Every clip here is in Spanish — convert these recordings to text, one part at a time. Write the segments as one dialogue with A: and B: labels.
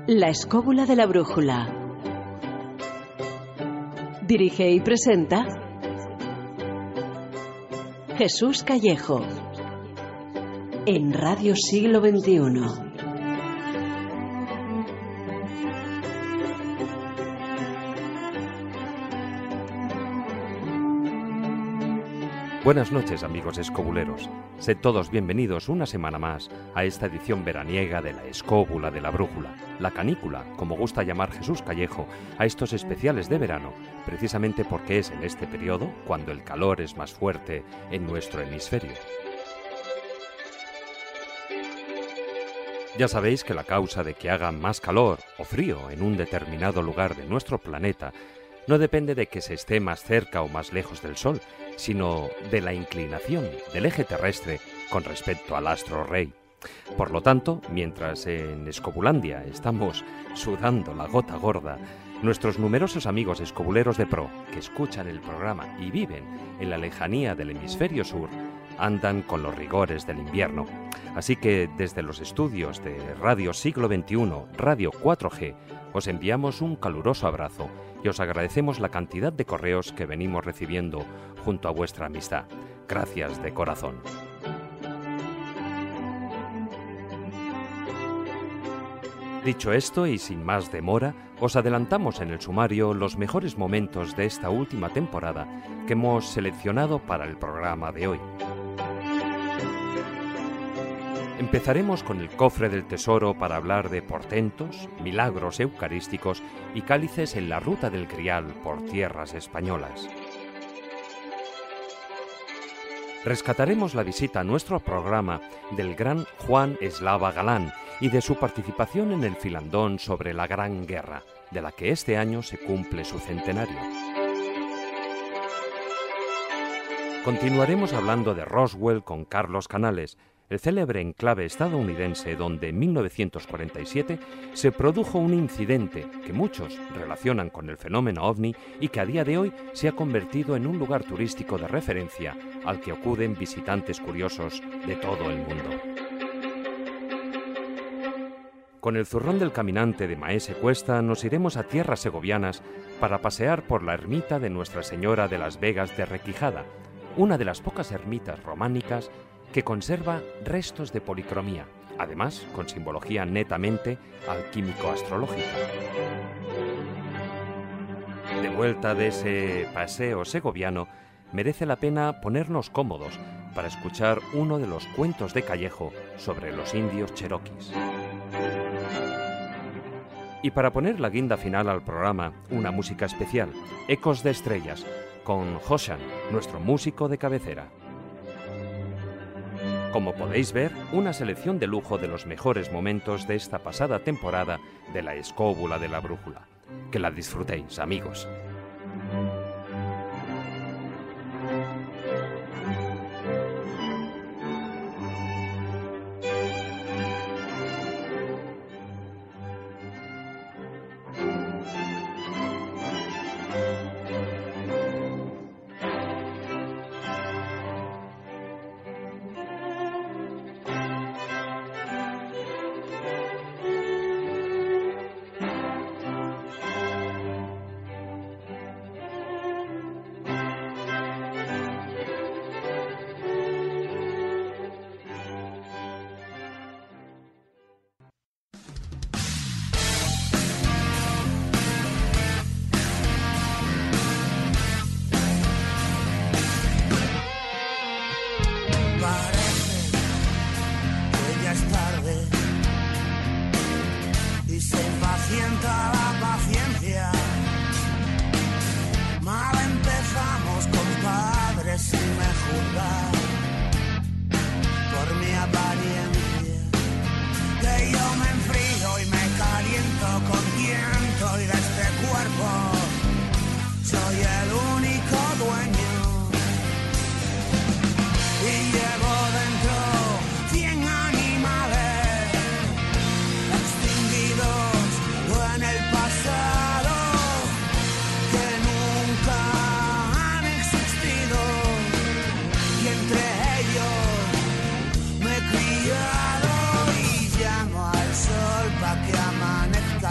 A: La escóbula de la brújula. Dirige y presenta Jesús Callejo en Radio Siglo XXI.
B: Buenas noches, amigos escobuleros. Sed todos bienvenidos una semana más a esta edición veraniega de La Escóbula de la Brújula, la canícula, como gusta llamar Jesús Callejo, a estos especiales de verano, precisamente porque es en este periodo cuando el calor es más fuerte en nuestro hemisferio. Ya sabéis que la causa de que haga más calor o frío en un determinado lugar de nuestro planeta no depende de que se esté más cerca o más lejos del Sol, sino de la inclinación del eje terrestre con respecto al astro rey. Por lo tanto, mientras en Escobulandia estamos sudando la gota gorda, nuestros numerosos amigos escobuleros de pro que escuchan el programa y viven en la lejanía del hemisferio sur andan con los rigores del invierno. Así que desde los estudios de Radio Siglo XXI, Radio 4G, os enviamos un caluroso abrazo y os agradecemos la cantidad de correos que venimos recibiendo junto a vuestra amistad. Gracias de corazón. Dicho esto y sin más demora, os adelantamos en el sumario los mejores momentos de esta última temporada que hemos seleccionado para el programa de hoy. Empezaremos con el cofre del tesoro para hablar de portentos, milagros eucarísticos y cálices en la ruta del Grial por tierras españolas. Rescataremos la visita a nuestro programa del gran Juan Eslava Galán y de su participación en el filandón sobre la Gran Guerra, de la que este año se cumple su centenario. Continuaremos hablando de Roswell con Carlos Canales, el célebre enclave estadounidense donde en 1947 se produjo un incidente que muchos relacionan con el fenómeno ovni y que a día de hoy se ha convertido en un lugar turístico de referencia al que acuden visitantes curiosos de todo el mundo. Con el zurrón del caminante de Maese Cuesta nos iremos a tierras segovianas para pasear por la ermita de Nuestra Señora de las Vegas de Requijada, una de las pocas ermitas románicas que conserva restos de policromía, además con simbología netamente alquímico-astrológica. De vuelta de ese paseo segoviano, merece la pena ponernos cómodos para escuchar uno de los cuentos de Callejo sobre los indios cheroquis. Y para poner la guinda final al programa, una música especial, Ecos de Estrellas, con Hoshan, nuestro músico de cabecera. Como podéis ver, una selección de lujo de los mejores momentos de esta pasada temporada de La Escóbula de la Brújula. Que la disfrutéis, amigos.
C: Criado y llamo al sol pa' que amanezca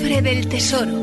C: libre del tesoro.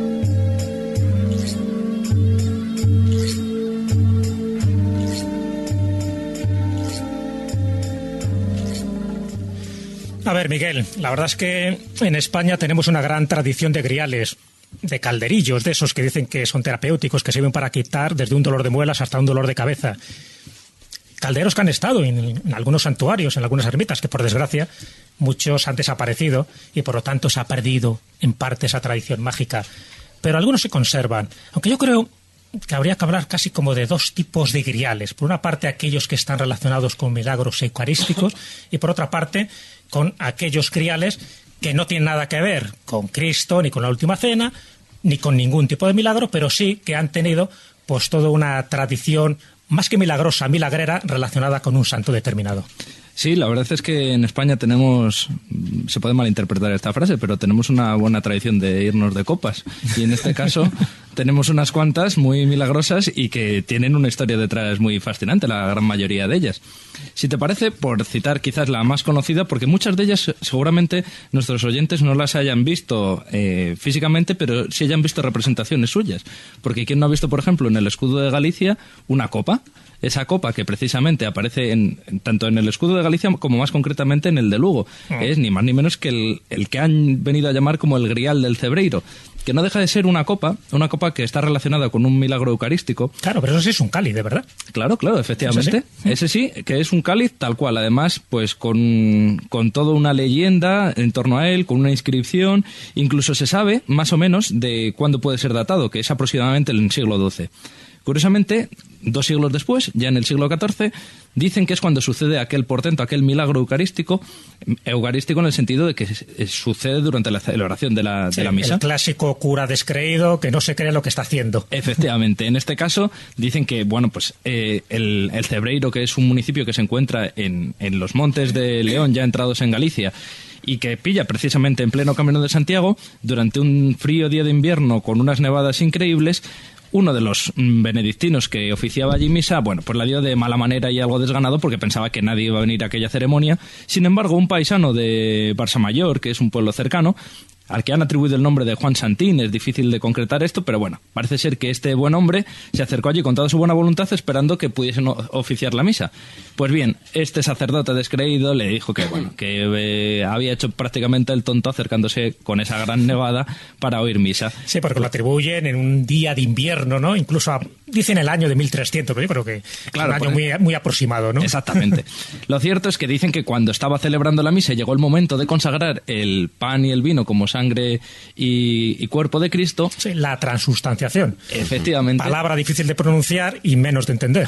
D: A ver, Miguel, la verdad es que en España tenemos una gran tradición de griales, de calderillos, de esos que dicen que son terapéuticos, que sirven para quitar desde un dolor de muelas hasta un dolor de cabeza. Calderos que han estado en algunos santuarios, en algunas ermitas, que por desgracia muchos han desaparecido y por lo tanto se ha perdido en parte esa tradición mágica. Pero algunos se conservan, aunque yo creo que habría que hablar casi como de dos tipos de griales. Por una parte, aquellos que están relacionados con milagros eucarísticos y por otra parte, con aquellos griales que no tienen nada que ver con Cristo, ni con la Última Cena, ni con ningún tipo de milagro, pero sí que han tenido pues toda una tradición más que milagrosa, milagrera, relacionada con un santo determinado.
E: Sí, la verdad es que en España tenemos, se puede malinterpretar esta frase, pero tenemos una buena tradición de irnos de copas. Y en este caso tenemos unas cuantas muy milagrosas y que tienen una historia detrás muy fascinante, la gran mayoría de ellas. Si te parece, por citar quizás la más conocida, porque muchas de ellas seguramente nuestros oyentes no las hayan visto físicamente, pero sí hayan visto representaciones suyas. Porque ¿quién no ha visto, por ejemplo, en el escudo de Galicia una copa? Esa copa que precisamente aparece tanto en el escudo de Galicia como más concretamente en el de Lugo. Es ni más ni menos que el que han venido a llamar como el grial del cebreiro, que no deja de ser una copa que está relacionada con un milagro eucarístico.
D: Claro, pero eso sí es un cáliz, ¿de verdad?
E: Claro, efectivamente. Ese sí, que es un cáliz tal cual, además, pues con toda una leyenda en torno a él, con una inscripción. Incluso se sabe, más o menos, de cuándo puede ser datado, que es aproximadamente en el siglo XII. Curiosamente, 2 siglos después, ya en el siglo XIV, dicen que es cuando sucede aquel portento, aquel milagro eucarístico en el sentido de que sucede durante la celebración de la misa.
D: El clásico cura descreído que no se cree lo que está haciendo.
E: Efectivamente, en este caso dicen que el Cebreiro, que es un municipio que se encuentra en los montes de León, ya entrados en Galicia, y que pilla precisamente en pleno Camino de Santiago, durante un frío día de invierno con unas nevadas increíbles, uno de los benedictinos que oficiaba allí misa, pues la dio de mala manera y algo desganado porque pensaba que nadie iba a venir a aquella ceremonia. Sin embargo, un paisano de Barça Mayor, que es un pueblo cercano, al que han atribuido el nombre de Juan Santín, es difícil de concretar esto, pero bueno, parece ser que este buen hombre se acercó allí con toda su buena voluntad esperando que pudiesen oficiar la misa. Pues bien, este sacerdote descreído le dijo que había hecho prácticamente el tonto acercándose con esa gran nevada para oír misa.
D: Sí, porque lo atribuyen en un día de invierno, ¿no? Incluso dicen el año de 1300, pero yo creo que claro, es un año muy aproximado, ¿no?
E: Exactamente. Lo cierto es que dicen que cuando estaba celebrando la misa y llegó el momento de consagrar el pan y el vino como sangre y cuerpo de Cristo.
D: Sí, la transustanciación.
E: Efectivamente.
D: Palabra difícil de pronunciar y menos de entender.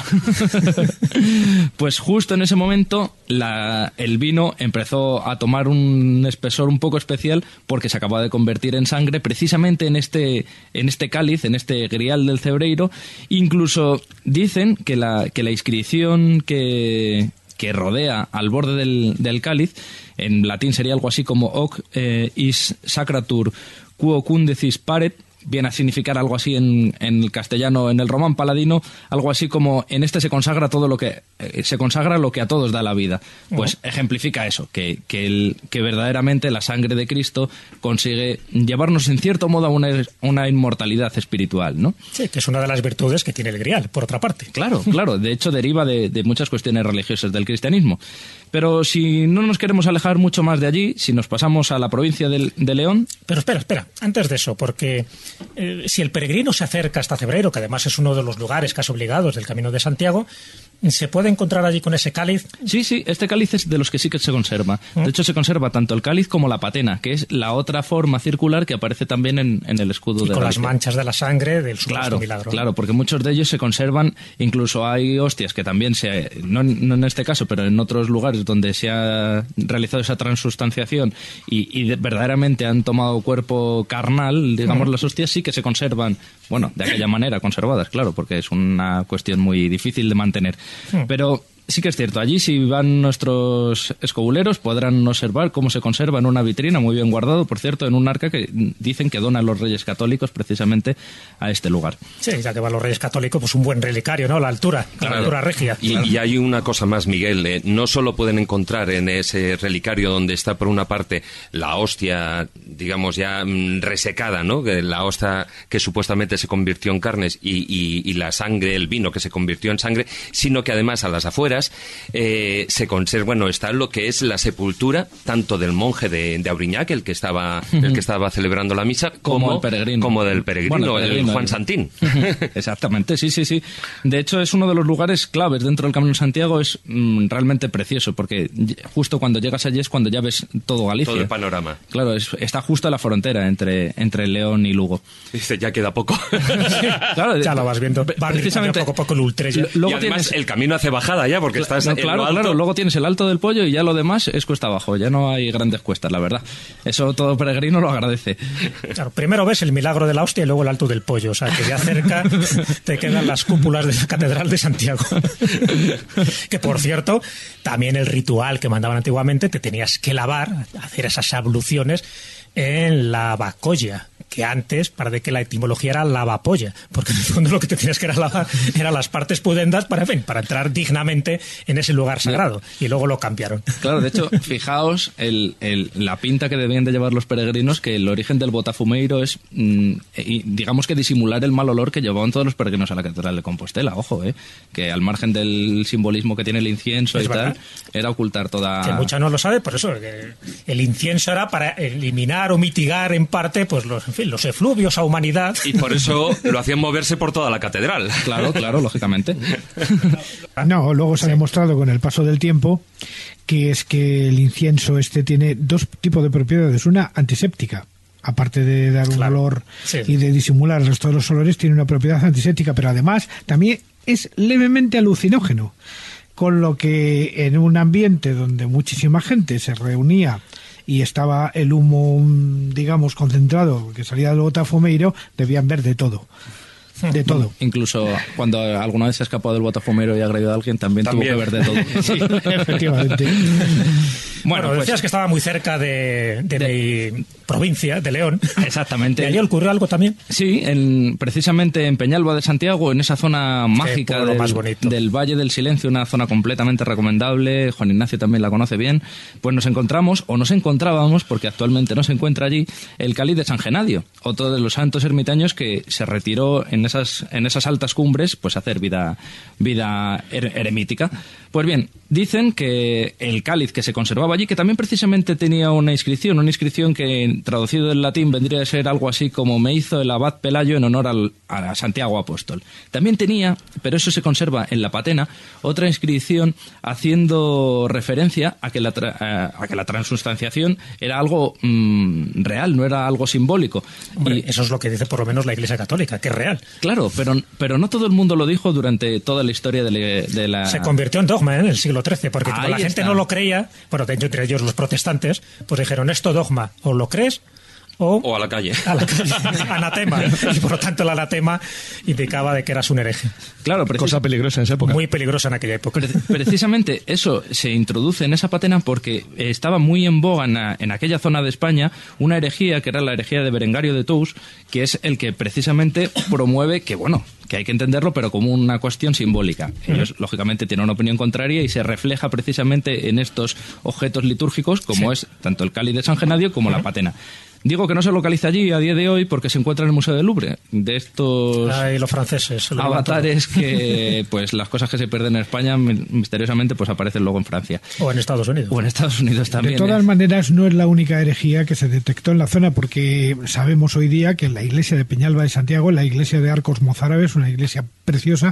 E: Pues justo en ese momento el vino empezó a tomar un espesor un poco especial porque se acababa de convertir en sangre precisamente en este cáliz, en este grial del Cebreiro. Incluso dicen que la inscripción que rodea al borde del cáliz, en latín sería algo así como hoc is sacratur quo cundecis paret, viene a significar algo así en el castellano, en el román paladino, algo así como en este se consagra todo lo que se consagra lo que a todos da la vida. Pues ejemplifica eso, que verdaderamente la sangre de Cristo consigue llevarnos en cierto modo a una inmortalidad espiritual, ¿no?
D: Sí, que es una de las virtudes que tiene el grial, por otra parte.
E: Claro, de hecho deriva de muchas cuestiones religiosas del cristianismo. Pero si no nos queremos alejar mucho más de allí, si nos pasamos a la provincia de León...
D: Pero espera, antes de eso, porque si el peregrino se acerca hasta Cebreiro, que además es uno de los lugares casi obligados del Camino de Santiago, ¿se puede encontrar allí con ese cáliz?
E: Sí, este cáliz es de los que sí que se conserva. De hecho, se conserva tanto el cáliz como la patena, que es la otra forma circular que aparece también en el escudo de
D: con
E: Galicia.
D: Las manchas de la sangre del supuesto milagro.
E: Claro, porque muchos de ellos se conservan, incluso hay hostias que también no en este caso, pero en otros lugares donde se ha realizado esa transustanciación y verdaderamente han tomado cuerpo carnal, digamos, las hostias sí que se conservan, de aquella manera conservadas, claro, porque es una cuestión muy difícil de mantener. Pero sí que es cierto. Allí, si van nuestros escobuleros, podrán observar cómo se conserva en una vitrina, muy bien guardado, por cierto, en un arca que dicen que donan los Reyes Católicos precisamente a este lugar.
D: Sí, ya que van los Reyes Católicos, pues un buen relicario, ¿no? La altura regia.
B: Y hay una cosa más, Miguel. No solo pueden encontrar en ese relicario donde está, por una parte, la hostia, digamos, ya resecada, ¿no? La hostia que supuestamente se convirtió en carnes y la sangre, el vino que se convirtió en sangre, sino que además a las afueras se conserva, bueno, está lo que es la sepultura tanto del monje de Auriñac, el que estaba celebrando la misa, como
E: el peregrino.
B: Como del peregrino, bueno, el Juan Santín.
E: Exactamente, sí. De hecho, es uno de los lugares claves dentro del Camino de Santiago, es realmente precioso, porque justo cuando llegas allí es cuando ya ves todo Galicia.
B: Todo el panorama.
E: Claro, está justo a la frontera entre León y Lugo.
B: Dice, ya queda poco.
D: Claro, ya lo vas viendo. Va
E: precisamente
D: poco a poco el Ultrella.
B: Y además el camino hace bajada ya, porque estás en lo alto.
E: Claro, luego tienes el Alto del Pollo y ya lo demás es cuesta abajo. Ya no hay grandes cuestas, la verdad. Eso todo peregrino lo agradece.
D: Claro, primero ves el milagro de la hostia y luego el Alto del Pollo. O sea, que ya cerca te quedan las cúpulas de la Catedral de Santiago. Que, por cierto, también el ritual que mandaban antiguamente, te tenías que lavar, hacer esas abluciones en la Bacolla, que antes, para que la etimología era lavapolla, porque en el fondo lo que te tenías que lavar eran las partes pudendas para entrar dignamente en ese lugar sagrado, y luego lo cambiaron.
E: Claro, de hecho, fijaos la pinta que debían de llevar los peregrinos, que el origen del botafumeiro es, digamos que disimular el mal olor que llevaban todos los peregrinos a la Catedral de Compostela, ojo, que al margen del simbolismo que tiene el incienso y tal, era ocultar toda...
D: Que mucha no lo sabe, por eso, que el incienso era para eliminar o mitigar en parte pues los efluvios a humanidad.
B: Y por eso lo hacían moverse por toda la catedral.
E: Claro, lógicamente.
C: No, luego se ha demostrado con el paso del tiempo que es que el incienso tiene dos tipos de propiedades. Una, antiséptica. Aparte de dar un olor y de disimular el resto de los olores, tiene una propiedad antiséptica, pero además también es levemente alucinógeno. Con lo que en un ambiente donde muchísima gente se reunía y estaba el humo, digamos, concentrado que salía del botafumeiro, debían ver de todo. De todo.
E: Incluso cuando alguna vez se ha escapado del botafumeiro y ha agredido a alguien, también tuvo que ver de todo.
C: Sí, efectivamente.
D: Bueno, decías que estaba muy cerca de mi provincia, de León.
E: Exactamente.
D: ¿Y allí ocurrió algo también?
E: Sí, precisamente en Peñalba de Santiago, en esa zona mágica del Valle del Silencio, una zona completamente recomendable, Juan Ignacio también la conoce bien, pues nos encontrábamos, porque actualmente no se encuentra allí, el cáliz de San Genadio, otro de los santos ermitaños que se retiró en esas altas cumbres pues a hacer vida eremítica. Pues bien, dicen que el cáliz que se conservaba allí, que también precisamente tenía una inscripción que traducido del latín vendría a ser algo así como me hizo el abad Pelayo en honor a Santiago Apóstol. También tenía, pero eso se conserva en la patena, otra inscripción haciendo referencia a que la transustanciación era algo real, no era algo simbólico.
D: Hombre, eso es lo que dice por lo menos la Iglesia Católica, que es real.
E: Claro, pero no todo el mundo lo dijo durante toda la historia de la...
D: Se convirtió en dogma en el siglo XIII, porque como la gente no lo creía, bueno, entre ellos los protestantes, pues dijeron, esto dogma, o lo crees o
B: a la calle.
D: Anatema. Y por lo tanto el anatema indicaba de que eras un hereje.
E: Claro,
C: cosa peligrosa en esa época.
D: Muy peligrosa en aquella época.
E: Precisamente eso se introduce en esa patena porque estaba muy en boga en aquella zona de España una herejía que era la herejía de Berengario de Tous, que es el que precisamente promueve que hay que entenderlo, pero como una cuestión simbólica. Ellos, lógicamente, tienen una opinión contraria y se refleja precisamente en estos objetos litúrgicos, como es tanto el cáliz de San Genadio como la patena. Digo que no se localiza allí a día de hoy porque se encuentra en el Museo del Louvre, de estos
D: los franceses,
E: avatares que, pues las cosas que se pierden en España misteriosamente pues aparecen luego en Francia.
D: O en Estados Unidos.
E: O en Estados Unidos también.
C: De todas maneras, no es la única herejía que se detectó en la zona, porque sabemos hoy día que en la iglesia de Peñalba de Santiago, la iglesia de Arcos Mozárabes, una iglesia preciosa,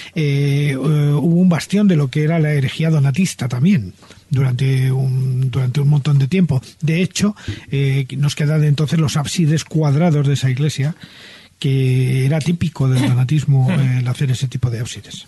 C: hubo un bastión de lo que era la herejía donatista también. Durante un montón de tiempo. De hecho, nos quedan entonces los ábsides cuadrados de esa iglesia, que era típico del donatismo el hacer ese tipo de ábsides.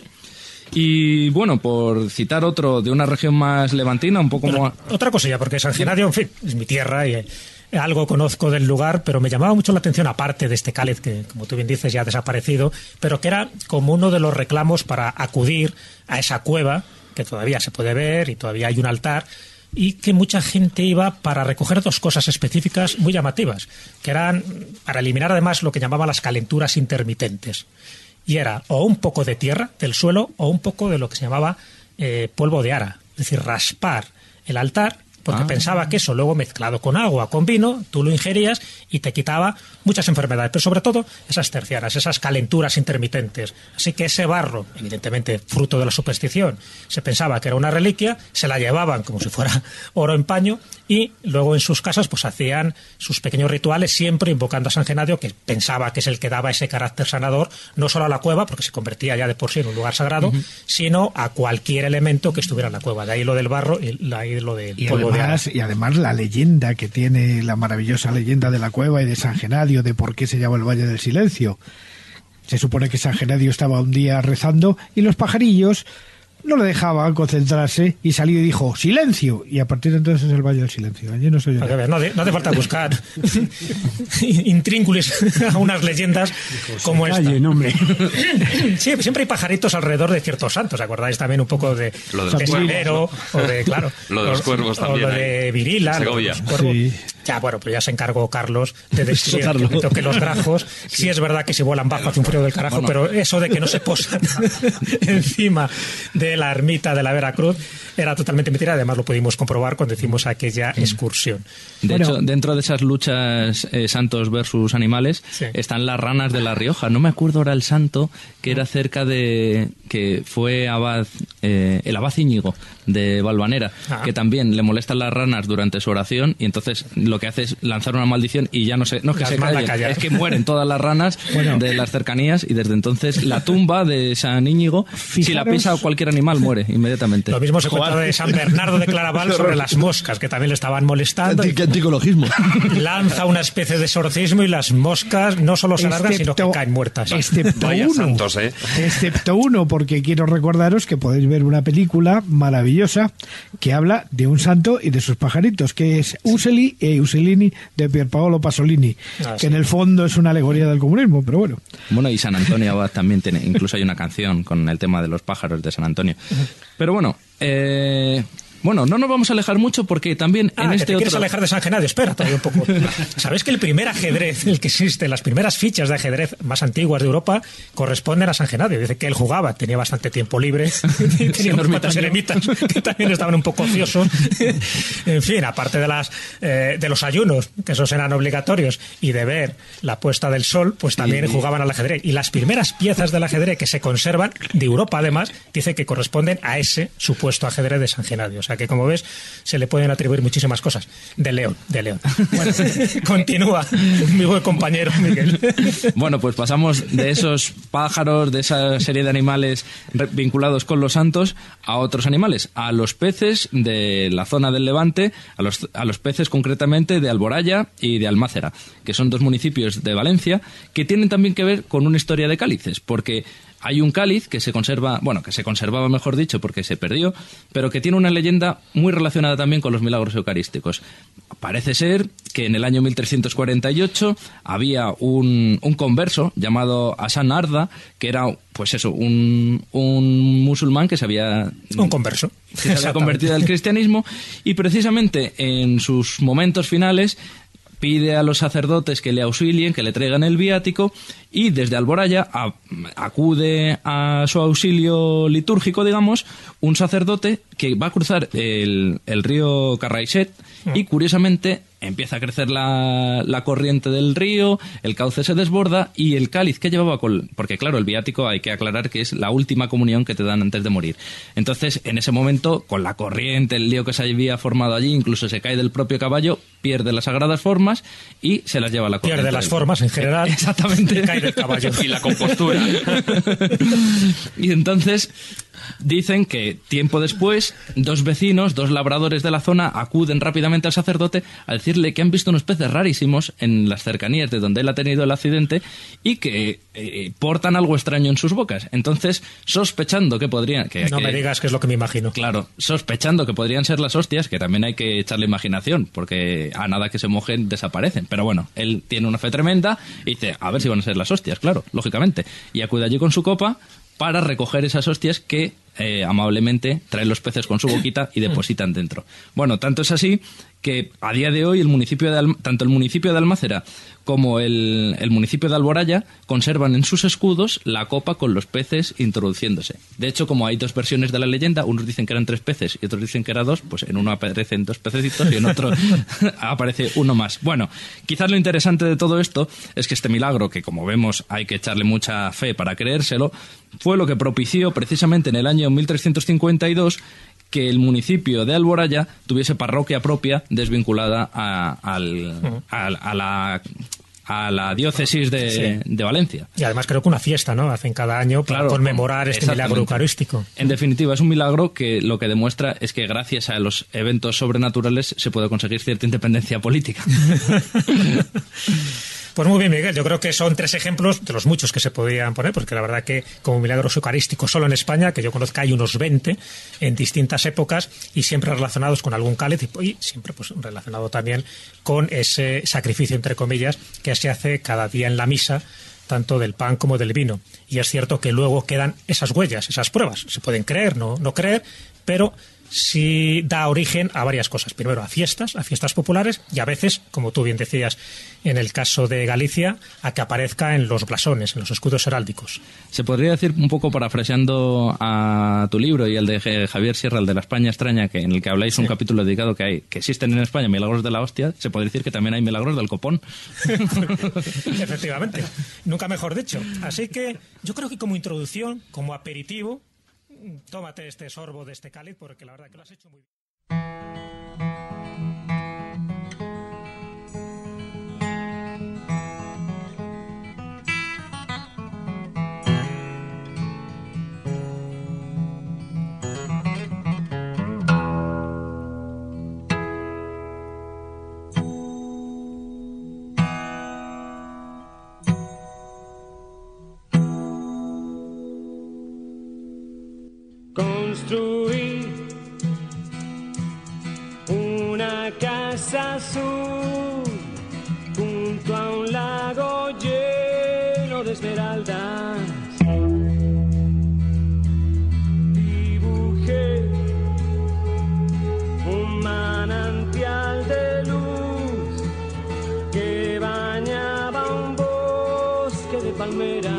E: Y bueno, por citar otro de una región más levantina, un poco más...
D: Otra cosilla, porque San Genadio, en fin, es mi tierra y algo conozco del lugar, pero me llamaba mucho la atención, aparte de este cáliz que, como tú bien dices, ya ha desaparecido, pero que era como uno de los reclamos para acudir a esa cueva, que todavía se puede ver y todavía hay un altar, y que mucha gente iba para recoger dos cosas específicas muy llamativas, que eran para eliminar además lo que llamaban las calenturas intermitentes. Y era o un poco de tierra del suelo o un poco de lo que se llamaba polvo de ara, es decir, raspar el altar, porque pensaba que eso luego mezclado con agua, con vino, tú lo ingerías y te quitaba muchas enfermedades, pero sobre todo esas tercianas, esas calenturas intermitentes. Así que ese barro, evidentemente fruto de la superstición, se pensaba que era una reliquia, se la llevaban como si fuera oro en paño y luego en sus casas pues hacían sus pequeños rituales, siempre invocando a San Genadio, que pensaba que es el que daba ese carácter sanador, no solo a la cueva, porque se convertía ya de por sí en un lugar sagrado, sino a cualquier elemento que estuviera en la cueva. De ahí lo del barro y de ahí lo del polvo.
C: Y además la leyenda que tiene, la maravillosa leyenda de la cueva y de San Genadio, de por qué se llama el Valle del Silencio. Se supone que San Genadio estaba un día rezando y los pajarillos no le dejaban concentrarse y salió y dijo ¡silencio! Y a partir de entonces es el Valle del Silencio. Allí no soy yo.
D: No hace falta buscar intrínculos a unas leyendas como esta. Sí, siempre hay pajaritos alrededor de ciertos santos. ¿Acordáis también un poco de Salero o de, claro,
B: lo de los cuervos también?
D: O lo de Virila,
B: Segovia.
D: Sí. Ya, bueno, pues ya se encargó Carlos de decir que los grajos, sí es verdad que se vuelan bajo hace un frío del carajo, pero eso de que no se posan encima de la ermita de la Veracruz era totalmente mentira. Además lo pudimos comprobar cuando hicimos aquella excursión.
E: De hecho, dentro de esas luchas santos versus animales están las ranas de La Rioja. No me acuerdo ahora el santo que era cerca de... que fue abad, el abad Íñigo de Valvanera, que también le molestan las ranas durante su oración y entonces lo que hace es lanzar una maldición y ya no es que se callen, es que mueren todas las ranas de las cercanías y desde entonces la tumba de San Íñigo, si la pisa cualquier animal, muere inmediatamente.
D: Lo mismo se cuenta de San Bernardo de Claraval sobre las moscas, que también le estaban molestando.
F: ¿Qué anticologismo?
D: Lanza una especie de exorcismo y las moscas no solo se largan, sino que caen muertas.
C: Excepto uno, porque quiero recordaros que podéis ver una película maravillosa que habla de un santo y de sus pajaritos, que es Useli e Uselini de Pierpaolo Pasolini, que en el fondo es una alegoría del comunismo, pero bueno.
E: Bueno, y San Antonio Abad también tiene, incluso hay una canción con el tema de los pájaros de San Antonio. Pero bueno, no nos vamos a alejar mucho porque también en este
D: ¿Quieres alejar de San Genadio? Espera todavía un poco. ¿Sabes que el primer ajedrez, el que existe, las primeras fichas de ajedrez más antiguas de Europa corresponden a San Genadio? Dice que él jugaba, tenía bastante tiempo libre, y tenía unos cuantos eremitas que también estaban un poco ociosos. En fin, aparte de los ayunos, que esos eran obligatorios, y de ver la puesta del sol, pues también jugaban al ajedrez. Y las primeras piezas del ajedrez que se conservan, de Europa además, dice que corresponden a ese supuesto ajedrez de San Genadio. O sea que, como ves, se le pueden atribuir muchísimas cosas. De León. Bueno, continúa, mi buen compañero Miguel.
E: Bueno, pues pasamos de esos pájaros, de esa serie de animales vinculados con los santos, a otros animales, a los peces de la zona del Levante, a los peces concretamente de Alboraya y de Almácera, que son dos municipios de Valencia que tienen también que ver con una historia de cálices, porque hay un cáliz que se conservaba, mejor dicho, porque se perdió, pero que tiene una leyenda muy relacionada también con los milagros eucarísticos. Parece ser que en el año 1348 había un converso llamado Hasan Arda, que era, pues eso, un musulmán que se había...
D: Un converso.
E: Que se había convertido al cristianismo, y precisamente en sus momentos finales pide a los sacerdotes que le auxilien, que le traigan el viático, y desde Alboraya acude a su auxilio litúrgico, digamos, un sacerdote que va a cruzar el río Carraixet y, curiosamente, empieza a crecer la corriente del río, el cauce se desborda y el cáliz que llevaba porque claro, el viático hay que aclarar que es la última comunión que te dan antes de morir. Entonces, en ese momento, con la corriente, el lío que se había formado allí, incluso se cae del propio caballo, pierde las sagradas formas y se las lleva a la corriente.
D: Pierde las formas en general.
E: Exactamente.
D: Cae del caballo.
B: Y la compostura.
E: Y entonces dicen que tiempo después, dos labradores de la zona acuden rápidamente al sacerdote a decirle que han visto unos peces rarísimos en las cercanías de donde él ha tenido el accidente y que portan algo extraño en sus bocas. Entonces, sospechando que podrían...
D: No me digas que es lo que me imagino.
E: Claro, sospechando que podrían ser las hostias, que también hay que echarle imaginación, porque a nada que se mojen desaparecen. Pero bueno, él tiene una fe tremenda y dice, a ver si van a ser las hostias, claro, lógicamente. Y acude allí con su copa para recoger esas hostias que amablemente traen los peces con su boquita y depositan dentro. Bueno, tanto es así que a día de hoy tanto el municipio de Almácera como el municipio de Alboraya conservan en sus escudos la copa con los peces introduciéndose. De hecho, como hay dos versiones de la leyenda, unos dicen que eran 3 peces y otros dicen que eran 2, pues en uno aparecen 2 pececitos y en otro aparece uno más. Bueno, quizás lo interesante de todo esto es que este milagro, que como vemos hay que echarle mucha fe para creérselo, fue lo que propició precisamente en el año 1352 que el municipio de Alboraya tuviese parroquia propia desvinculada a la diócesis de Valencia.
D: Y además creo que una fiesta, ¿no? Hacen cada año para conmemorar este milagro eucarístico.
E: En definitiva, es un milagro que lo que demuestra es que gracias a los eventos sobrenaturales se puede conseguir cierta independencia política.
D: Pues muy bien, Miguel, yo creo que son 3 ejemplos de los muchos que se podrían poner, porque la verdad que como milagros eucarísticos solo en España, que yo conozca, hay unos 20 en distintas épocas y siempre relacionados con algún cáliz y siempre pues relacionado también con ese sacrificio, entre comillas, que se hace cada día en la misa, tanto del pan como del vino. Y es cierto que luego quedan esas huellas, esas pruebas. Se pueden creer, no creer, pero sí da origen a varias cosas. Primero, a fiestas populares y a veces, como tú bien decías, en el caso de Galicia, a que aparezca en los blasones, en los escudos heráldicos.
E: Se podría decir, un poco parafraseando a tu libro y el de Javier Sierra, el de la España extraña, que en el que habláis un capítulo dedicado que existen en España milagros de la hostia, se podría decir que también hay milagros del copón.
D: Efectivamente, nunca mejor dicho. Así que yo creo que como introducción, como aperitivo, tómate este sorbo de este cáliz porque la verdad que lo has hecho muy bien.
F: Construí una casa azul junto a un lago lleno de esmeraldas. Dibujé un manantial de luz que bañaba un bosque de palmeras.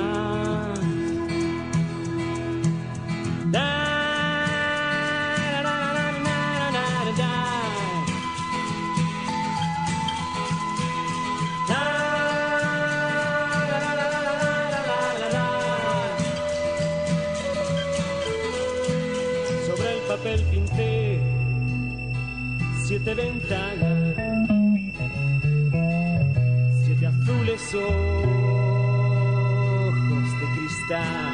F: Papel pinté 7 ventanas, 7 azules ojos de cristal,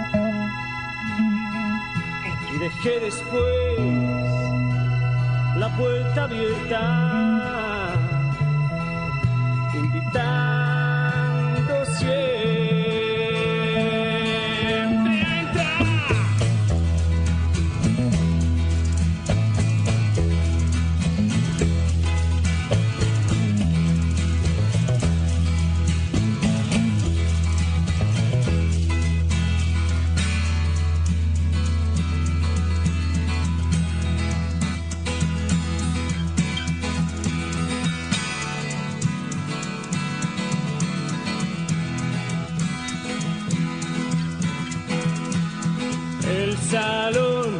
F: y dejé después la puerta abierta, invitando siempre. El salón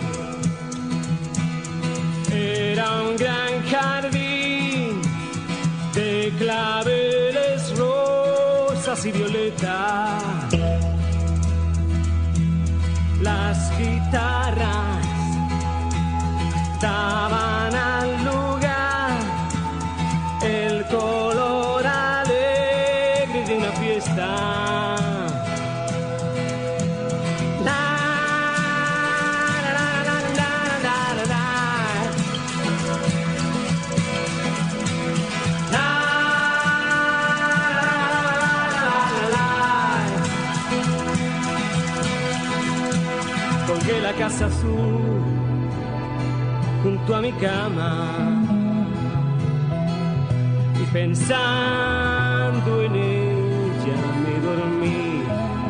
F: era un gran jardín de claveles rosas y violetas. Las guitarras daban al lugar el color alegre de una fiesta. casa azul junto a mi cama y pensando en ella me dormí.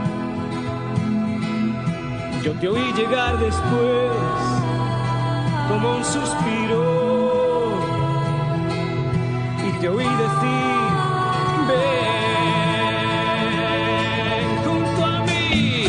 F: Yo te oí llegar después como un suspiro y te oí decir ven junto a mí.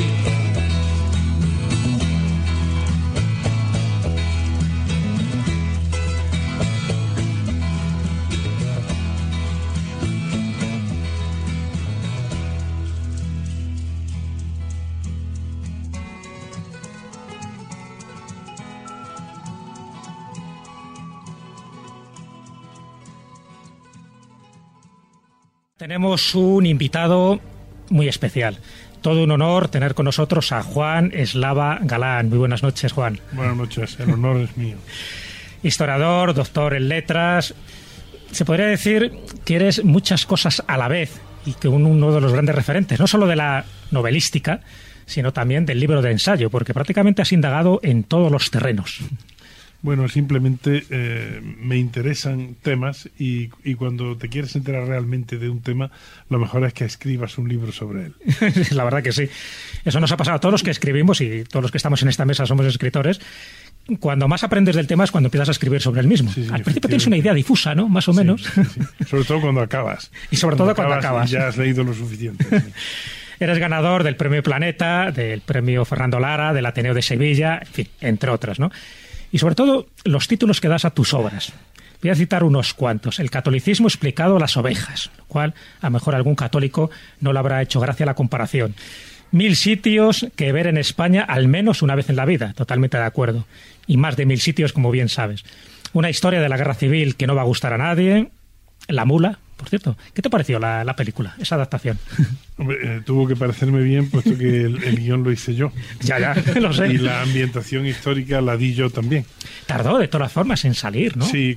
D: Tenemos un invitado muy especial. Todo un honor tener con nosotros a Juan Eslava Galán. Muy buenas noches, Juan.
G: Buenas noches, el honor es mío.
D: Historiador, doctor en letras. Se podría decir que eres muchas cosas a la vez y que uno de los grandes referentes, no solo de la novelística, sino también del libro de ensayo, porque prácticamente has indagado en todos los terrenos.
G: Bueno, simplemente me interesan temas y cuando te quieres enterar realmente de un tema, lo mejor es que escribas un libro sobre él.
D: La verdad que sí. Eso nos ha pasado a todos los que escribimos y todos los que estamos en esta mesa somos escritores. Cuando más aprendes del tema es cuando empiezas a escribir sobre el mismo.
G: Sí,
D: al principio tienes una idea difusa, ¿no? Más o menos.
G: Sí. Sobre todo cuando acabas.
D: Y sobre todo cuando acabas.
G: Ya has leído lo suficiente. Sí.
D: Eres ganador del Premio Planeta, del Premio Fernando Lara, del Ateneo de Sevilla, en fin, entre otras, ¿no? Y sobre todo, los títulos que das a tus obras. Voy a citar unos cuantos. El catolicismo explicado a las ovejas, lo cual a lo mejor algún católico no le habrá hecho gracia la comparación. 1000 sitios que ver en España al menos una vez en la vida, totalmente de acuerdo. Y más de 1000 sitios, como bien sabes. Una historia de la guerra civil que no va a gustar a nadie. La mula, por cierto. ¿Qué te pareció la película, esa adaptación?
G: Hombre, tuvo que parecerme bien, puesto que el guión lo hice yo.
D: Ya, lo sé.
G: Y la ambientación histórica la di yo también.
D: Tardó, de todas formas, en salir, ¿no?
G: Sí,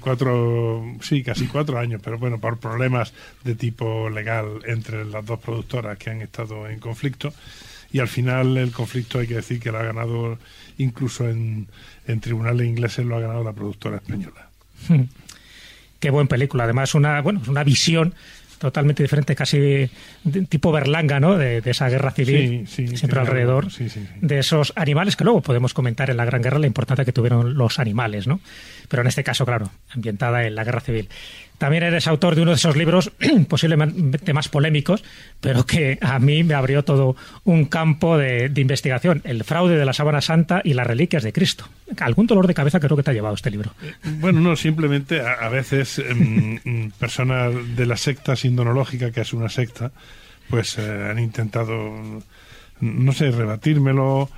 G: casi 4 años, pero bueno, por problemas de tipo legal entre las dos productoras que han estado en conflicto. Y al final el conflicto hay que decir que lo ha ganado, incluso en tribunales ingleses, lo ha ganado la productora española.
D: Qué buena película. Además, una visión totalmente diferente, casi de tipo Berlanga, ¿no? De esa guerra civil, siempre alrededor de esos animales que luego podemos comentar en la Gran Guerra la importancia que tuvieron los animales, ¿no? Pero en este caso, claro, ambientada en la guerra civil. También eres autor de uno de esos libros posiblemente más polémicos, pero que a mí me abrió todo un campo de investigación. El fraude de la Sábana Santa y las reliquias de Cristo. ¿Algún dolor de cabeza creo que te ha llevado este libro?
G: Bueno, no, simplemente a veces personas de la secta sindonológica, que es una secta, pues han intentado, no sé, rebatírmelo,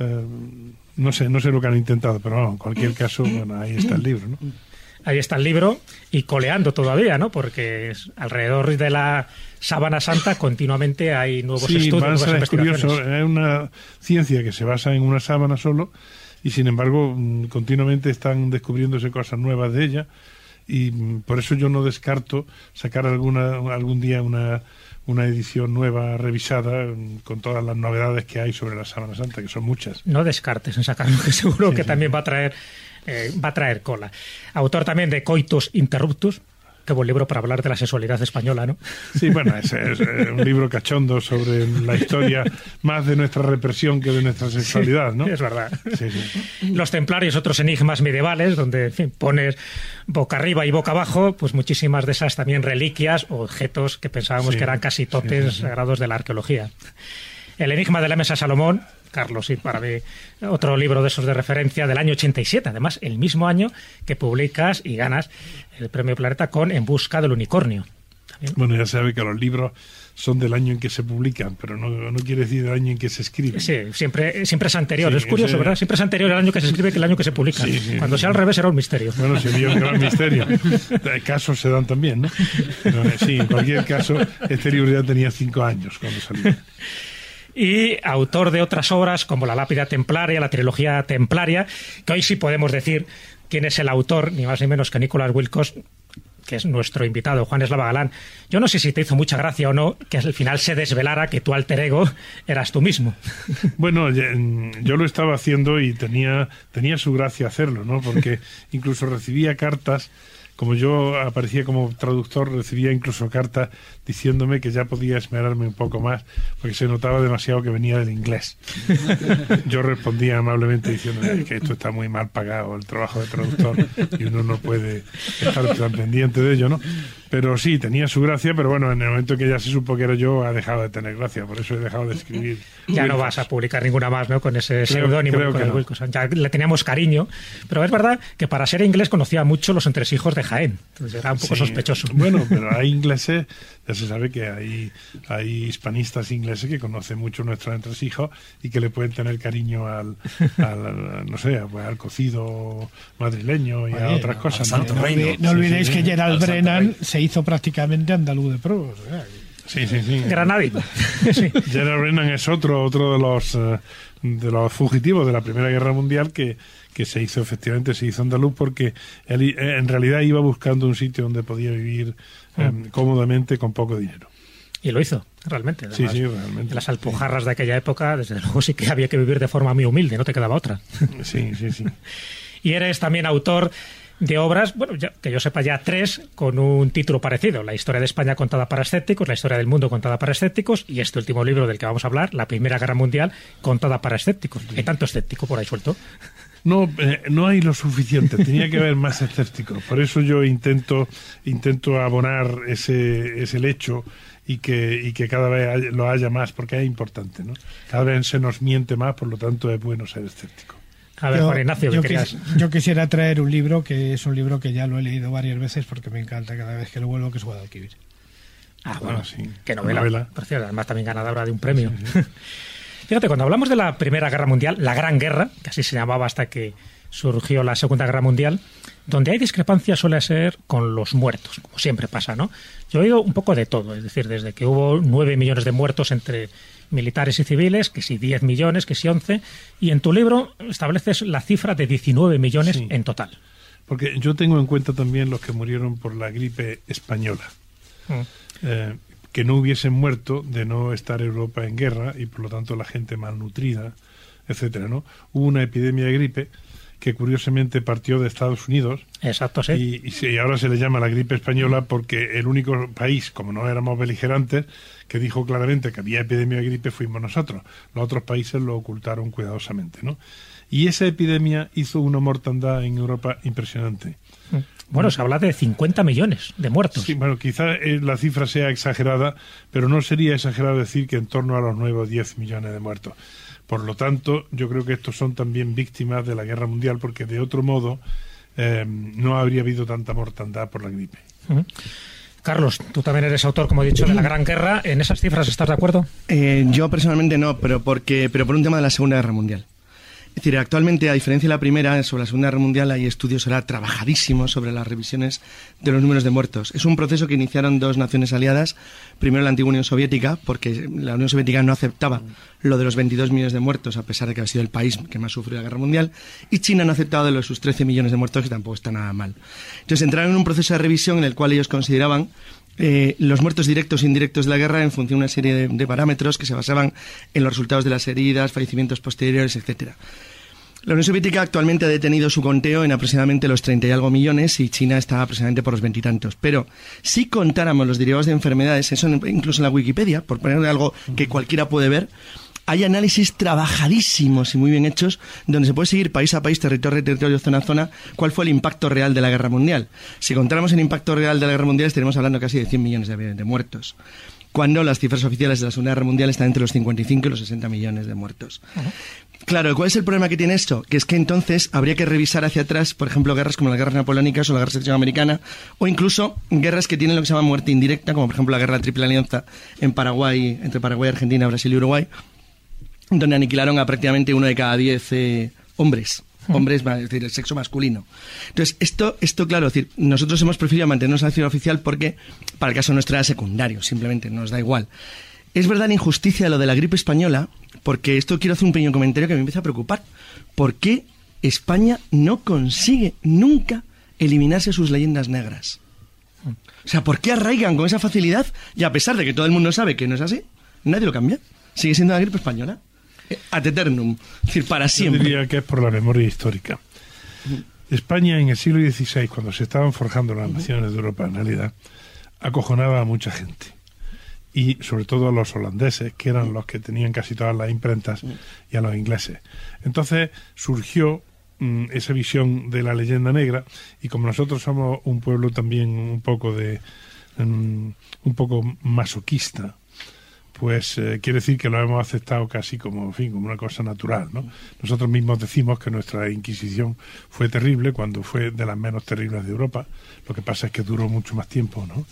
G: no sé lo que han intentado, pero bueno, en cualquier caso, bueno, ahí está el libro, ¿no?
D: Ahí está el libro y coleando todavía, ¿no? Porque alrededor de la Sábana Santa continuamente hay nuevos estudios, nuevas investigaciones. Es curioso, es una ciencia que se basa en una sábana solo
G: y sin embargo continuamente están descubriéndose cosas nuevas de ella y por eso yo no descarto sacar algún día una edición nueva, revisada, con todas las novedades que hay sobre la Sábana Santa, que son muchas.
D: No descartes en sacarlo, que seguro que también va a traer cola. Autor también de Coitus Interruptus. Qué buen libro para hablar de la sexualidad española, ¿no?
G: Sí, bueno, es un libro cachondo sobre la historia más de nuestra represión que de nuestra sexualidad, ¿no?
D: Sí, es verdad.
G: Sí.
D: Los templarios, otros enigmas medievales, donde, en fin, pones boca arriba y boca abajo, pues muchísimas de esas también reliquias o objetos que pensábamos que eran casi tótems sagrados de la arqueología. El enigma de la mesa Salomón, Carlos, sí, para mí, otro libro de esos de referencia del año 87, además, el mismo año que publicas y ganas el Premio Planeta con En busca del unicornio. ¿También?
G: Bueno, ya sabe que los libros son del año en que se publican, pero no quiere decir del año en que se escriben.
D: Sí, siempre es anterior. Es curioso, ¿verdad? Siempre es anterior al año que se escribe que el año que se publica. Cuando sea al revés será un misterio.
G: Bueno, sería un gran misterio. Casos se dan también, ¿no? Pero, sí, en cualquier caso, este libro ya tenía 5 años cuando salió.
D: Y autor de otras obras como La lápida templaria, la trilogía templaria, que hoy sí podemos decir quién es el autor, ni más ni menos que Nicholas Wilcox, que es nuestro invitado, Juan Eslava Galán. Yo no sé si te hizo mucha gracia o no que al final se desvelara que tu alter ego eras tú mismo.
G: Bueno, yo lo estaba haciendo y tenía su gracia hacerlo, ¿no? Porque incluso recibía cartas, como yo aparecía como traductor, recibía incluso cartas diciéndome que ya podía esmerarme un poco más, porque se notaba demasiado que venía del inglés. Yo respondía amablemente diciendo que esto está muy mal pagado, el trabajo de traductor, y uno no puede estar tan pendiente de ello, ¿no? Pero sí, tenía su gracia, pero bueno, en el momento que ya se supo que era yo, ha dejado de tener gracia, por eso he dejado de escribir.
D: Ya no vas a publicar ninguna más, ¿no? Con ese seudónimo, con el Wilkinson. Ya le teníamos cariño, pero es verdad que para ser inglés conocía mucho los entresijos de Jaén, entonces era un poco sospechoso.
G: Bueno, pero hay ingleses, ya se sabe que hay hispanistas ingleses que conocen mucho nuestros entresijos y que le pueden tener cariño al no sé, pues al cocido madrileño y a otras cosas.
C: No olvidéis que Gerald Brennan se hizo prácticamente andaluz de pro.
G: Sí.
D: Granadino. Sí.
G: Gerald Brennan es otro de los fugitivos de la Primera Guerra Mundial que se hizo andaluz porque él en realidad iba buscando un sitio donde podía vivir cómodamente con poco dinero.
D: Y lo hizo, realmente.
G: Además, sí, realmente.
D: Las alpujarras de aquella época, desde luego sí que había que vivir de forma muy humilde, no te quedaba otra.
G: Sí.
D: Y eres también autor de obras, bueno, que yo sepa ya 3, con un título parecido: La historia de España contada para escépticos, La historia del mundo contada para escépticos, y este último libro del que vamos a hablar, La Primera Guerra Mundial contada para escépticos. ¿Hay tanto escéptico por ahí suelto?
G: No hay lo suficiente, tenía que haber más escépticos. Por eso yo intento abonar ese lecho y que cada vez lo haya más, porque es importante, ¿no? Cada vez se nos miente más, por lo tanto es bueno ser escéptico.
D: A ver, Juan Ignacio, ¿qué querías?
C: Yo quisiera traer un libro que es un libro que ya lo he leído varias veces porque me encanta cada vez que lo vuelvo, que es Guadalquivir.
D: Bueno,
G: sí.
D: Qué novela. Por cierto, además también ganadora de un premio. Sí. Fíjate, cuando hablamos de la Primera Guerra Mundial, la Gran Guerra, que así se llamaba hasta que surgió la Segunda Guerra Mundial, donde hay discrepancia suele ser con los muertos, como siempre pasa, ¿no? Yo he oído un poco de todo, es decir, desde que hubo 9 millones de muertos entre militares y civiles, que si 10 millones, que si 11, y en tu libro estableces la cifra de 19 millones en total.
G: Porque yo tengo en cuenta también los que murieron por la gripe española. Que no hubiesen muerto de no estar Europa en guerra y por lo tanto la gente malnutrida, etcétera, ¿no? Hubo una epidemia de gripe que curiosamente partió de Estados Unidos.
D: Exacto, sí.
G: Y ahora se le llama la gripe española porque el único país, como no éramos beligerantes, que dijo claramente que había epidemia de gripe fuimos nosotros. Los otros países lo ocultaron cuidadosamente, ¿no? Y esa epidemia hizo una mortandad en Europa impresionante.
D: Bueno, se habla de 50 millones de muertos.
G: Sí, bueno, quizá la cifra sea exagerada, pero no sería exagerado decir que en torno a los 9 o 10 millones de muertos. Por lo tanto, yo creo que estos son también víctimas de la guerra mundial, porque de otro modo no habría habido tanta mortandad por la gripe.
D: Carlos, tú también eres autor, como he dicho, de la Gran Guerra. ¿En esas cifras estás de acuerdo?
H: Yo personalmente no, pero por un tema de la Segunda Guerra Mundial. Es decir, actualmente, a diferencia de la primera, sobre la Segunda Guerra Mundial hay estudios ahora trabajadísimos sobre las revisiones de los números de muertos. Es un proceso que iniciaron dos naciones aliadas, primero la antigua Unión Soviética, porque la Unión Soviética no aceptaba lo de los 22 millones de muertos, a pesar de que ha sido el país que más sufrió la Guerra Mundial, y China no ha aceptado de sus 13 millones de muertos, que tampoco está nada mal. Entonces entraron en un proceso de revisión en el cual ellos consideraban los muertos directos e indirectos de la guerra en función de una serie de parámetros que se basaban en los resultados de las heridas, fallecimientos posteriores, etcétera. La Unión Soviética actualmente ha detenido su conteo en aproximadamente los 30 y algo millones y China está aproximadamente por los 20 y tantos. Pero si contáramos los derivados de enfermedades, eso incluso en la Wikipedia, por poner algo que cualquiera puede ver, hay análisis trabajadísimos y muy bien hechos donde se puede seguir país a país, territorio a territorio, zona a zona, cuál fue el impacto real de la guerra mundial. Si contáramos el impacto real de la guerra mundial estaremos hablando casi de 100 millones de muertos, cuando las cifras oficiales de la Segunda Guerra Mundial están entre los 55 y los 60 millones de muertos. Claro, ¿cuál es el problema que tiene esto? Que es que entonces habría que revisar hacia atrás, por ejemplo, guerras como las guerras napoleónicas o la guerra sección-americana, o incluso guerras que tienen lo que se llama muerte indirecta, como por ejemplo la guerra de la Triple Alianza en Paraguay, entre Paraguay, Argentina, Brasil y Uruguay, donde aniquilaron a prácticamente 1 de cada 10 hombres, es decir, el sexo masculino. Entonces, esto claro, es decir, nosotros hemos preferido mantenernos en la cifra oficial porque para el caso nuestro era secundario, simplemente nos da igual. Es verdad la injusticia de lo de la gripe española, porque esto quiero hacer un pequeño comentario que me empieza a preocupar. ¿Por qué España no consigue nunca eliminarse sus leyendas negras? O sea, ¿por qué arraigan con esa facilidad? Y a pesar de que todo el mundo sabe que no es así, nadie lo cambia. Sigue siendo la gripe española. Ad eternum. Es decir, para siempre.
G: Yo diría que es por la memoria histórica. España en el siglo XVI, cuando se estaban forjando las naciones de Europa, en realidad, acojonaba a mucha gente. Y sobre todo a los holandeses, que eran los que tenían casi todas las imprentas, y a los ingleses. Entonces surgió esa visión de la leyenda negra, y como nosotros somos un pueblo también un poco masoquista, pues quiere decir que lo hemos aceptado casi como, en fin, como una cosa natural, ¿no? Nosotros mismos decimos que nuestra Inquisición fue terrible cuando fue de las menos terribles de Europa. Lo que pasa es que duró mucho más tiempo, ¿no?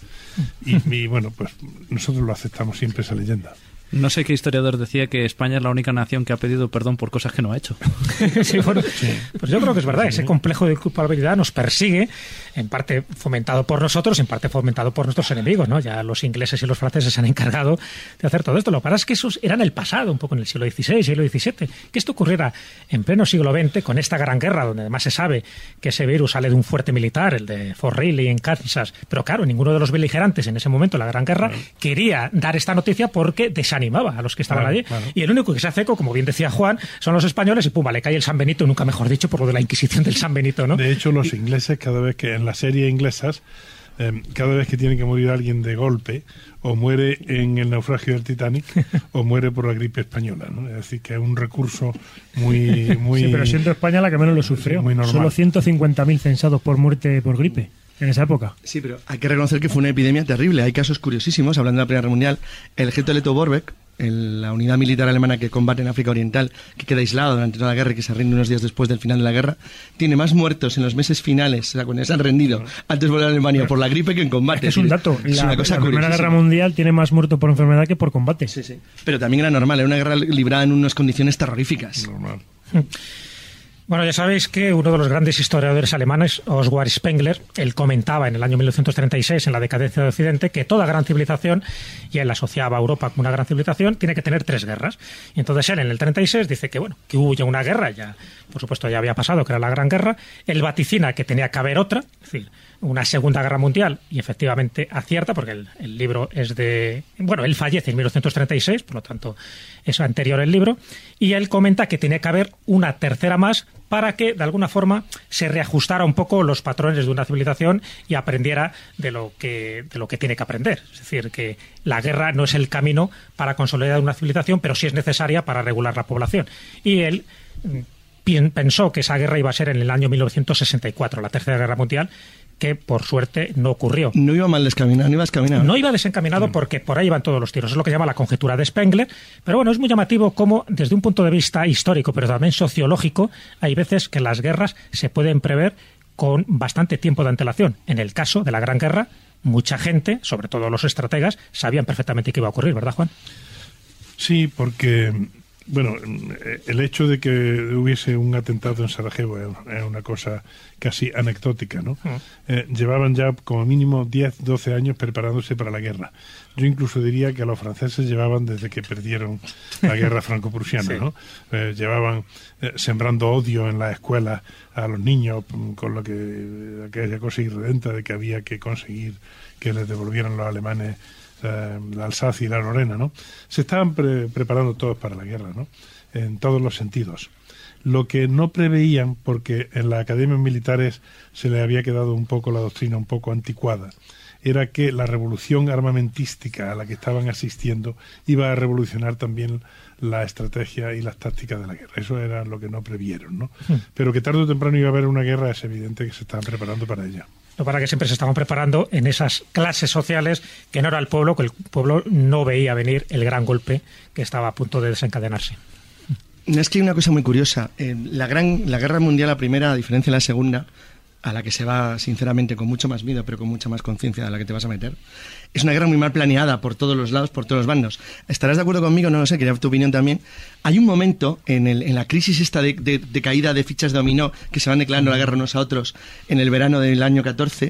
G: Y bueno, pues nosotros lo aceptamos siempre, esa leyenda.
E: No sé qué historiador decía que España es la única nación que ha pedido perdón por cosas que no ha hecho.
D: Sí, bueno, pues yo creo que es verdad. Ese complejo de culpabilidad nos persigue, en parte fomentado por nosotros, en parte fomentado por nuestros enemigos, ¿no? Ya los ingleses y los franceses se han encargado de hacer todo esto. Lo que pasa es que esos eran el pasado, un poco en el siglo XVI, siglo XVII. Que esto ocurriera en pleno siglo XX, con esta gran guerra, donde además se sabe que ese virus sale de un fuerte militar, el de Fort Riley en Kansas. Pero claro, ninguno de los beligerantes en ese momento, la gran guerra, quería dar esta noticia porque desanimaba a los que estaban allí. Y el único que se hace eco, como bien decía Juan, son los españoles, y pum, le cae el San Benito, nunca mejor dicho, por lo de la Inquisición del San Benito, ¿no?
G: De hecho, los ingleses, cada vez que en las series inglesas, cada vez que tiene que morir alguien de golpe, o muere en el naufragio del Titanic, o muere por la gripe española, ¿no? Es decir, que es un recurso muy...
I: Sí, pero siendo España la que menos lo sufrió.
G: Muy normal.
I: Solo 150.000 censados por muerte por gripe en esa época.
H: Sí, pero hay que reconocer que fue una epidemia terrible. Hay casos curiosísimos, hablando de la Primera Guerra Mundial. El ejército de Leto Borbeck, la unidad militar alemana que combate en África Oriental, que queda aislada durante toda la guerra y que se rinde unos días después del final de la guerra, tiene más muertos en los meses finales, o sea, cuando se han rendido antes de volver a Alemania por la gripe que en combate.
I: Es un dato.
H: Es una cosa
I: la Primera Guerra Mundial tiene más muertos por enfermedad que por combate.
H: Sí, sí. Pero también era normal, era una guerra librada en unas condiciones terroríficas.
G: Normal.
D: Bueno, ya sabéis que uno de los grandes historiadores alemanes, Oswald Spengler, él comentaba en el año 1936, en La decadencia de Occidente, que toda gran civilización, y él asociaba a Europa como una gran civilización, tiene que tener 3 guerras. Y entonces él, en el 36, dice que, bueno, que hubo ya una guerra, ya, por supuesto, ya había pasado, que era la Gran Guerra. Él vaticina que tenía que haber otra, es decir, una Segunda Guerra Mundial, y efectivamente acierta, porque el libro es de... Bueno, él fallece en 1936, por lo tanto, es anterior el libro, y él comenta que tenía que haber una tercera más para que, de alguna forma, se reajustara un poco los patrones de una civilización y aprendiera de lo que tiene que aprender. Es decir, que la guerra no es el camino para consolidar una civilización, pero sí es necesaria para regular la población. Y él pensó que esa guerra iba a ser en el año 1964, la Tercera Guerra Mundial, que por suerte no ocurrió.
H: No iba mal descaminado, no iba descaminado.
D: No iba desencaminado porque por ahí iban todos los tiros. Es lo que se llama la conjetura de Spengler. Pero bueno, es muy llamativo cómo, desde un punto de vista histórico, pero también sociológico, hay veces que las guerras se pueden prever con bastante tiempo de antelación. En el caso de la Gran Guerra, mucha gente, sobre todo los estrategas, sabían perfectamente qué iba a ocurrir, ¿verdad, Juan?
G: Sí, porque... Bueno, el hecho de que hubiese un atentado en Sarajevo es una cosa casi anecdótica, ¿no? Llevaban ya como mínimo 10, 12 años preparándose para la guerra. Yo incluso diría que a los franceses llevaban desde que perdieron la guerra franco-prusiana, sí. ¿No? Llevaban sembrando odio en las escuelas a los niños con lo que aquella cosa irredenta de que había que conseguir que les devolvieran los alemanes la Alsacia y la Lorena, ¿no? Se estaban preparando todos para la guerra, ¿no? En todos los sentidos. Lo que no preveían, porque en las academias militares se les había quedado un poco la doctrina un poco anticuada, era que la revolución armamentística a la que estaban asistiendo iba a revolucionar también la estrategia y las tácticas de la guerra. Eso era lo que no previeron, ¿no? Pero que tarde o temprano iba a haber una guerra, es evidente que se estaban preparando para ella.
D: No, para que siempre se estaban preparando en esas clases sociales que no era el pueblo, que el pueblo no veía venir el gran golpe que estaba a punto de desencadenarse.
H: Es que hay una cosa muy curiosa. La Guerra Mundial, la primera, a diferencia de la segunda, a la que se va, sinceramente, con mucho más miedo, pero con mucha más conciencia a la que te vas a meter, es una guerra muy mal planeada por todos los lados, por todos los bandos. ¿Estarás de acuerdo conmigo? No lo sé, quería tu opinión también. Hay un momento en la crisis esta de caída de fichas de dominó que se van declarando la guerra unos a otros en el verano del año 14,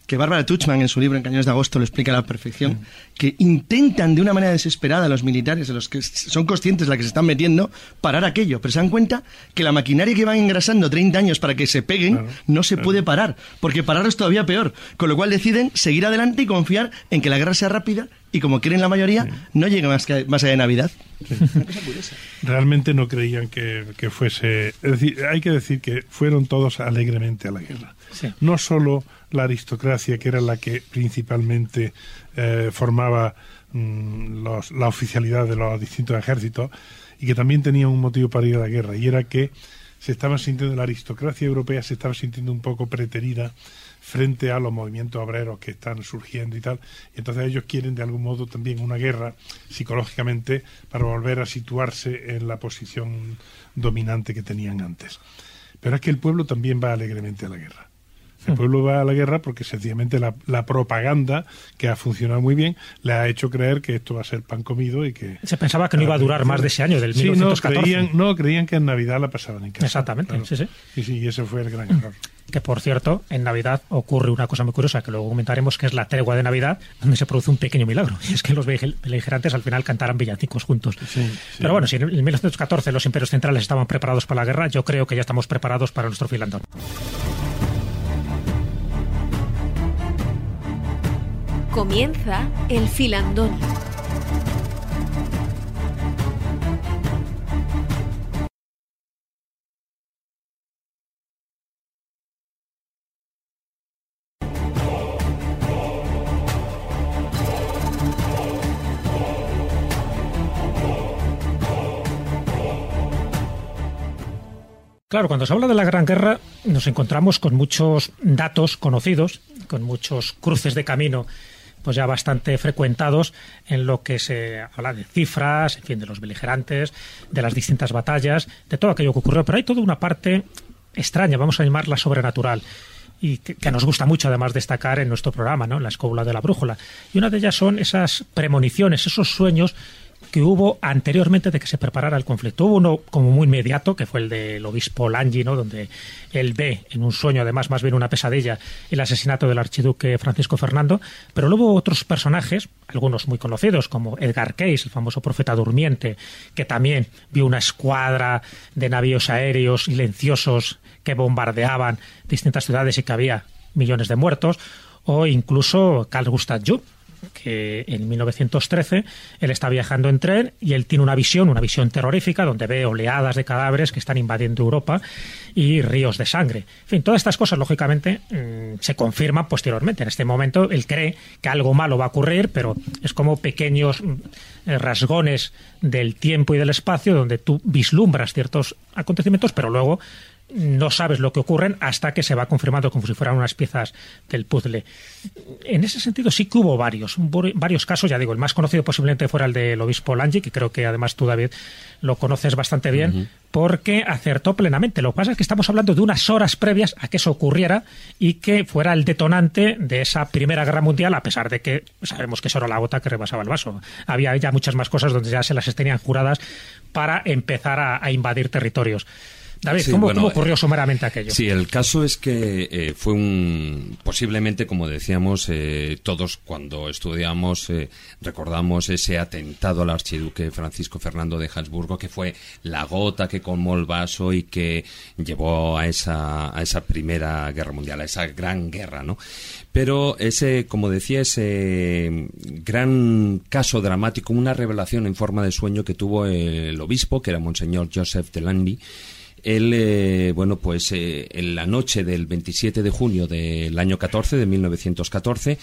H: que Bárbara Tuchman en su libro En Cañones de Agosto lo explica a la perfección, que intentan de una manera desesperada los militares, de los que son conscientes de la que se están metiendo, parar aquello, pero se dan cuenta que la maquinaria que van engrasando 30 años para que se peguen no se puede parar, porque parar es todavía peor, con lo cual deciden seguir adelante y confiar en que la guerra sea rápida y, como quieren la mayoría, no llegue más allá de Navidad.
G: Sí. Una cosa curiosa. Realmente no creían que fuese... Es decir, hay que decir que fueron todos alegremente a la guerra. Sí. No solo la aristocracia, que era la que principalmente formaba la oficialidad de los distintos ejércitos, y que también tenía un motivo para ir a la guerra, y era que la aristocracia europea se estaba sintiendo un poco preterida frente a los movimientos obreros que están surgiendo y tal, y entonces ellos quieren de algún modo también una guerra psicológicamente para volver a situarse en la posición dominante que tenían antes. Pero es que el pueblo también va alegremente a la guerra. El pueblo va a la guerra porque sencillamente la propaganda, que ha funcionado muy bien, le ha hecho creer que esto va a ser pan comido y que...
D: Se pensaba que no iba a durar más de ese año, del 1914.
G: Creían que en Navidad la pasaban en casa.
D: Exactamente, claro. Sí.
G: Y ese fue el gran error.
D: Que, por cierto, en Navidad ocurre una cosa muy curiosa, que luego comentaremos, que es la tregua de Navidad, donde se produce un pequeño milagro, y es que los beligerantes al final cantaran villancicos juntos. Sí. Pero bueno, si en 1914 los imperios centrales estaban preparados para la guerra, yo creo que ya estamos preparados para nuestro filandón.
A: Comienza el filandón.
D: Claro, cuando se habla de la Gran Guerra nos encontramos con muchos datos conocidos, con muchos cruces de camino pues ya bastante frecuentados, en lo que se habla de cifras, en fin, de los beligerantes, de las distintas batallas, de todo aquello que ocurrió. Pero hay toda una parte extraña, vamos a llamarla sobrenatural, y que nos gusta mucho además destacar en nuestro programa, ¿no? La escóbula de la brújula. Y una de ellas son esas premoniciones, esos sueños que hubo anteriormente de que se preparara el conflicto. Hubo uno como muy inmediato, que fue el del obispo Langi, ¿no? Donde él ve en un sueño, además más bien una pesadilla, el asesinato del archiduque Francisco Fernando, pero luego hubo otros personajes, algunos muy conocidos, como Edgar Cayce, el famoso profeta durmiente, que también vio una escuadra de navíos aéreos silenciosos que bombardeaban distintas ciudades y que había millones de muertos, o incluso Carl Gustav Jung, que en 1913 él está viajando en tren y él tiene una visión terrorífica, donde ve oleadas de cadáveres que están invadiendo Europa y ríos de sangre. En fin, todas estas cosas, lógicamente, se confirman posteriormente. En este momento él cree que algo malo va a ocurrir, pero es como pequeños rasgones del tiempo y del espacio donde tú vislumbras ciertos acontecimientos, pero luego no sabes lo que ocurren hasta que se va confirmando, como si fueran unas piezas del puzzle. En ese sentido sí que hubo varios casos, ya digo, el más conocido posiblemente fuera el del obispo Langi, que creo que además tú, David, lo conoces bastante bien, porque acertó plenamente. Lo que pasa es que estamos hablando de unas horas previas a que eso ocurriera y que fuera el detonante de esa Primera Guerra Mundial, a pesar de que sabemos que eso era la gota que rebasaba el vaso. Había ya muchas más cosas donde ya se las tenían juradas para empezar a invadir territorios. David, ¿cómo ocurrió someramente aquello?
B: Sí, el caso es que fue posiblemente, como decíamos, todos cuando estudiamos recordamos ese atentado al archiduque Francisco Fernando de Habsburgo, que fue la gota que colmó el vaso y que llevó a esa Primera Guerra Mundial, a esa gran guerra, ¿no? Pero como decía, ese gran caso dramático, una revelación en forma de sueño que tuvo el obispo, que era Monseñor Joseph de Landy. Él, en la noche del 27 de junio del año 14, de 1914,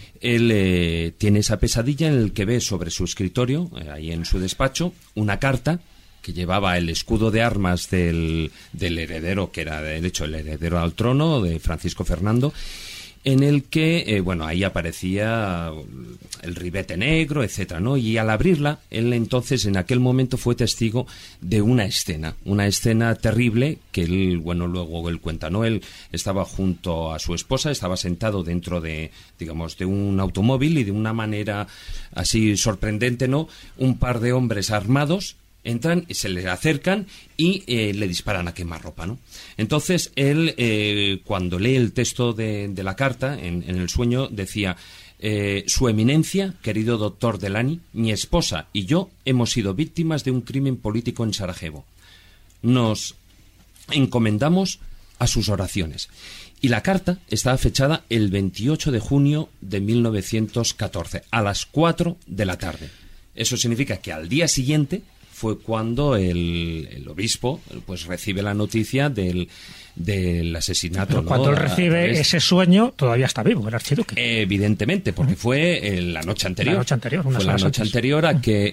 B: él tiene esa pesadilla en la que ve sobre su escritorio, ahí en su despacho, una carta que llevaba el escudo de armas del heredero, que era de hecho el heredero al trono, de Francisco Fernando, en el que, ahí aparecía el ribete negro, etcétera, ¿no? Y al abrirla, él entonces, en aquel momento, fue testigo de una escena terrible, que él, luego él cuenta, ¿no? Él estaba junto a su esposa, estaba sentado dentro de un automóvil, y de una manera así sorprendente, ¿no? Un par de hombres armados entran, se le acercan y le disparan a quemarropa, ¿no? Entonces él, cuando lee el texto de la carta, en el sueño, decía: Su Eminencia, querido doctor Delany, mi esposa y yo hemos sido víctimas de un crimen político en Sarajevo. Nos encomendamos a sus oraciones. Y la carta estaba fechada el 28 de junio de 1914, a las 4 de la tarde. Eso significa que al día siguiente fue cuando el obispo pues recibe la noticia del asesinato.
D: Pero cuando él recibe ese sueño, todavía está vivo el archiduque.
B: Evidentemente, porque fue la noche anterior.
D: La noche anterior,
B: fue la noche anterior a que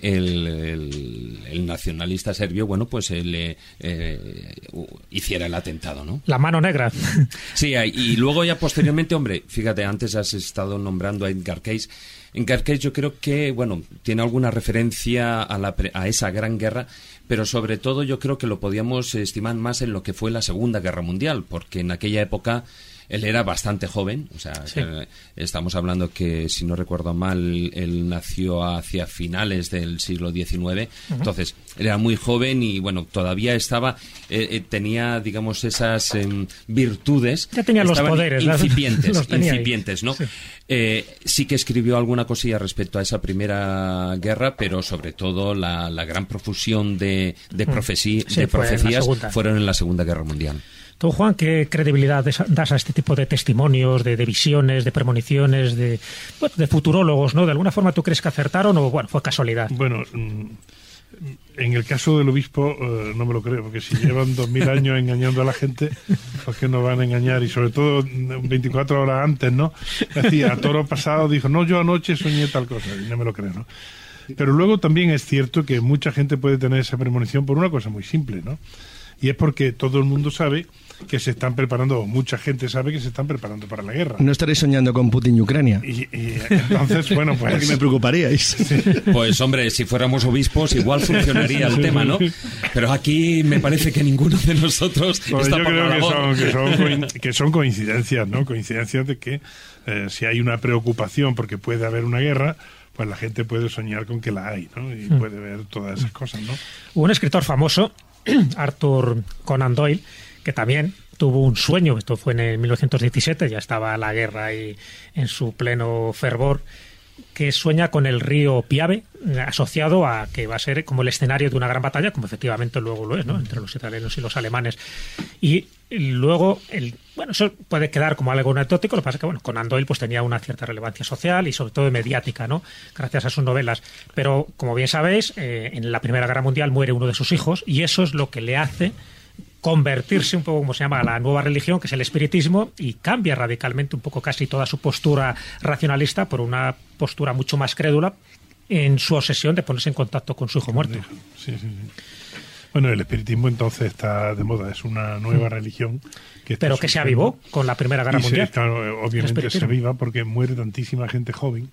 B: el nacionalista serbio, bueno, pues le hiciera el atentado, ¿no?
D: La mano negra.
B: Sí, y luego ya posteriormente, hombre, fíjate, antes has estado nombrando a Edgar Cayce. Edgar Cayce yo creo que, bueno, tiene alguna referencia a esa gran guerra, pero sobre todo yo creo que lo podíamos estimar más en lo que fue la Segunda Guerra Mundial, porque en aquella época él era bastante joven, o sea, sí. Estamos hablando que, si no recuerdo mal, él nació hacia finales del siglo XIX, entonces era muy joven y, bueno, todavía estaba, tenía, digamos, esas virtudes.
D: Ya tenía los poderes.
B: Incipientes, ¿no? Sí. Sí que escribió alguna cosilla respecto a esa primera guerra, pero sobre todo la gran profusión de profecías fueron en la Segunda Guerra Mundial.
D: Tú, Juan, ¿qué credibilidad das a este tipo de testimonios, de visiones, de premoniciones, de futurólogos, ¿no? ¿De alguna forma tú crees que acertaron o, bueno, fue casualidad?
G: Bueno, en el caso del obispo no me lo creo, porque si llevan 2000 años engañando a la gente, ¿por qué no van a engañar? Y sobre todo 24 horas antes, ¿no? Es decir, a toro pasado dijo: no, yo anoche soñé tal cosa, y no me lo creo, ¿no? Pero luego también es cierto que mucha gente puede tener esa premonición por una cosa muy simple, ¿no? Y es porque todo el mundo sabe que se están preparando, o mucha gente sabe que se están preparando para la guerra.
H: No estaréis soñando con Putin y Ucrania.
G: Y entonces, bueno, pues...
H: Porque me preocuparíais.
B: Sí. Pues, hombre, si fuéramos obispos igual funcionaría el tema, ¿no? Pero aquí me parece que ninguno de nosotros
G: pues
B: está
G: yo
B: por la
G: creo que son coincidencias, ¿no? Coincidencias de que si hay una preocupación porque puede haber una guerra, pues la gente puede soñar con que la hay, ¿no? Y puede ver todas esas cosas, ¿no?
D: Un escritor famoso, Arthur Conan Doyle, que también tuvo un sueño, esto fue en el 1917, ya estaba la guerra ahí en su pleno fervor, que sueña con el río Piave, asociado a que va a ser como el escenario de una gran batalla, como efectivamente luego lo es, ¿no?, entre los italianos y los alemanes. Y luego, bueno, eso puede quedar como algo anecdótico, lo que pasa es que, bueno, Conan Doyle pues tenía una cierta relevancia social y sobre todo mediática, ¿no?, gracias a sus novelas. Pero, como bien sabéis, en la Primera Guerra Mundial muere uno de sus hijos y eso es lo que le hace convertirse un poco, como se llama, a la nueva religión, que es el espiritismo, y cambia radicalmente un poco casi toda su postura racionalista por una postura mucho más crédula en su obsesión de ponerse en contacto con su hijo muerto.
G: Sí. Bueno, el espiritismo entonces está de moda, es una nueva religión.
D: Pero que se avivó con la Primera Guerra Mundial.
G: Claro, obviamente se aviva porque muere tantísima gente joven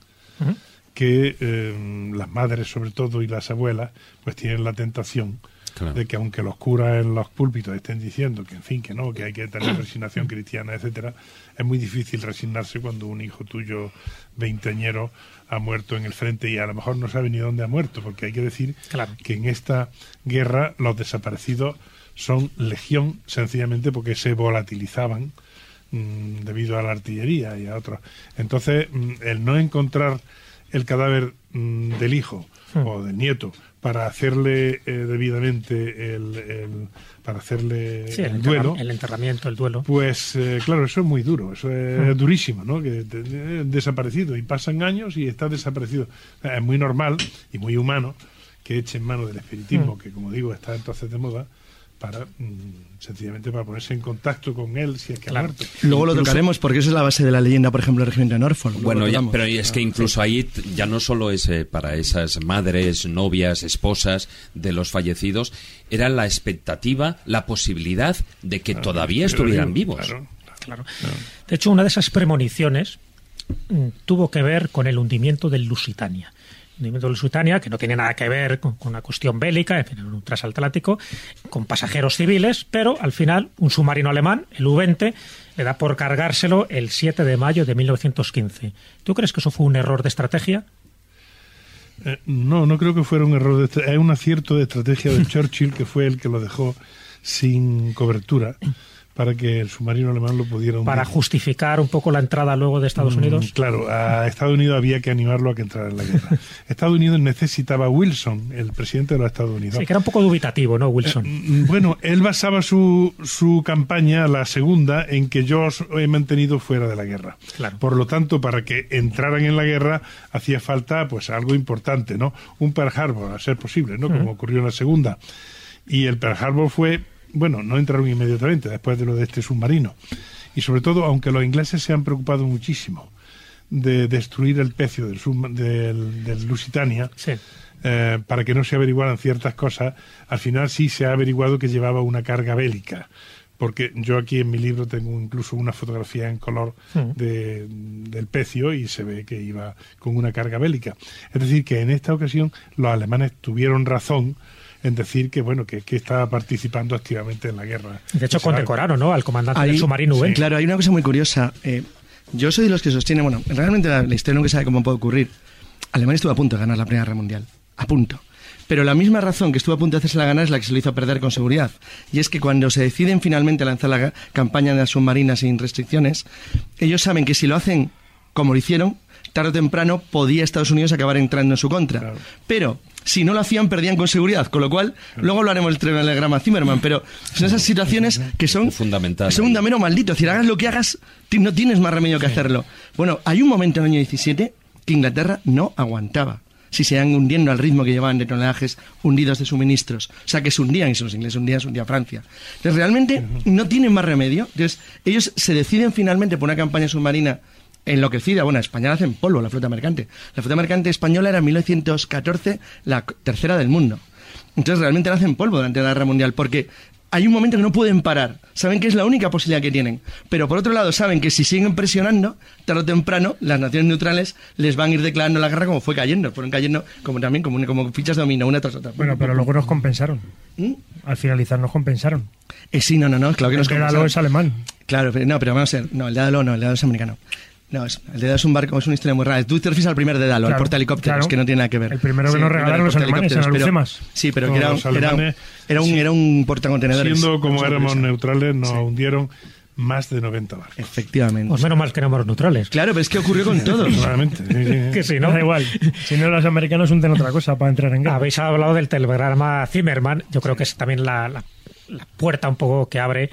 G: que las madres, sobre todo, y las abuelas, pues tienen la tentación. Claro. De que aunque los curas en los púlpitos estén diciendo que, en fin, que no, que hay que tener resignación cristiana, etcétera, es muy difícil resignarse cuando un hijo tuyo veinteañero ha muerto en el frente y a lo mejor no sabe ni dónde ha muerto, porque hay que decir que en esta guerra los desaparecidos son legión, sencillamente porque se volatilizaban debido a la artillería y a otros. Entonces, el no encontrar el cadáver del hijo o del nieto para hacerle debidamente el duelo,
D: el enterramiento, el duelo,
G: pues claro, eso es muy duro, eso es durísimo, ¿no? Que desaparecido y pasan años y está desaparecido. Es muy normal y muy humano que echen mano del espiritismo, que, como digo, está entonces de moda, para sencillamente para ponerse en contacto con él si es que ha muerto.
H: Luego lo tocaremos porque esa es la base de la leyenda, por ejemplo, del regimiento de Norfolk.
B: Bueno, pero es que incluso ahí ya no solo es para esas madres, novias, esposas de los fallecidos, era la expectativa, la posibilidad de que todavía estuvieran vivos.
D: Claro. De hecho, una de esas premoniciones tuvo que ver con el hundimiento del Lusitania. De Lusitania, que no tiene nada que ver con una cuestión bélica, en un transatlántico, con pasajeros civiles, pero al final un submarino alemán, el U-20, le da por cargárselo el 7 de mayo de 1915. ¿Tú crees que eso fue un error de estrategia?
G: No creo que fuera un error. Es un acierto de estrategia de Churchill, que fue el que lo dejó sin cobertura para que el submarino alemán lo pudiera hundir.
D: Para justificar un poco la entrada luego de Estados Unidos.
G: Claro, a Estados Unidos había que animarlo a que entrara en la guerra. Estados Unidos necesitaba a Wilson, el presidente de los Estados Unidos.
D: Sí, que era un poco dubitativo, ¿no, Wilson?
G: Bueno, él basaba su campaña, la segunda, en que yo os he mantenido fuera de la guerra.
D: Claro.
G: Por lo tanto, para que entraran en la guerra hacía falta pues algo importante, ¿no? Un Pearl Harbor, a ser posible, ¿no? Como ocurrió en la segunda. Y el Pearl Harbor fue... Bueno, no entraron inmediatamente después de lo de este submarino. Y sobre todo, aunque los ingleses se han preocupado muchísimo de destruir el pecio del Lusitania,
D: sí.
G: Para que no se averiguaran ciertas cosas, al final sí se ha averiguado que llevaba una carga bélica. Porque yo aquí en mi libro tengo incluso una fotografía en color del pecio y se ve que iba con una carga bélica. Es decir, que en esta ocasión los alemanes tuvieron razón en decir que bueno que estaba participando activamente en la guerra.
D: De hecho, condecoraron, ¿no?, al comandante del submarino U.
H: Sí. Claro, hay una cosa muy curiosa. Yo soy de los que sostienen, bueno, realmente la historia nunca sabe cómo puede ocurrir. Alemania estuvo a punto de ganar la Primera Guerra Mundial. A punto. Pero la misma razón que estuvo a punto de hacérsela ganar es la que se lo hizo perder con seguridad. Y es que cuando se deciden finalmente lanzar la campaña de las submarinas sin restricciones, ellos saben que si lo hacen como lo hicieron, tarde o temprano podía Estados Unidos acabar entrando en su contra. Claro. Pero si no lo hacían, perdían con seguridad. Con lo cual, luego hablaremos del telegrama Zimmermann, pero son esas situaciones que son fundamentales. Son un damero maldito. Es decir, hagas lo que hagas, no tienes más remedio que hacerlo. Bueno, hay un momento en el año 17 que Inglaterra no aguantaba. Si se iban hundiendo al ritmo que llevaban de tonelajes hundidos de suministros. O sea, que se hundían, y si los ingleses hundían, se hundía Francia. Entonces, realmente no tienen más remedio. Entonces, ellos se deciden finalmente por una campaña submarina enloquecida. Bueno, España la hacen polvo, la flota mercante. La flota mercante española era en 1914 la tercera del mundo. Entonces, realmente la hacen polvo durante la Guerra Mundial, porque hay un momento que no pueden parar. Saben que es la única posibilidad que tienen. Pero por otro lado, saben que si siguen presionando, tarde o temprano, las naciones neutrales les van a ir declarando la guerra como fue cayendo. Fueron cayendo como fichas de dominó, una tras otra.
I: Bueno, pero luego nos compensaron. Al finalizar nos compensaron.
H: Sí, no, claro que nos compensaron.
I: El Dédalo es alemán.
H: Claro, pero vamos a ver. No, el Dédalo no, el Dédalo es americano. No, el Dédalo es un barco, es una historia muy rara. Tú te refieres al primer Dédalo, al portahelicópteros, que no tiene nada que ver.
I: El primero que nos regalaron los alemanes, en Alucemas.
H: Sí, pero que era un portacontenedores.
G: Siendo como éramos neutrales, nos hundieron más de 90 barcos.
H: Efectivamente.
D: Pues menos mal que éramos neutrales.
H: Claro, pero es que ocurrió con todos.
G: Claramente.
D: Que si no,
I: da igual. Si no, los americanos hunden otra cosa para entrar en guerra.
D: Habéis hablado del telegrama Zimmermann. Yo creo que es también la puerta un poco que abre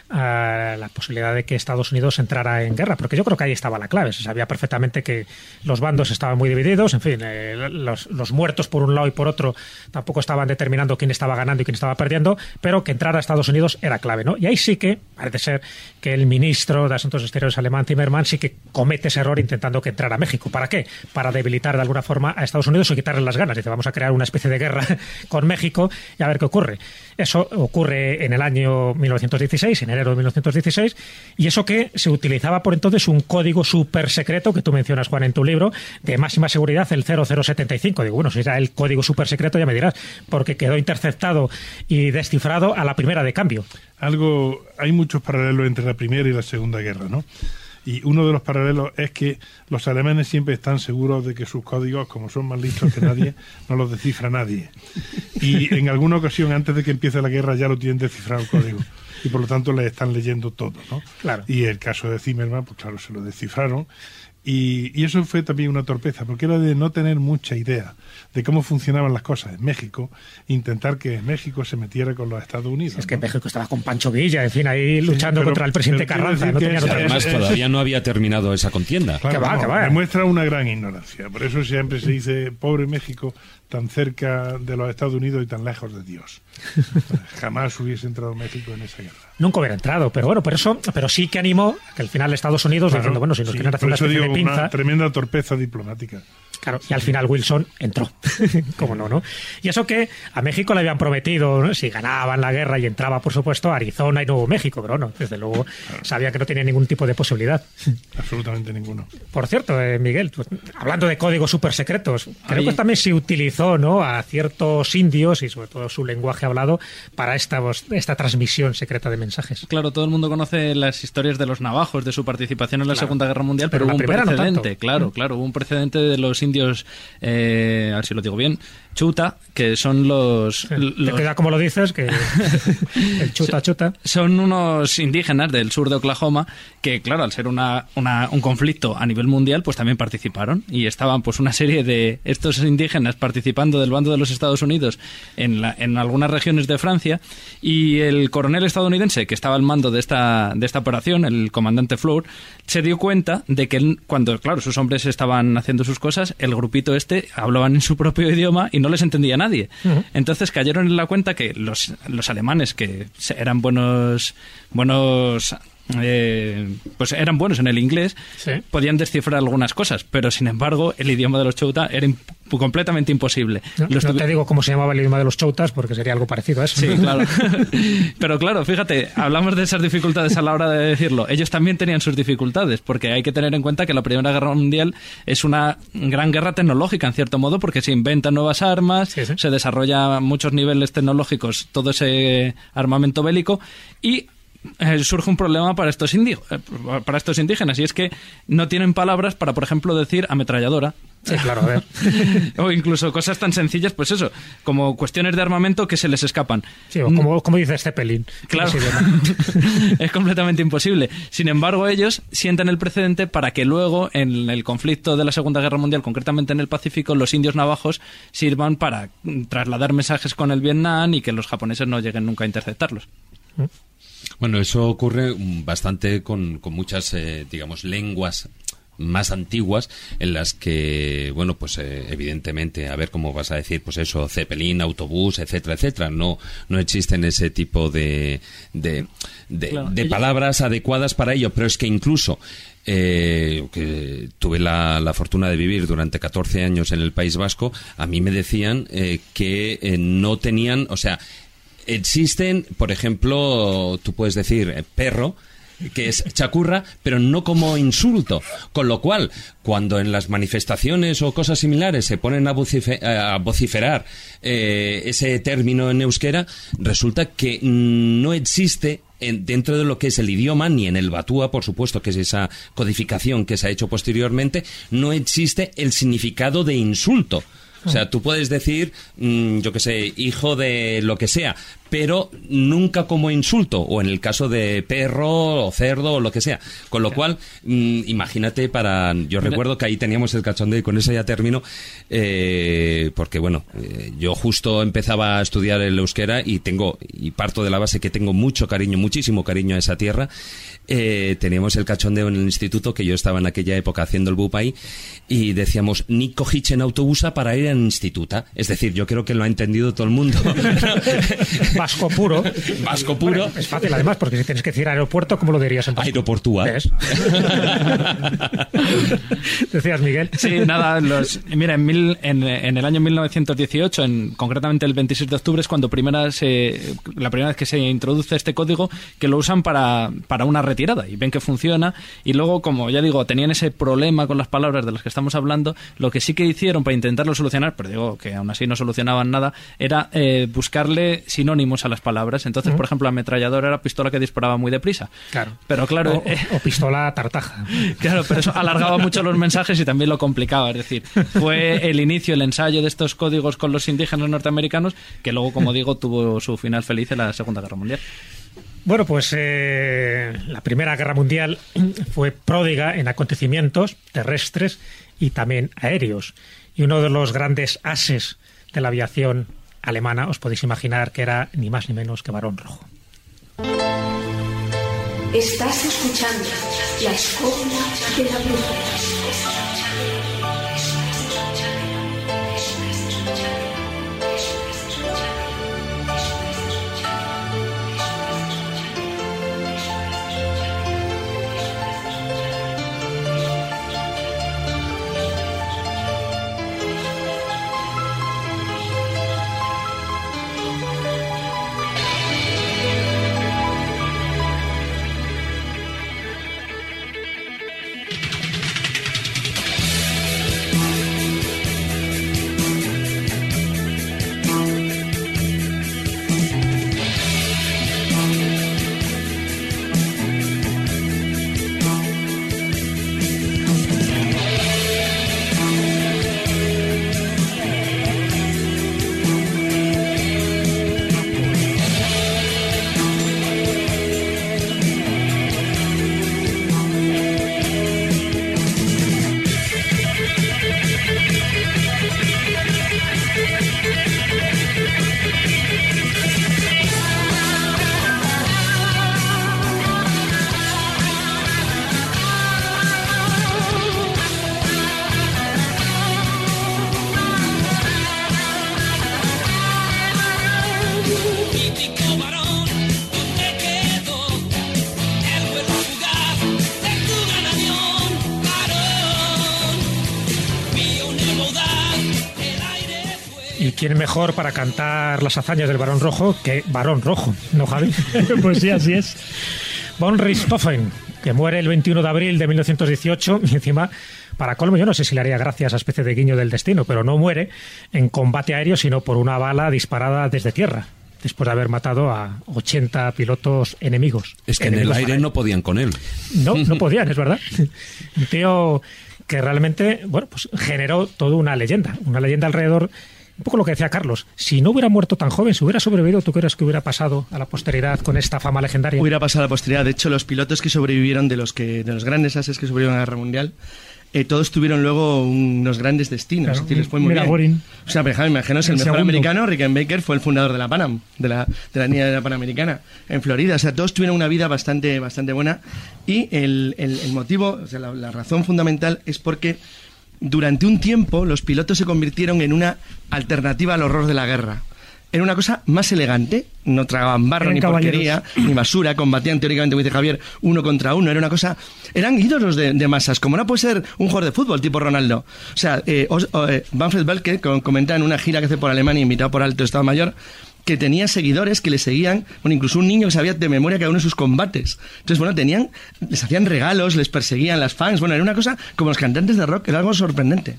D: a la posibilidad de que Estados Unidos entrara en guerra, porque yo creo que ahí estaba la clave. Se sabía perfectamente que los bandos estaban muy divididos, en fin, los muertos por un lado y por otro tampoco estaban determinando quién estaba ganando y quién estaba perdiendo, pero que entrar a Estados Unidos era clave, ¿no? Y ahí sí que parece ser que el ministro de Asuntos Exteriores alemán, Zimmermann, sí que comete ese error intentando que entrara a México. ¿Para qué? Para debilitar de alguna forma a Estados Unidos o quitarle las ganas. Dice, vamos a crear una especie de guerra con México y a ver qué ocurre. Eso ocurre en el año 1916, en enero de 1916, y eso que se utilizaba por entonces un código súper secreto que tú mencionas, Juan, en tu libro, de máxima seguridad, el 0075. Digo, bueno, si era el código súper secreto ya me dirás, porque quedó interceptado y descifrado a la primera de cambio.
G: Hay muchos paralelos entre la Primera y la Segunda Guerra, ¿no? Y uno de los paralelos es que los alemanes siempre están seguros de que sus códigos, como son más listos que nadie, no los descifra nadie. Y en alguna ocasión, antes de que empiece la guerra, ya lo tienen descifrado el código. Y por lo tanto le están leyendo todo, ¿no?
D: Claro.
G: Y el caso de Zimmermann, pues claro, se lo descifraron. Y eso fue también una torpeza, porque era de no tener mucha idea de cómo funcionaban las cosas en México, intentar que México se metiera con los Estados Unidos.
D: Es que México estaba con Pancho Villa, en fin, ahí luchando contra el presidente Carranza. No tenía
B: además, todavía no había terminado esa contienda.
G: Claro, que va. Demuestra una gran ignorancia. Por eso siempre se dice, pobre México, tan cerca de los Estados Unidos y tan lejos de Dios. Jamás hubiese entrado México en esa guerra.
D: Nunca hubiera entrado, pero bueno, pero sí que animó que al final Estados Unidos, diciendo, bueno, si nos quieren hacer una especie de pinza...
G: Una tremenda torpeza diplomática.
D: Claro, y al final Wilson entró. ¿Cómo no? Y eso que a México le habían prometido, ¿no?, si ganaban la guerra y entraba, por supuesto, Arizona y Nuevo México, pero no, desde luego sabía que no tenía ningún tipo de posibilidad.
G: Absolutamente ninguno.
D: Por cierto, Miguel, pues, hablando de códigos súper secretos, creo que también se utilizó, ¿no?, a ciertos indios y sobre todo su lenguaje hablado para esta transmisión secreta de mensajes.
E: Claro, todo el mundo conoce las historias de los navajos, de su participación en la Segunda Guerra Mundial, pero hubo un
D: precedente,
E: hubo un precedente de los indios indios, a ver si lo digo bien, Chuta, que son los...
D: Te queda como lo dices, que el chuta.
E: Son unos indígenas del sur de Oklahoma que, claro, al ser un conflicto a nivel mundial, pues también participaron. Y estaban pues una serie de estos indígenas participando del bando de los Estados Unidos en algunas regiones de Francia, y el coronel estadounidense que estaba al mando de esta operación, el comandante Flour, se dio cuenta de que cuando, claro, sus hombres estaban haciendo sus cosas, el grupito hablaban en su propio idioma y no les entendía nadie. Uh-huh. Entonces cayeron en la cuenta que los alemanes, que eran buenos pues eran buenos en el inglés, sí, podían descifrar algunas cosas, pero sin embargo el idioma de los chouta era completamente imposible.
D: No te digo cómo se llamaba el idioma de los choutas porque sería algo parecido a eso.
E: Sí, claro. Pero claro, fíjate, hablamos de esas dificultades a la hora de decirlo. Ellos también tenían sus dificultades, porque hay que tener en cuenta que la Primera Guerra Mundial es una gran guerra tecnológica, en cierto modo, porque se inventan nuevas armas, sí, se desarrolla a muchos niveles tecnológicos todo ese armamento bélico, y surge un problema para estos indígenas, y es que no tienen palabras para, por ejemplo, decir ametralladora.
D: Sí, claro, a ver.
E: O incluso cosas tan sencillas, pues eso, como cuestiones de armamento que se les escapan.
D: Sí, o como dice Zeppelin.
E: Claro, es completamente imposible. Sin embargo, ellos sientan el precedente para que luego, en el conflicto de la Segunda Guerra Mundial, concretamente en el Pacífico, los indios navajos sirvan para trasladar mensajes con el Vietnam y que los japoneses no lleguen nunca a interceptarlos.
B: Bueno, eso ocurre bastante con muchas, digamos, lenguas más antiguas, en las que, bueno, pues evidentemente, a ver cómo vas a decir, pues eso, Zeppelin, autobús, etcétera, etcétera, no existen ese tipo de palabras adecuadas para ello, pero es que incluso que tuve la fortuna de vivir durante 14 años en el País Vasco, a mí me decían que no tenían, o sea, existen, por ejemplo, tú puedes decir perro, que es chacurra, pero no como insulto, con lo cual, cuando en las manifestaciones o cosas similares se ponen a vociferar ese término en euskera, resulta que no existe dentro de lo que es el idioma, ni en el batúa, por supuesto, que es esa codificación que se ha hecho posteriormente, no existe el significado de insulto. O sea, tú puedes decir, yo qué sé, hijo de lo que sea, pero nunca como insulto, o en el caso de perro o cerdo o lo que sea. Con lo cual, imagínate yo recuerdo que ahí teníamos el cachondeo, y con eso ya termino, porque bueno, yo justo empezaba a estudiar el euskera y parto de la base que tengo muchísimo cariño a esa tierra. Teníamos el cachondeo en el instituto, que yo estaba en aquella época haciendo el BUPAI, y decíamos, ni cojichen autobusa para ir al instituta. Es decir, yo creo que lo ha entendido todo el mundo.
D: Vasco puro.
B: Vasco puro.
D: Bueno, es fácil además, porque si tienes que decir aeropuerto, ¿cómo lo dirías en vasco?
B: Aeroportúa.
D: ¿Ves? Decías, Miguel.
E: Sí, nada, mira, en el año 1918, concretamente el 26 de octubre, es cuando la primera vez que se introduce este código, que lo usan para una retirada, y ven que funciona, y luego, como ya digo, tenían ese problema con las palabras de las que estamos hablando. Lo que sí que hicieron para intentarlo solucionar, pero digo que aún así no solucionaban nada, era buscarle sinónimos a las palabras. Entonces, por ejemplo, ametralladora era pistola que disparaba muy deprisa.
D: Claro.
E: Pero claro,
D: o pistola tartaja.
E: Claro, pero eso alargaba mucho los mensajes y también lo complicaba. Es decir, fue el inicio, el ensayo de estos códigos con los indígenas norteamericanos, que luego, como digo, tuvo su final feliz en la Segunda Guerra Mundial.
D: Bueno, pues la Primera Guerra Mundial fue pródiga en acontecimientos terrestres y también aéreos. Y uno de los grandes ases de la aviación alemana, os podéis imaginar que era ni más ni menos que Barón Rojo.
J: Estás escuchando La Escóbula de la Brújula.
D: ¿Y quién mejor para cantar las hazañas del Barón Rojo que Barón Rojo, ¿no, Javi?
I: Pues sí, así es.
D: Von Richthofen, que muere el 21 de abril de 1918, y encima, para colmo, yo no sé si le haría gracia a esa especie de guiño del destino, pero no muere en combate aéreo, sino por una bala disparada desde tierra, después de haber matado a 80 pilotos enemigos.
K: Es que en el aire no podían con él.
D: No podían, es verdad. Un tío que realmente, bueno, pues generó toda una leyenda alrededor. Un poco lo que decía Carlos, si no hubiera muerto tan joven, si hubiera sobrevivido, ¿tú crees que hubiera pasado a la posteridad con esta fama legendaria?
H: Hubiera pasado a la posteridad. De hecho, los pilotos que sobrevivieron de los grandes ases que sobrevivieron a la Guerra Mundial, todos tuvieron luego unos grandes destinos.
I: Claro,
H: es decir, les fue muy bien.
I: Boring.
H: O sea, me imagino el mejor
I: segundo.
H: americano, Rickenbacker, fue el fundador de la Panam, de la línea de la Panamericana en Florida. O sea, todos tuvieron una vida bastante buena. Y el motivo, o sea, la razón fundamental es porque durante un tiempo los pilotos se convirtieron en una alternativa al horror de la guerra. Era una cosa más elegante, no tragaban barro ni porquería, ni basura, combatían teóricamente, como dice Javier, 1 contra 1. Era una cosa, eran ídolos de masas, como no puede ser un jugador de fútbol tipo Ronaldo. O sea, Manfred Belke comenta en una gira que hace por Alemania, invitado por Alto Estado Mayor, que tenía seguidores que le seguían, bueno, incluso un niño que sabía de memoria cada uno de sus combates. Entonces, bueno, les hacían regalos, les perseguían las fans. Bueno, era una cosa como los cantantes de rock, era algo sorprendente.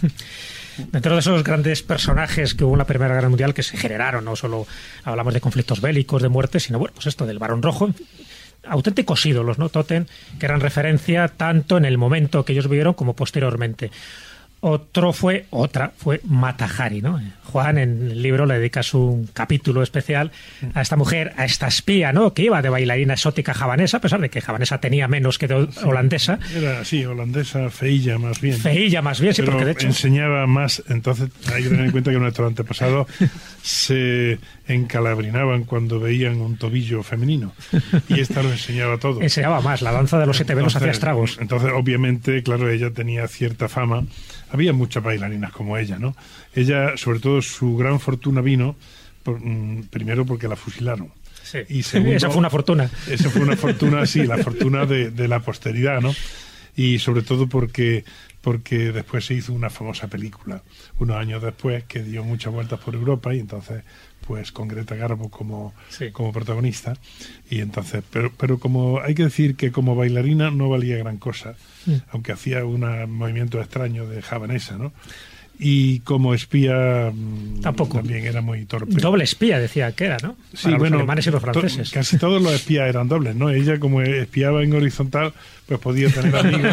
D: Dentro de esos grandes personajes que hubo en la Primera Guerra Mundial, que se generaron, no solo hablamos de conflictos bélicos, de muerte, sino, bueno, pues esto del Barón Rojo, auténticos ídolos, ¿no? Totem, que eran referencia tanto en el momento que ellos vivieron como posteriormente. Otra fue Mata Hari, ¿no? Juan en el libro le dedicas un capítulo especial a esta mujer, a esta espía, ¿no? Que iba de bailarina exótica javanesa, a pesar de que javanesa tenía menos que de holandesa.
G: Era, sí, holandesa, feilla más bien.
D: Feilla más bien, sí,
G: pero
D: porque de hecho
G: enseñaba más. Entonces hay que tener en cuenta que nuestros antepasados se encalabrinaban cuando veían un tobillo femenino. Y esta lo enseñaba todo.
D: Enseñaba más, la danza de los 7 velos hacía estragos.
G: Entonces, obviamente, claro, ella tenía cierta fama. Había muchas bailarinas como ella, ¿no? Ella, sobre todo, su gran fortuna vino, primero porque la fusilaron.
D: Sí.
G: Y segundo,
D: esa fue una fortuna.
G: Esa fue una fortuna, sí, la fortuna de la posteridad, ¿no? Y sobre todo porque después se hizo una famosa película, unos años después, que dio muchas vueltas por Europa, y entonces, pues con Greta Garbo como protagonista. Y entonces, pero como hay que decir que como bailarina no valía gran cosa, aunque hacía un movimiento extraño de javanesa, ¿no? Y como espía
D: tampoco.
G: También era muy torpe.
D: Doble espía decía que era, ¿no?
G: Sí,
D: para
G: bueno,
D: los alemanes y los franceses.
G: Casi todos los espías eran dobles, ¿no? Ella, como espiaba en horizontal, pues podía tener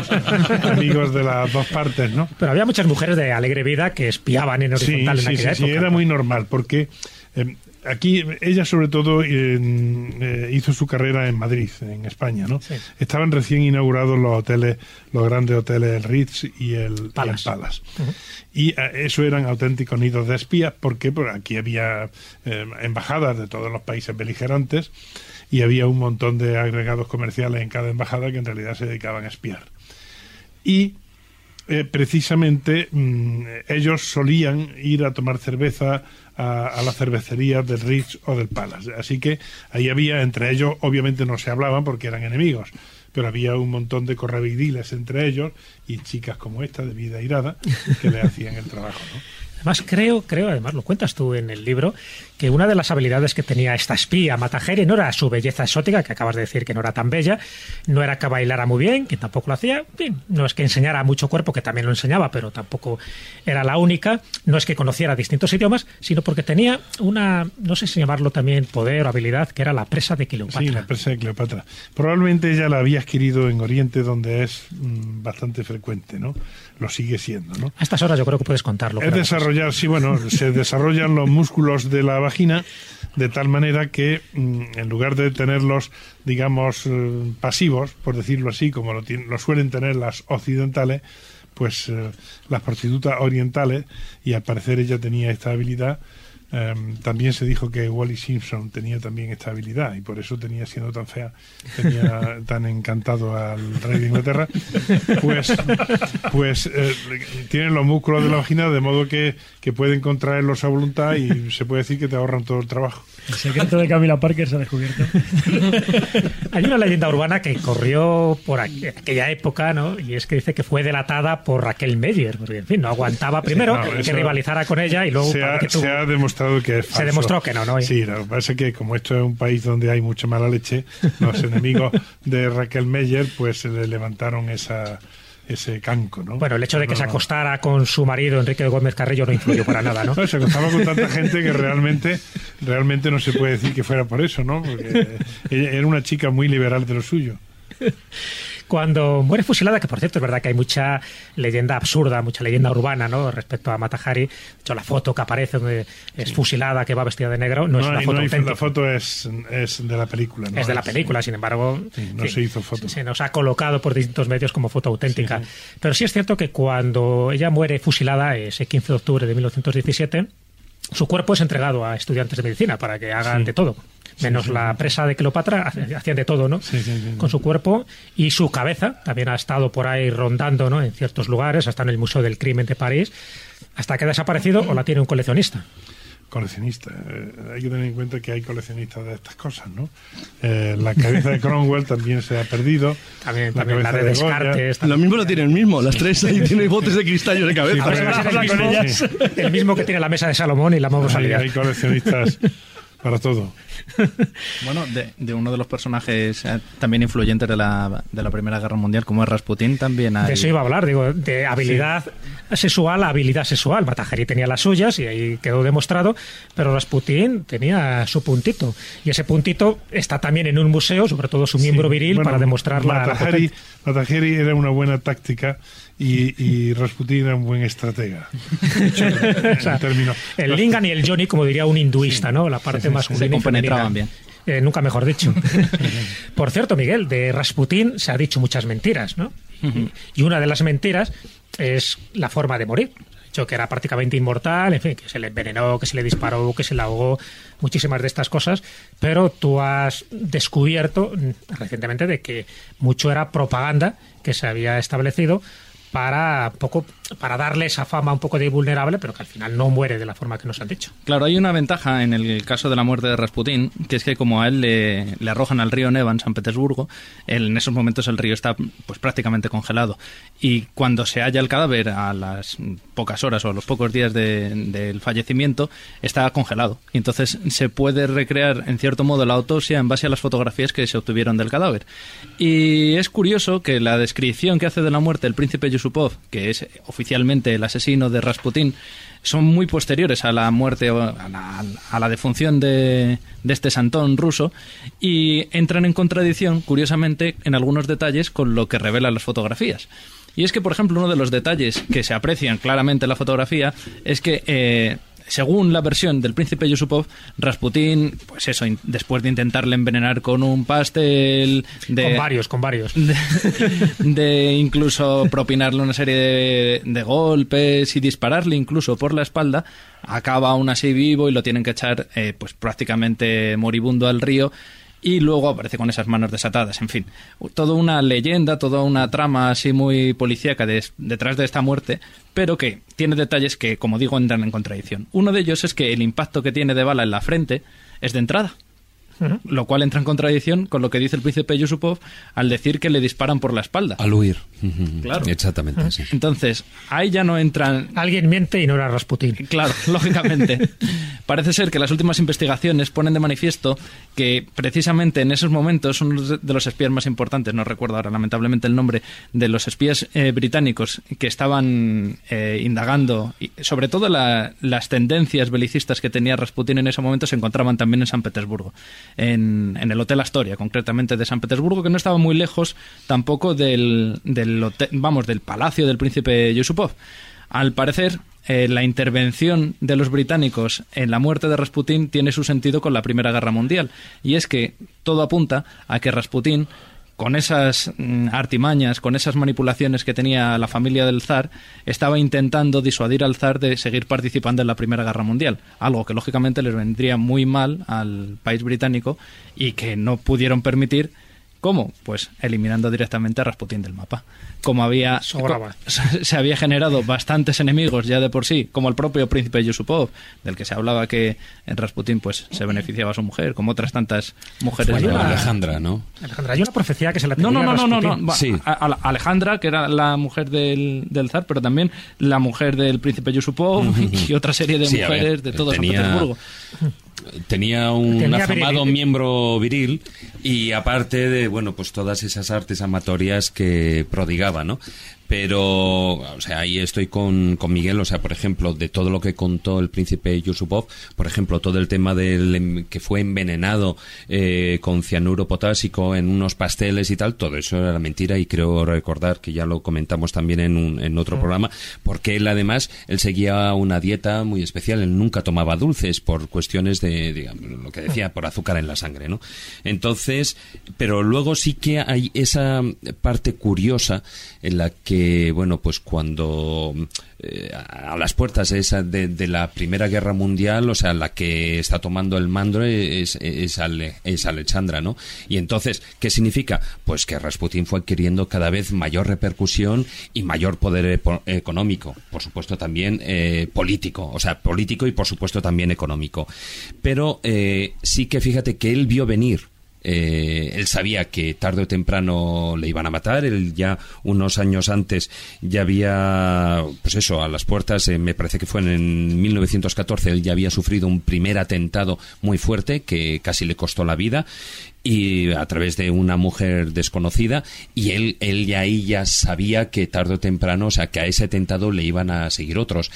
G: amigos de las dos partes, ¿no?
D: Pero había muchas mujeres de alegre vida que espiaban en horizontal en aquella época.
G: Sí, era muy normal, porque aquí ella sobre todo hizo su carrera en Madrid, en España, ¿no? Sí. Estaban recién inaugurados los hoteles, los grandes hoteles, el Ritz y el Palace.
D: Uh-huh.
G: Y eso eran auténticos nidos de espías, porque aquí había embajadas de todos los países beligerantes y había un montón de agregados comerciales en cada embajada que en realidad se dedicaban a espiar. Y precisamente ellos solían ir a tomar cerveza a las cervecerías del Ritz o del Palace. Así que ahí había, entre ellos, obviamente no se hablaban porque eran enemigos, pero había un montón de correvidiles entre ellos y chicas como esta, de vida airada, que le hacían el trabajo, ¿no?
D: Además, creo, además lo cuentas tú en el libro, que una de las habilidades que tenía esta espía, Mata Hari, no era su belleza exótica, que acabas de decir que no era tan bella, no era que bailara muy bien, que tampoco lo hacía, bien, no es que enseñara mucho cuerpo, que también lo enseñaba, pero tampoco era la única, no es que conociera distintos idiomas, sino porque tenía una, no sé si llamarlo también poder o habilidad, que era la presa de Cleopatra.
G: Sí, la presa de Cleopatra. Probablemente ella la había adquirido en Oriente, donde es bastante frecuente, ¿no? Lo sigue siendo, ¿no?
D: A estas horas yo creo que puedes contarlo.
G: Es desarrollar, sí, bueno, se desarrollan los músculos de la vagina de tal manera que en lugar de tenerlos, digamos, pasivos, por decirlo así, como lo suelen tener las occidentales, pues las prostitutas orientales, y al parecer ella tenía esta habilidad, también se dijo que Wallis Simpson tenía también esta habilidad y por eso siendo tan fea, tenía tan encantado al rey de Inglaterra. Pues tienen los músculos de la vagina de modo que pueden contraerlos a voluntad y se puede decir que te ahorran todo el trabajo.
I: El secreto de Camila Parker se ha descubierto.
D: Hay una leyenda urbana que corrió por aquella época, ¿no? Y es que dice que fue delatada por Raquel Meyer, porque en fin, no aguantaba primero que rivalizara con ella y luego
G: se ha demostrado que es falso.
D: Se demostró que no.
G: Sí, lo que pasa es que como esto es un país donde hay mucha mala leche, los enemigos de Raquel Meyer pues le levantaron ese canco, ¿no?
D: Bueno, el hecho de que se acostara con su marido Enrique de Gómez Carrillo no influyó para nada, ¿no?
G: Se acostaba con tanta gente que realmente no se puede decir que fuera por eso, ¿no? Porque ella era una chica muy liberal de lo suyo.
D: Cuando muere fusilada, que por cierto es verdad que hay mucha leyenda absurda, mucha leyenda urbana, ¿no? Respecto a Mata Hari. De hecho, la foto que aparece donde es fusilada, que va vestida de negro, no es una foto auténtica.
G: La foto es de la película, ¿no?
D: Es de la película, sin embargo.
G: No se hizo foto.
D: Se nos ha colocado por distintos medios como foto auténtica. Sí. Pero sí es cierto que cuando ella muere fusilada, ese 15 de octubre de 1917, su cuerpo es entregado a estudiantes de medicina para que hagan de todo. Menos la presa de Cleopatra, hacían de todo, ¿no? Sí. Con su cuerpo, y su cabeza también ha estado por ahí rondando, ¿no? En ciertos lugares, hasta en el Museo del Crimen de París, hasta que ha desaparecido o la tiene un coleccionista.
G: Coleccionista. Hay que tener en cuenta que hay coleccionistas de estas cosas, ¿no? La cabeza de Cromwell también se ha perdido.
D: También la de Descartes.
H: Lo mismo lo tiene el mismo, las tres ahí tienen botes de cristallo de cabeza.
D: Sí, el mismo que tiene la mesa de Salomón y la mausolea.
G: Hay coleccionistas para todo.
E: Bueno, de uno de los personajes también influyentes de la Primera Guerra Mundial, como es Rasputín, también hay...
D: De eso iba a hablar, digo, de habilidad sexual a habilidad sexual. Mata Hari tenía las suyas y ahí quedó demostrado, pero Rasputín tenía su puntito. Y ese puntito está también en un museo, sobre todo su miembro viril, para demostrar
G: Mata Hari era una buena táctica y Rasputín era un buen estratega.
D: O sea, el Lingan y el Johnny, como diría un hinduista, ¿no? La parte masculina.
E: Se compenetraban bien.
D: Nunca mejor dicho. Por cierto, Miguel, de Rasputín se ha dicho muchas mentiras, ¿no? Y una de las mentiras es la forma de morir. Que era prácticamente inmortal, en fin, que se le envenenó, que se le disparó, que se le ahogó, muchísimas de estas cosas, pero tú has descubierto recientemente de que mucho era propaganda que se había establecido para darle esa fama un poco de vulnerable, pero que al final no muere de la forma que nos han dicho.
E: Claro, hay una ventaja en el caso de la muerte de Rasputín, que es que como a él le arrojan al río Neva en San Petersburgo, en esos momentos el río está pues prácticamente congelado, y cuando se halla el cadáver a las pocas horas o a los pocos días del fallecimiento, está congelado, y entonces se puede recrear en cierto modo la autopsia en base a las fotografías que se obtuvieron del cadáver. Y es curioso que la descripción que hace de la muerte el príncipe Yusupov, que es oficialmente el asesino de Rasputín, son muy posteriores a la muerte, a la defunción de este santón ruso, y entran en contradicción, curiosamente, en algunos detalles con lo que revelan las fotografías. Y es que, por ejemplo, uno de los detalles que se aprecian claramente en la fotografía es que según la versión del príncipe Yusupov, Rasputín, pues eso, después de intentarle envenenar con un pastel...
D: Con varios.
E: De incluso propinarle una serie de golpes y dispararle incluso por la espalda, acaba aún así vivo y lo tienen que echar pues prácticamente moribundo al río. Y luego aparece con esas manos desatadas, en fin. Toda una leyenda, toda una trama así muy policíaca detrás de esta muerte, pero que tiene detalles que, como digo, entran en contradicción. Uno de ellos es que el impacto que tiene de bala en la frente es de entrada. Lo cual entra en contradicción con lo que dice el príncipe Yusupov al decir que le disparan por la espalda.
K: Al huir.
E: Claro.
K: Exactamente, sí.
E: Entonces, ahí ya no entran...
D: Alguien miente y no era Rasputín.
E: Claro, lógicamente. Parece ser que las últimas investigaciones ponen de manifiesto que precisamente en esos momentos uno de los espías más importantes, no recuerdo ahora lamentablemente el nombre, de los espías británicos que estaban indagando, y sobre todo las tendencias belicistas que tenía Rasputín en ese momento, se encontraban también en San Petersburgo. En el Hotel Astoria, concretamente de San Petersburgo, que no estaba muy lejos tampoco del palacio del príncipe Yusupov. Al parecer, la intervención de los británicos en la muerte de Rasputín tiene su sentido con la Primera Guerra Mundial, y es que todo apunta a que Rasputín con esas artimañas, con esas manipulaciones que tenía la familia del zar, estaba intentando disuadir al zar de seguir participando en la Primera Guerra Mundial, algo que lógicamente les vendría muy mal al país británico y que no pudieron permitir. ¿Cómo? Pues eliminando directamente a Rasputín del mapa. Como se había generado bastantes enemigos ya de por sí, como el propio príncipe Yusupov, del que se hablaba que en Rasputín pues se beneficiaba a su mujer, como otras tantas mujeres.
K: Alejandra, ¿no?
I: Alejandra, hay una profecía que se la atribuye a Rasputín.
K: Sí.
E: Alejandra, que era la mujer del zar, pero también la mujer del príncipe Yusupov y otra serie de mujeres de todo San Petersburgo.
K: Tenía un afamado miembro viril y aparte de, bueno, pues todas esas artes amatorias que prodigaba, ¿no? Pero, o sea, ahí estoy con Miguel, o sea, por ejemplo, de todo lo que contó el príncipe Yusupov, por ejemplo, todo el tema del que fue envenenado con cianuro potásico en unos pasteles y tal, todo eso era mentira y creo recordar que ya lo comentamos también en otro programa, porque él seguía una dieta muy especial, él nunca tomaba dulces por cuestiones de, digamos, lo que decía, por azúcar en la sangre, ¿no? Entonces, pero luego sí que hay esa parte curiosa en la que bueno, pues cuando a las puertas de la Primera Guerra Mundial, o sea, la que está tomando el mando es Alexandra, ¿no? Y entonces, ¿qué significa? Pues que Rasputín fue adquiriendo cada vez mayor repercusión y mayor poder económico, por supuesto también político, o sea, político y por supuesto también económico. Pero sí que fíjate que él vio venir. Él sabía que tarde o temprano le iban a matar. Él ya unos años antes ya había, pues eso, a las puertas, me parece que fue en 1914, él ya había sufrido un primer atentado muy fuerte que casi le costó la vida, y a través de una mujer desconocida, y él ya ahí ya sabía que tarde o temprano, o sea, que a ese atentado le iban a seguir otros.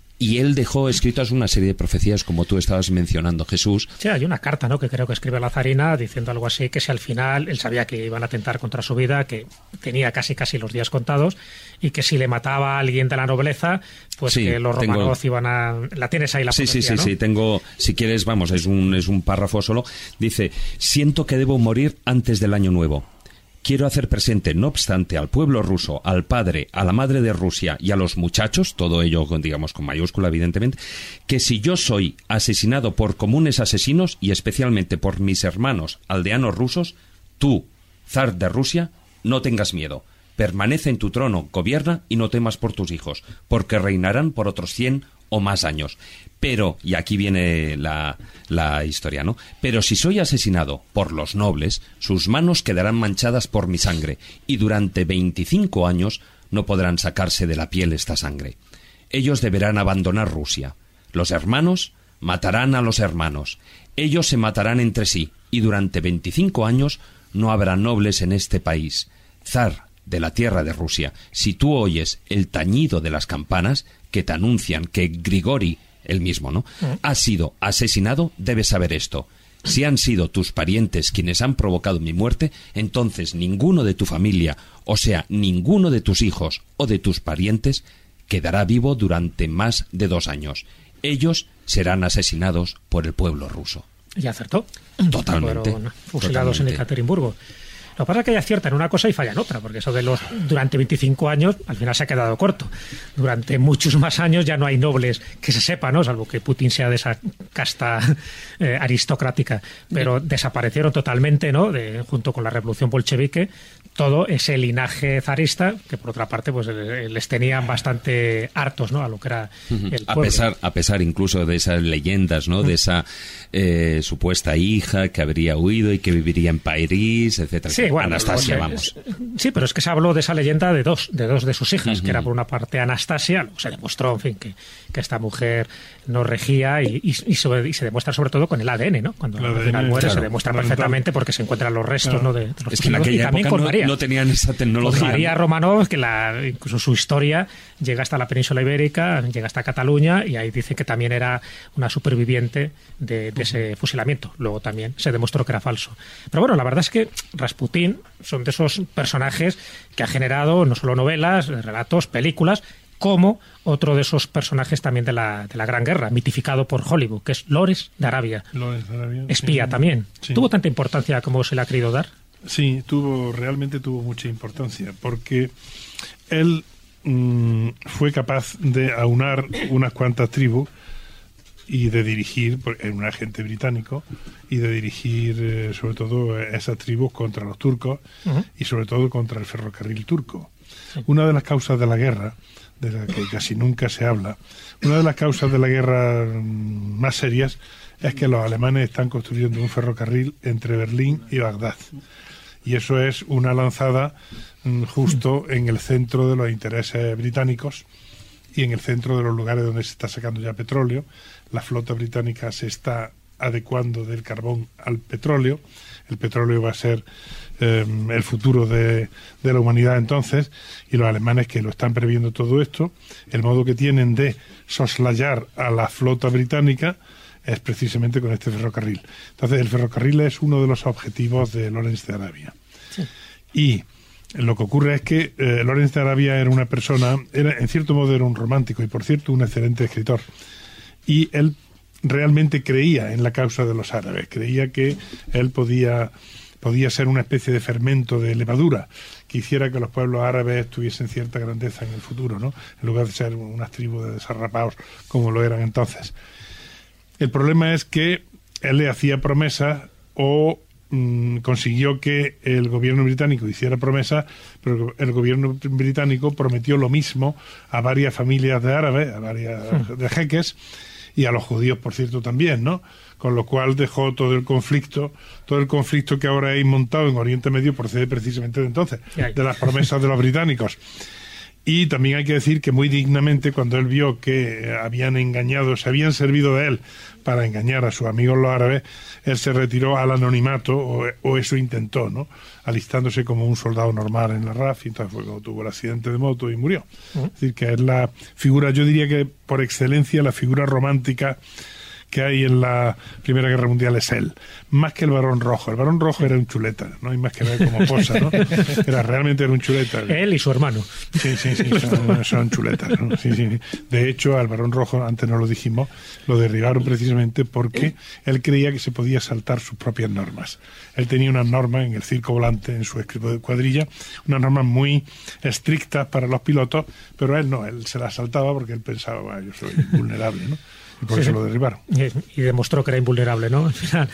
K: Y él dejó escritas una serie de profecías, como tú estabas mencionando, Jesús.
I: Sí, hay una carta, ¿no?, que creo que escribe la zarina diciendo algo así, que si al final él sabía que iban a atentar contra su vida, que tenía casi los días contados, y que si le mataba a alguien de la nobleza, pues sí, que los Romanov iban a... La tienes ahí la profecía, ¿no?
K: Sí, tengo, si quieres, vamos, es un párrafo solo. Dice: siento que debo morir antes del año nuevo. Quiero hacer presente, no obstante, al pueblo ruso, al padre, a la madre de Rusia y a los muchachos, todo ello, digamos, con mayúscula, evidentemente, que si yo soy asesinado por comunes asesinos y especialmente por mis hermanos aldeanos rusos, tú, zar de Rusia, no tengas miedo. Permanece en tu trono, gobierna y no temas por tus hijos, porque reinarán por otros 100 o más años. Pero, y aquí viene la historia, ¿no? Pero si soy asesinado por los nobles, sus manos quedarán manchadas por mi sangre, y durante 25 años no podrán sacarse de la piel esta sangre. Ellos deberán abandonar Rusia. Los hermanos matarán a los hermanos. Ellos se matarán entre sí, y durante 25 años no habrá nobles en este país. Zar de la tierra de Rusia, si tú oyes el tañido de las campanas que te anuncian que Grigori, el mismo, ¿no?, ha sido asesinado, debes saber esto. Si han sido tus parientes quienes han provocado mi muerte, entonces ninguno de tu familia, o sea, ninguno de tus hijos o de tus parientes, quedará vivo durante más de 2 años. Ellos serán asesinados por el pueblo ruso.
I: Y acertó.
K: Totalmente.
I: Fueron fusilados en Ekaterimburgo. Lo que pasa es que ella acierta en una cosa y falla en otra, porque eso de los durante 25 años al final se ha quedado corto. Durante muchos más años ya no hay nobles que se sepa, ¿no?, salvo que Putin sea de esa casta aristocrática, pero desaparecieron totalmente, ¿no?, junto con la revolución bolchevique, todo ese linaje zarista que por otra parte pues les tenían bastante hartos, ¿no?, a lo que era el pueblo.
K: A pesar incluso de esas leyendas, ¿no?, de esa supuesta hija que habría huido y que viviría en París, etcétera.
I: Sí, bueno,
K: Anastasia, vamos.
I: Sí, pero es que se habló de esa leyenda de dos de sus hijas, que era por una parte Anastasia, luego se demostró, en fin, que esta mujer no regía y se demuestra sobre todo con el ADN, ¿no? Cuando al final muere, claro, se demuestra perfectamente porque se encuentran los restos, ¿no?, de los
K: es que en aquella época con María. No tenían esa tecnología.
I: Con María Romanov, que incluso su historia llega hasta la península ibérica, llega hasta Cataluña, y ahí dice que también era una superviviente de ese fusilamiento. Luego también se demostró que era falso. Pero bueno, la verdad es que Rasputín son de esos personajes que ha generado no solo novelas, relatos, películas, como otro de esos personajes también de la Gran Guerra, mitificado por Hollywood, que es Lawrence de Arabia.
G: Lawrence de Arabia.
I: Espía también.
G: Sí.
I: ¿Tuvo tanta importancia como se le ha querido dar?
G: Sí, realmente tuvo mucha importancia, porque él fue capaz de aunar unas cuantas tribus y de dirigir, porque era un agente británico, y de dirigir sobre todo esas tribus contra los turcos y sobre todo contra el ferrocarril turco. Sí. Una de las causas de la guerra, de la que casi nunca se habla, una de las causas de la guerra más serias es que los alemanes están construyendo un ferrocarril entre Berlín y Bagdad. Y eso es una lanzada justo en el centro de los intereses británicos y en el centro de los lugares donde se está sacando ya petróleo. La flota británica se está adecuando del carbón al petróleo. El petróleo va a ser el futuro de la humanidad entonces, y los alemanes, que lo están previendo todo esto, el modo que tienen de soslayar a la flota británica es precisamente con este ferrocarril. Entonces, el ferrocarril es uno de los objetivos de Lawrence de Arabia. Sí. Y lo que ocurre es que Lawrence de Arabia era una persona, en cierto modo era un romántico y, por cierto, un excelente escritor. Y él realmente creía en la causa de los árabes, creía que él podía ser una especie de fermento, de levadura, que hiciera que los pueblos árabes tuviesen cierta grandeza en el futuro, ¿no? En lugar de ser unas tribus de desarrapados como lo eran entonces. El problema es que él le hacía promesas o consiguió que el gobierno británico hiciera promesas, pero el gobierno británico prometió lo mismo a varias familias de árabes, a varias de jeques, y a los judíos, por cierto, también, ¿no? Con lo cual dejó todo el conflicto que ahora hay montado en Oriente Medio procede precisamente de entonces, de las promesas de los británicos. Y también hay que decir que muy dignamente, cuando él vio que se habían servido de él para engañar a sus amigos los árabes, él se retiró al anonimato, o eso intentó, ¿no? Alistándose como un soldado normal en la RAF, y entonces fue cuando tuvo el accidente de moto y murió. Es decir, que es la figura, yo diría que por excelencia, la figura romántica que hay en la Primera Guerra Mundial es él, más que el Barón Rojo. El Barón Rojo era un chuleta, no hay más que ver como posa, ¿no? Realmente era un chuleta.
I: Él y su hermano.
G: Sí, son chuletas, ¿no? Sí. De hecho, al Barón Rojo, antes no lo dijimos, lo derribaron precisamente porque él creía que se podía saltar sus propias normas. Él tenía unas normas en el circo volante, en su cuadrilla, unas normas muy estrictas para los pilotos, pero él no, él se las saltaba porque él pensaba, yo soy vulnerable, ¿no? Y por eso lo derribaron.
I: Y demostró que era invulnerable, ¿no? Al final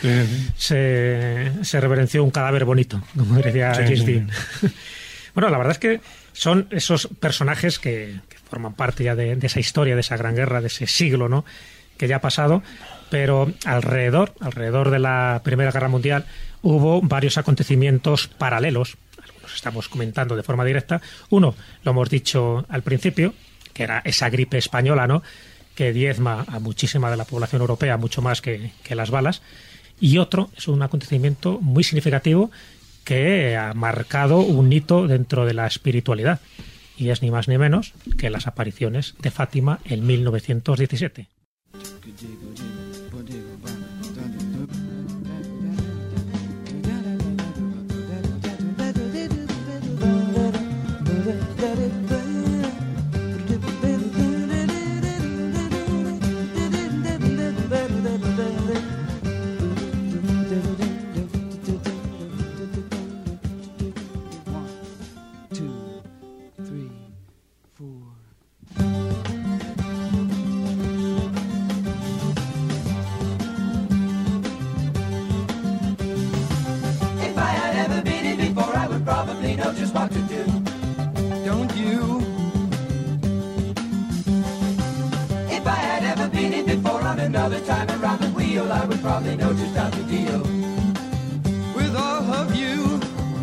I: se reverenció un cadáver bonito, como decía James Dean. Bueno, la verdad es que son esos personajes que forman parte ya de esa historia, de esa gran guerra, de ese siglo, ¿no? Que ya ha pasado, pero alrededor de la Primera Guerra Mundial hubo varios acontecimientos paralelos. Algunos estamos comentando de forma directa. Uno, lo hemos dicho al principio, que era esa gripe española, ¿no?, que diezma a muchísima de la población europea, mucho más que las balas. Y otro es un acontecimiento muy significativo que ha marcado un hito dentro de la espiritualidad. Y es ni más ni menos que las apariciones de Fátima en 1917.
L: Another time around the wheel, I would probably know just how to deal with all of you.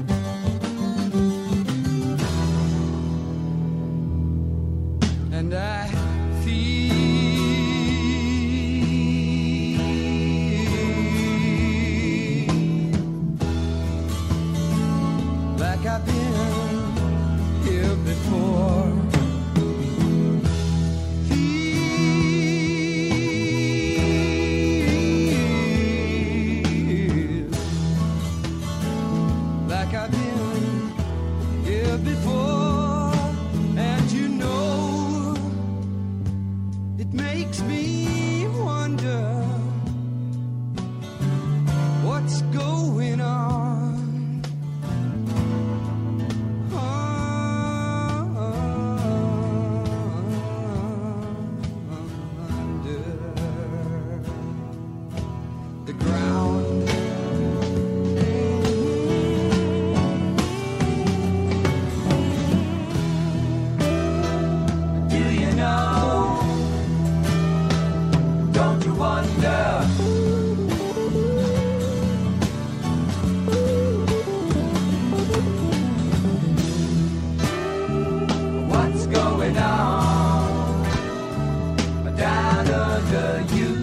L: And I feel like I've been here before. wonder what's going on down under you.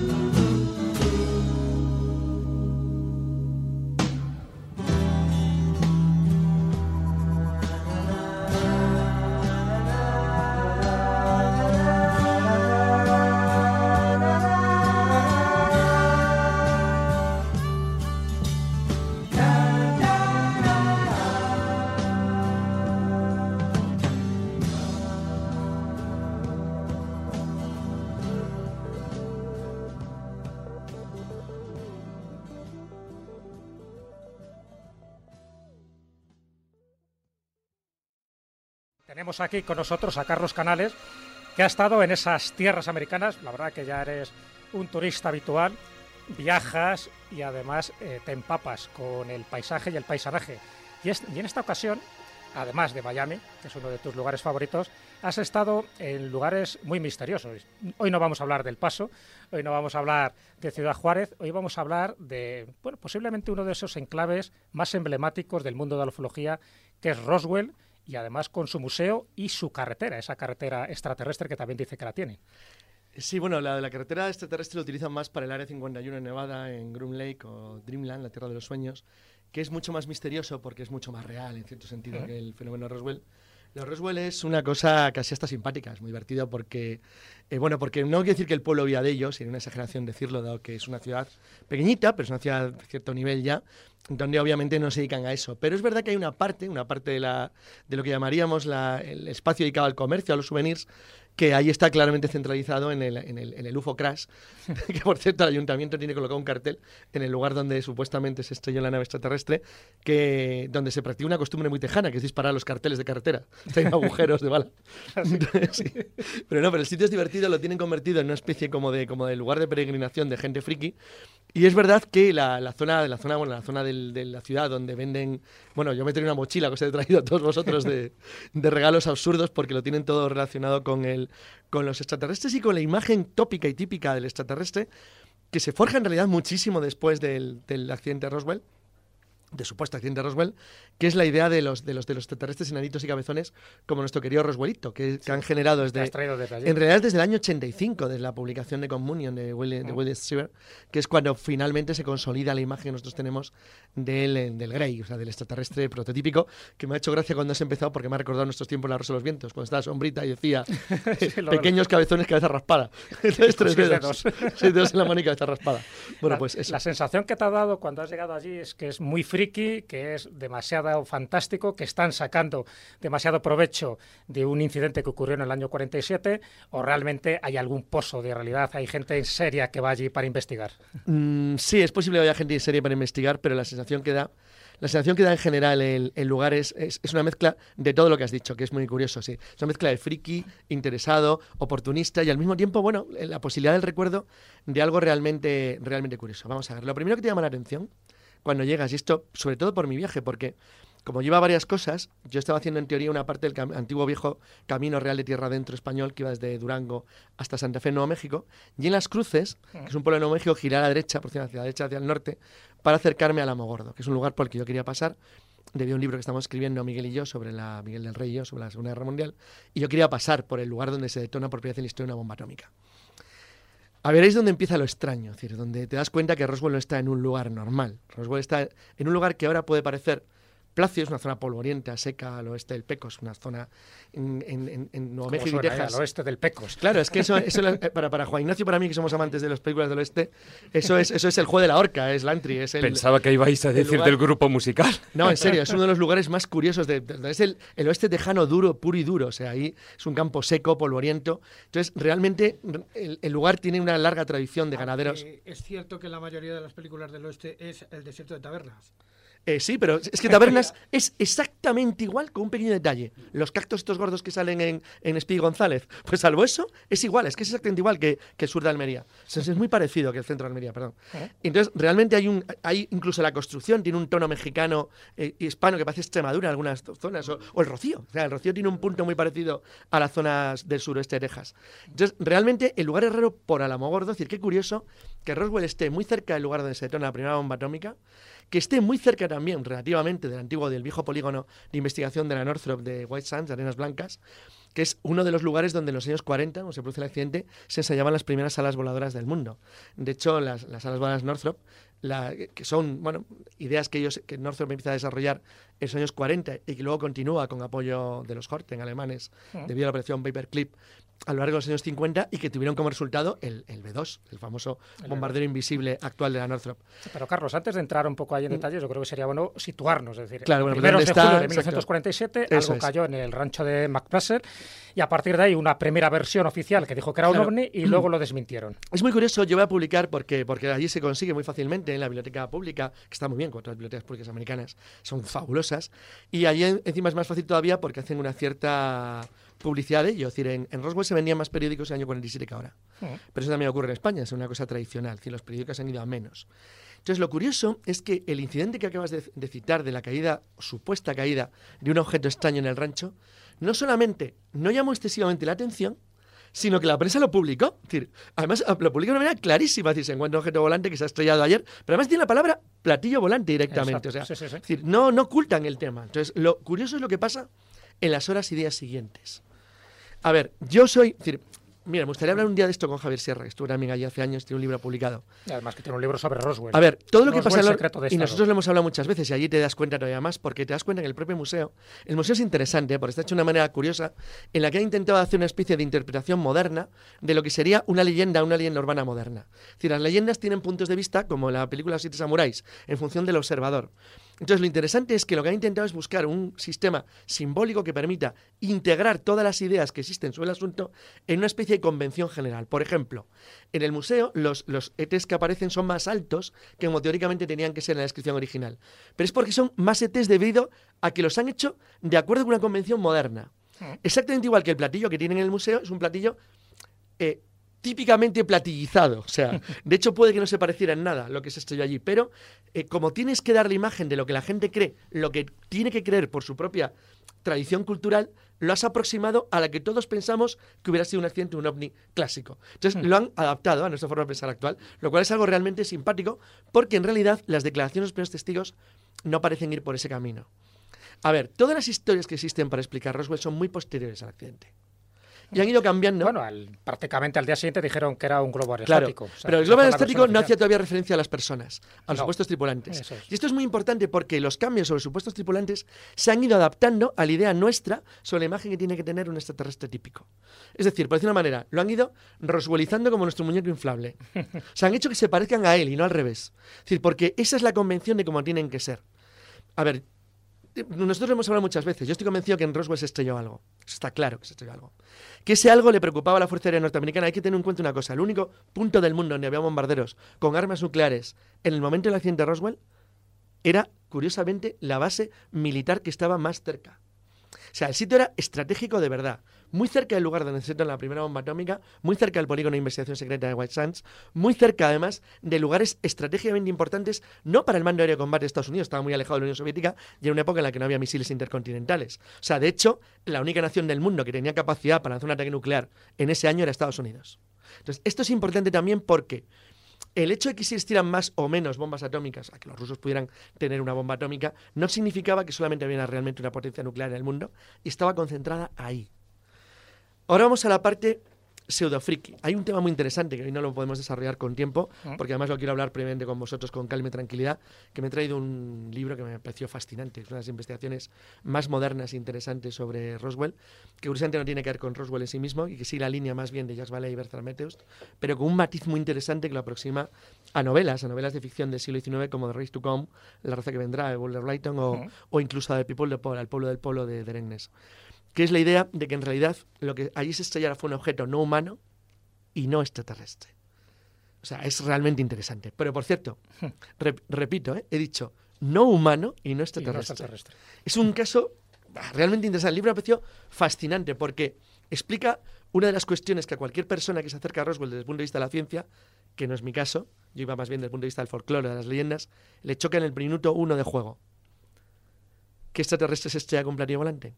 I: Tenemos aquí con nosotros a Carlos Canales, que ha estado en esas tierras americanas. La verdad que ya eres un turista habitual, viajas y además te empapas con el paisaje y el paisanaje. Y en esta ocasión, además de Miami, que es uno de tus lugares favoritos, has estado en lugares muy misteriosos. Hoy no vamos a hablar del Paso, hoy no vamos a hablar de Ciudad Juárez, hoy vamos a hablar de, bueno, posiblemente uno de esos enclaves más emblemáticos del mundo de la ufología, que es Roswell, y además con su museo y su carretera, esa carretera extraterrestre que también dice que la tiene.
H: Sí, bueno, la carretera extraterrestre lo utilizan más para el Área 51 en Nevada, en Groom Lake o Dreamland, la Tierra de los Sueños, que es mucho más misterioso porque es mucho más real, en cierto sentido, que el fenómeno Roswell. Lo Roswell es una cosa casi hasta simpática, es muy divertido porque, porque no quiero decir que el pueblo viva de ellos, sería una exageración decirlo, dado que es una ciudad pequeñita, pero es una ciudad de cierto nivel ya, donde obviamente no se dedican a eso. Pero es verdad que hay una parte de lo que llamaríamos el espacio dedicado al comercio, a los souvenirs, que ahí está claramente centralizado en el UFO Crash, que por cierto el ayuntamiento tiene colocado un cartel en el lugar donde supuestamente se estrelló la nave extraterrestre, donde se practica una costumbre muy tejana, que es disparar los carteles de carretera. Hay agujeros de bala. Entonces, sí. Pero el sitio es divertido, lo tienen convertido en una especie como de lugar de peregrinación de gente friki. Y es verdad que la zona de la ciudad donde venden... Bueno, yo me traigo una mochila que os he traído a todos vosotros de regalos absurdos porque lo tienen todo relacionado con los extraterrestres y con la imagen tópica y típica del extraterrestre, que se forja en realidad muchísimo después del accidente de Roswell, de supuesto accidente de Roswell, que es la idea de los extraterrestres enanitos y cabezones como nuestro querido Roswellito, que han generado en realidad desde el año 85, desde la publicación de Communion de William Shiver, que es cuando finalmente se consolida la imagen que nosotros tenemos del Grey, o sea, del extraterrestre prototípico, que me ha hecho gracia cuando has empezado porque me ha recordado nuestros tiempos en La Rosa de los Vientos, cuando estaba Sombrita y decía pequeños cabezones, cabeza raspada. Entonces, tres dedos en la mano y cabeza raspada. Bueno, pues eso.
I: La sensación que te ha dado cuando has llegado allí es que es muy friki, que es demasiado fantástico, que están sacando demasiado provecho de un incidente que ocurrió en el año 47, o realmente hay algún pozo de realidad, hay gente seria que va allí para investigar.
H: Sí, es posible que haya gente seria para investigar, pero la sensación que da en general el lugar es una mezcla de todo lo que has dicho, que es muy curioso, sí. Es una mezcla de friki, interesado, oportunista y al mismo tiempo, bueno, la posibilidad del recuerdo de algo realmente curioso. Vamos a ver, lo primero que te llama la atención cuando llegas, y esto sobre todo por mi viaje, porque como lleva varias cosas, yo estaba haciendo en teoría una parte del antiguo viejo camino real de tierra adentro español que iba desde Durango hasta Santa Fe, Nuevo México, y en Las Cruces, que es un pueblo de Nuevo México, giré a la derecha, por hacia la derecha, hacia el norte, para acercarme al Alamogordo, que es un lugar por el que yo quería pasar, debido a un libro que estamos escribiendo Miguel y yo sobre Miguel del Rey y yo sobre la Segunda Guerra Mundial, y yo quería pasar por el lugar donde se detona por primera vez en la historia una bomba atómica. A veréis dónde empieza lo extraño, es decir, donde te das cuenta que Roswell no está en un lugar normal. Roswell está en un lugar que ahora puede parecer Placio, es una zona polvorienta, seca, al oeste del Pecos, una zona en Nuevo México y Texas.
I: Al oeste del Pecos.
H: Claro, es que eso para Juan Ignacio y para mí, que somos amantes de las películas del oeste, eso es el juego de la horca, es Lantry.
B: Pensaba que ibais a decir del grupo musical.
H: No, en serio, es uno de los lugares más curiosos. Es el oeste tejano duro, puro y duro. O sea, ahí es un campo seco, polvoriento. Entonces, realmente, el lugar tiene una larga tradición de ganaderos.
C: Es cierto que la mayoría de las películas del oeste es el desierto de Tabernas.
M: Sí, pero es que Tabernas es exactamente igual con un pequeño detalle. Los cactos estos gordos que salen en Speedy González, pues salvo eso, es igual, es que es exactamente igual que el sur de Almería. O sea, es muy parecido que el centro de Almería, perdón. Entonces, realmente hay incluso la construcción tiene un tono mexicano y hispano que parece Extremadura en algunas zonas, o el Rocío. O sea, el Rocío tiene un punto muy parecido a las zonas del suroeste de Texas. Entonces, realmente el lugar es raro por Alamogordo, es decir, qué curioso que Roswell esté muy cerca del lugar donde se detona la primera bomba atómica, que esté muy cerca también, relativamente, del viejo polígono de investigación de la Northrop de White Sands, de Arenas Blancas, que es uno de los lugares donde en los años 40, cuando se produce el accidente, se ensayaban las primeras alas voladoras del mundo. De hecho, las alas voladoras Northrop, que son ideas que Northrop empieza a desarrollar en los años 40 y que luego continúa con apoyo de los Horten alemanes, debido a la operación Paperclip, a lo largo de los años 50 y que tuvieron como resultado el B-2, el famoso bombardero invisible actual de la Northrop.
I: Pero Carlos, antes de entrar un poco ahí en detalles, yo creo que sería bueno situarnos, es decir,
M: claro,
I: el 1 de julio de 1947 algo cayó en el rancho de McPherson y a partir de ahí una primera versión oficial que dijo que era un ovni y luego lo desmintieron.
M: Es muy curioso, yo voy a publicar porque allí se consigue muy fácilmente en la biblioteca pública, que está muy bien con otras bibliotecas públicas americanas, son fabulosas, y allí encima es más fácil todavía porque hacen una cierta publicidad de ello. Es decir, en Roswell se vendían más periódicos en el año 47 que ahora. Pero eso también ocurre en España, es una cosa tradicional. Es decir, los periódicos han ido a menos. Entonces, lo curioso es que el incidente que acabas de citar de la caída, supuesta caída, de un objeto extraño en el rancho, no solamente no llamó excesivamente la atención, sino que la prensa lo publicó. Es decir, además lo publicó de una manera clarísima. Es decir, se encuentra un objeto volante que se ha estrellado ayer, pero además tiene la palabra platillo volante directamente.
I: Exacto.
M: O sea,
I: sí.
M: Es decir, no ocultan el tema. Entonces, lo curioso es lo que pasa en las horas y días siguientes. A ver, mira, me gustaría hablar un día de esto con Javier Sierra, que estuvo también allí hace años, tiene un libro publicado.
I: Y además que tiene un libro sobre Roswell.
M: A ver, todo lo que pasa
I: y
M: nosotros lo hemos hablado muchas veces y allí te das cuenta todavía más, porque te das cuenta que el propio museo, el museo es interesante, porque está hecho de una manera curiosa, en la que ha intentado hacer una especie de interpretación moderna de lo que sería una leyenda urbana moderna. Es decir, las leyendas tienen puntos de vista, como la película Los Siete Samuráis, en función del observador. Entonces, lo interesante es que lo que ha intentado es buscar un sistema simbólico que permita integrar todas las ideas que existen sobre el asunto en una especie de convención general. Por ejemplo, en el museo los ETs que aparecen son más altos que como teóricamente tenían que ser en la descripción original. Pero es porque son más ETs debido a que los han hecho de acuerdo con una convención moderna. Exactamente igual que el platillo que tienen en el museo, es un platillo típicamente platillizado. O sea, de hecho puede que no se pareciera en nada lo que se estrelló allí, pero como tienes que dar la imagen de lo que la gente cree, lo que tiene que creer por su propia tradición cultural, lo has aproximado a la que todos pensamos que hubiera sido un accidente, un ovni clásico. Entonces lo han adaptado a nuestra forma de pensar actual, lo cual es algo realmente simpático, porque en realidad las declaraciones de los primeros testigos no parecen ir por ese camino. A ver, todas las historias que existen para explicar Roswell son muy posteriores al accidente. Y han ido cambiando.
I: Bueno, prácticamente al día siguiente dijeron que era un globo aerostático.
M: Claro, pero el globo aerostático no hacía todavía referencia a las personas, a los supuestos tripulantes. Y esto es muy importante porque los cambios sobre los supuestos tripulantes se han ido adaptando a la idea nuestra sobre la imagen que tiene que tener un extraterrestre típico. Es decir, por decir una manera, lo han ido roswellizando como nuestro muñeco inflable. Se han hecho que se parezcan a él y no al revés. Es decir, porque esa es la convención de cómo tienen que ser. A ver, nosotros lo hemos hablado muchas veces. Yo estoy convencido que en Roswell se estrelló algo. Está claro que se estrelló algo. Que ese algo le preocupaba a la Fuerza Aérea Norteamericana. Hay que tener en cuenta una cosa. El único punto del mundo donde había bombarderos con armas nucleares en el momento del accidente de Roswell era, curiosamente, la base militar que estaba más cerca. O sea, el sitio era estratégico de verdad. Muy cerca del lugar donde se detona la primera bomba atómica, muy cerca del polígono de investigación secreta de White Sands, muy cerca, además, de lugares estratégicamente importantes, no para el mando aéreo de combate de Estados Unidos, estaba muy alejado de la Unión Soviética, y en una época en la que no había misiles intercontinentales. O sea, de hecho, la única nación del mundo que tenía capacidad para lanzar un ataque nuclear en ese año era Estados Unidos. Entonces, esto es importante también porque el hecho de que existieran más o menos bombas atómicas, a que los rusos pudieran tener una bomba atómica, no significaba que solamente había realmente una potencia nuclear en el mundo, y estaba concentrada ahí. Ahora vamos a la parte pseudo-friki. Hay un tema muy interesante que hoy no lo podemos desarrollar con tiempo, porque además lo quiero hablar previamente con vosotros con calma y tranquilidad, que me he traído un libro que me pareció fascinante. Es una de las investigaciones más modernas e interesantes sobre Roswell, que curiosamente no tiene que ver con Roswell en sí mismo, y que sigue la línea más bien de Jacques Vallée y Bertrand Meteus, pero con un matiz muy interesante que lo aproxima a novelas de ficción del siglo XIX como The Race to Come, La raza que vendrá, de Walter Layton, o incluso a The People of the Pole, Al pueblo del polo de Derek Ness. Que es la idea de que en realidad lo que allí se estrellara fue un objeto no humano y no extraterrestre. O sea, es realmente interesante. Pero por cierto, repito, he dicho no humano y no extraterrestre. Es un caso realmente interesante. El libro me pareció fascinante porque explica una de las cuestiones que a cualquier persona que se acerca a Roswell desde el punto de vista de la ciencia, que no es mi caso, yo iba más bien desde el punto de vista del folclore, de las leyendas, le choca en el minuto 1 de juego. ¿Qué extraterrestre se estrella con un platillo volante?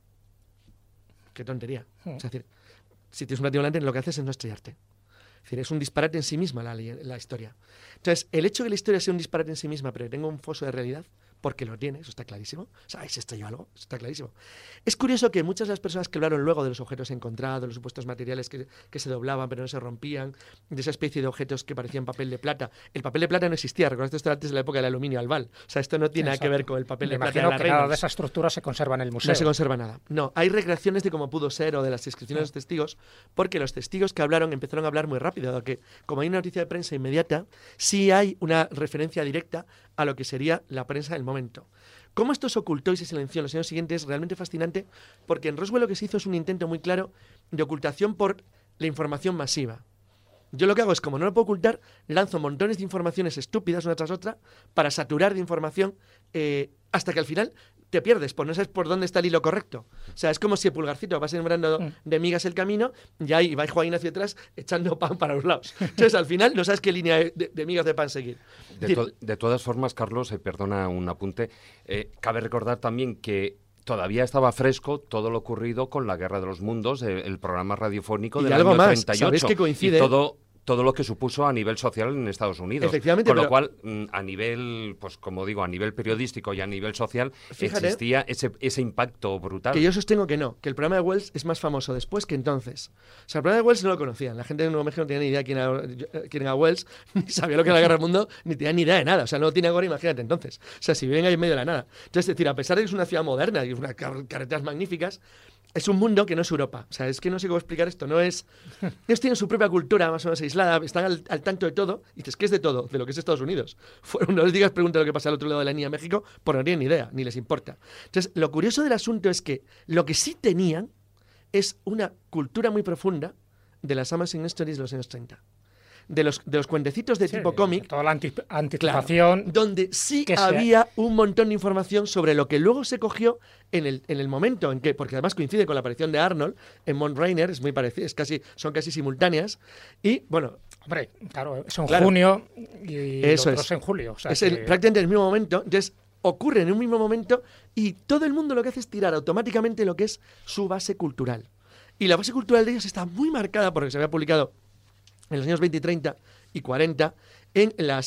M: Qué tontería. Es decir, si tienes un platillo volante, lo que haces es no estrellarte. Es decir, es un disparate en sí misma la historia. Entonces, el hecho de que la historia sea un disparate en sí misma, pero que tenga un foso de realidad, porque lo tiene, eso está clarísimo. O sea, ahí se estrelló algo, eso está clarísimo. Es curioso que muchas de las personas que hablaron luego de los objetos encontrados, de los supuestos materiales que se doblaban pero no se rompían, de esa especie de objetos que parecían papel de plata. El papel de plata no existía, recordad, esto era antes de la época del aluminio albal. O sea, esto no tiene nada que ver con el papel de plata.
I: Me imagino que nada de esa estructura se conserva en el museo.
M: No se conserva nada. No, hay recreaciones de cómo pudo ser o de las descripciones de los testigos, porque los testigos que hablaron empezaron a hablar muy rápido, dado que como hay una noticia de prensa inmediata, sí hay una referencia directa a lo que sería la prensa del momento. Cómo esto se ocultó y se silenció en los años siguientes es realmente fascinante, porque en Roswell lo que se hizo es un intento muy claro de ocultación por la información masiva. Yo lo que hago es, como no lo puedo ocultar, lanzo montones de informaciones estúpidas una tras otra para saturar de información hasta que al final te pierdes, pues no sabes por dónde está el hilo correcto. O sea, es como si el pulgarcito va sembrando de migas el camino y ahí va Joaquín hacia atrás echando pan para los lados. Entonces, al final no sabes qué línea de migas de pan seguir.
B: De todas formas, Carlos, perdona un apunte, cabe recordar también que todavía estaba fresco todo lo ocurrido con la Guerra de los Mundos, el programa radiofónico del año 38.
M: ¿Sabéis que coincide?
B: Y todo lo que supuso a nivel social en Estados Unidos.
M: Efectivamente,
B: con lo cual, a nivel, pues como digo, a nivel periodístico y a nivel social, existía ese impacto brutal.
M: Que yo sostengo que no, que el programa de Wells es más famoso después que entonces. O sea, el programa de Wells no lo conocían. La gente de Nuevo México no tenía ni idea quién era Wells, ni sabía lo que era la Guerra del Mundo, ni tenía ni idea de nada. O sea, no lo tiene ahora, imagínate entonces. O sea, si viven ahí en medio de la nada. Entonces, es decir, a pesar de que es una ciudad moderna y unas carreteras magníficas, es un mundo que no es Europa. O sea, es que no sé cómo explicar esto. No es... Ellos tienen su propia cultura más o menos aislada, están al tanto de todo. Y dices, ¿qué es de todo? De lo que es Estados Unidos. No les digas, pregunta lo que pasa al otro lado de la línea de México, porque no tienen ni idea, ni les importa. Entonces, lo curioso del asunto es que lo que sí tenían es una cultura muy profunda de las Amazing Stories de los años 30. De los cuentecitos de tipo cómic.
I: Toda la anticipación.
M: Claro, donde sí había un montón de información sobre lo que luego se cogió en el momento en que, porque además coincide con la aparición de Arnold en Mount Rainier, es muy parecido, son casi simultáneas. Y bueno.
I: Hombre, claro, es en junio y
M: eso
I: los otros en julio. O sea
M: es prácticamente el mismo momento. Entonces, ocurre en un mismo momento y todo el mundo lo que hace es tirar automáticamente lo que es su base cultural. Y la base cultural de ellos está muy marcada porque se había publicado en los años 20, 30 y 40, en los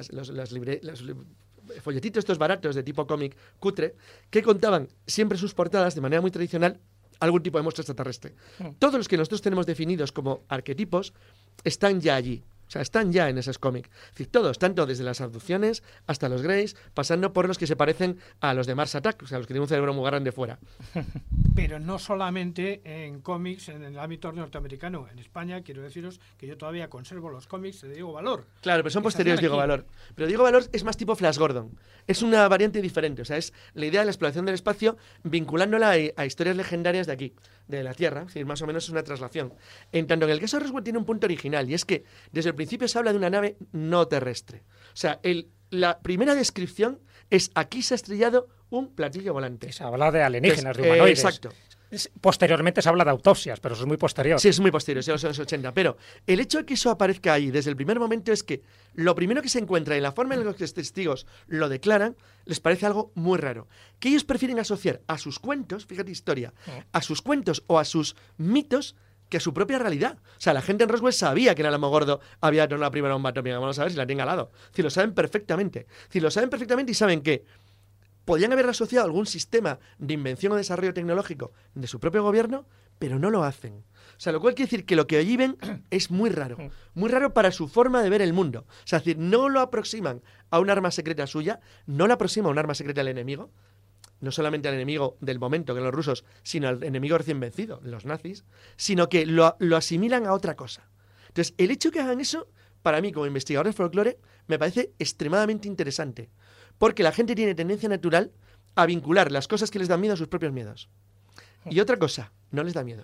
M: folletitos estos baratos de tipo cómic cutre, que contaban siempre sus portadas de manera muy tradicional algún tipo de muestra extraterrestre. Todos los que nosotros tenemos definidos como arquetipos están ya allí. O sea, están ya en esos cómics. Es decir, todos, tanto desde las abducciones hasta los Greys, pasando por los que se parecen a los de Mars Attack, o sea, los que tienen un cerebro muy grande fuera.
C: Pero no solamente en cómics en el ámbito norteamericano. En España, quiero deciros que yo todavía conservo los cómics de Diego Valor.
M: Claro, pero son posteriores Diego Valor. Pero Diego Valor es más tipo Flash Gordon. Es una variante diferente. O sea, es la idea de la exploración del espacio vinculándola a historias legendarias de aquí, de la Tierra. Es decir, más o menos es una traslación. En tanto, en el caso de Roswell tiene un punto original, y es que desde el principio se habla de una nave no terrestre. O sea, la primera descripción es: aquí se ha estrellado un platillo volante.
I: Se habla de alienígenas, de humanoides.
M: Exacto.
I: Posteriormente se habla de autopsias, pero eso es muy posterior.
M: Sí, es muy posterior, son los años 80. Pero el hecho de que eso aparezca ahí desde el primer momento es que lo primero que se encuentra y la forma en la que los testigos lo declaran les parece algo muy raro. Que ellos prefieren asociar a sus cuentos, fíjate historia, a sus cuentos o a sus mitos que a su propia realidad. O sea, la gente en Roswell sabía que en Alamogordo había la primera bomba atómica. Vamos a ver si la tienen al lado. Si lo saben perfectamente. Si lo saben perfectamente y saben que podían haber asociado algún sistema de invención o desarrollo tecnológico de su propio gobierno, pero no lo hacen. O sea, lo cual quiere decir que lo que allí ven es muy raro para su forma de ver el mundo. O sea, es decir, no lo aproximan a un arma secreta suya, no lo aproximan a un arma secreta al enemigo, no solamente al enemigo del momento, que son los rusos, sino al enemigo recién vencido, los nazis, sino que lo asimilan a otra cosa. Entonces, el hecho de que hagan eso, para mí, como investigador de folclore, me parece extremadamente interesante. Porque la gente tiene tendencia natural a vincular las cosas que les dan miedo a sus propios miedos. Y otra cosa, no les da miedo.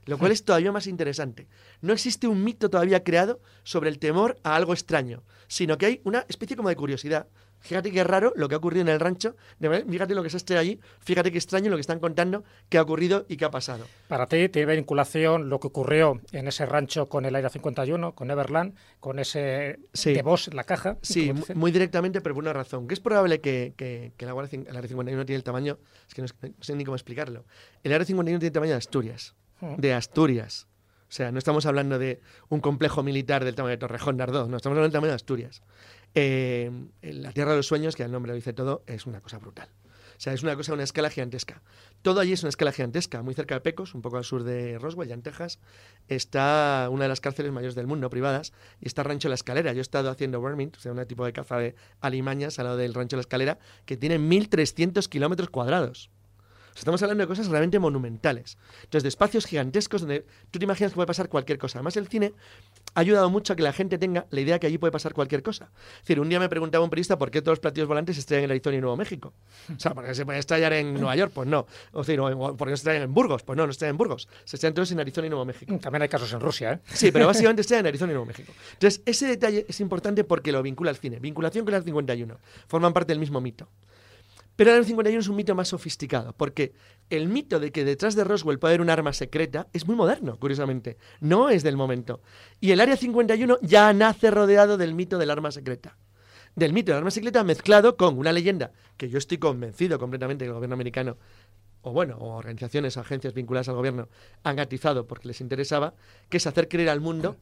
M: lo cual es todavía más interesante. No existe un mito todavía creado sobre el temor a algo extraño, sino que hay una especie como de curiosidad. Fíjate qué raro lo que ha ocurrido en el rancho, fíjate lo que se esté allí, fíjate qué extraño lo que están contando, qué ha ocurrido y qué ha pasado.
I: Para ti tiene vinculación lo que ocurrió en ese rancho con el Área 51, con Neverland, con ese de Bosch, la caja.
M: Sí, muy directamente, pero por una razón, que es probable que el Área 51 tiene el tamaño, es que no sé ni cómo explicarlo. El Área 51 tiene el tamaño de Asturias. De Asturias. O sea, no estamos hablando de un complejo militar del tamaño de Torrejón de Ardoz, no, estamos hablando del tamaño de Asturias. La Tierra de los Sueños, que el nombre lo dice todo, es una cosa brutal. O sea, es una cosa a una escala gigantesca. Todo allí es una escala gigantesca. Muy cerca de Pecos, un poco al sur de Roswell, ya en Texas, está una de las cárceles mayores del mundo, privadas, y está Rancho La Escalera. Yo he estado haciendo vermint, o sea, un tipo de caza de alimañas al lado del Rancho La Escalera, que tiene 1.300 kilómetros cuadrados. Estamos hablando de cosas realmente monumentales. Entonces, de espacios gigantescos donde tú te imaginas que puede pasar cualquier cosa. Además, el cine ha ayudado mucho a que la gente tenga la idea de que allí puede pasar cualquier cosa. Es decir, un día me preguntaba un periodista por qué todos los platillos volantes se estrellan en Arizona y Nuevo México. O sea, ¿por qué se puede estrellar en Nueva York? Pues no. O sea, ¿por qué no se estrellan en Burgos? Pues no se estrellan en Burgos. Se estrellan todos en Arizona y Nuevo México.
I: También hay casos en Rusia, ¿eh?
M: Sí, pero básicamente se estrellan en Arizona y Nuevo México. Entonces, ese detalle es importante porque lo vincula al cine. Vinculación con el 51. Forman parte del mismo mito. Pero el Área 51 es un mito más sofisticado, porque el mito de que detrás de Roswell puede haber un arma secreta es muy moderno, curiosamente. No es del momento. Y el Área 51 ya nace rodeado del mito del arma secreta. Del mito del arma secreta mezclado con una leyenda que yo estoy convencido completamente que el gobierno americano, o organizaciones o agencias vinculadas al gobierno, han atizado porque les interesaba, que es hacer creer al mundo,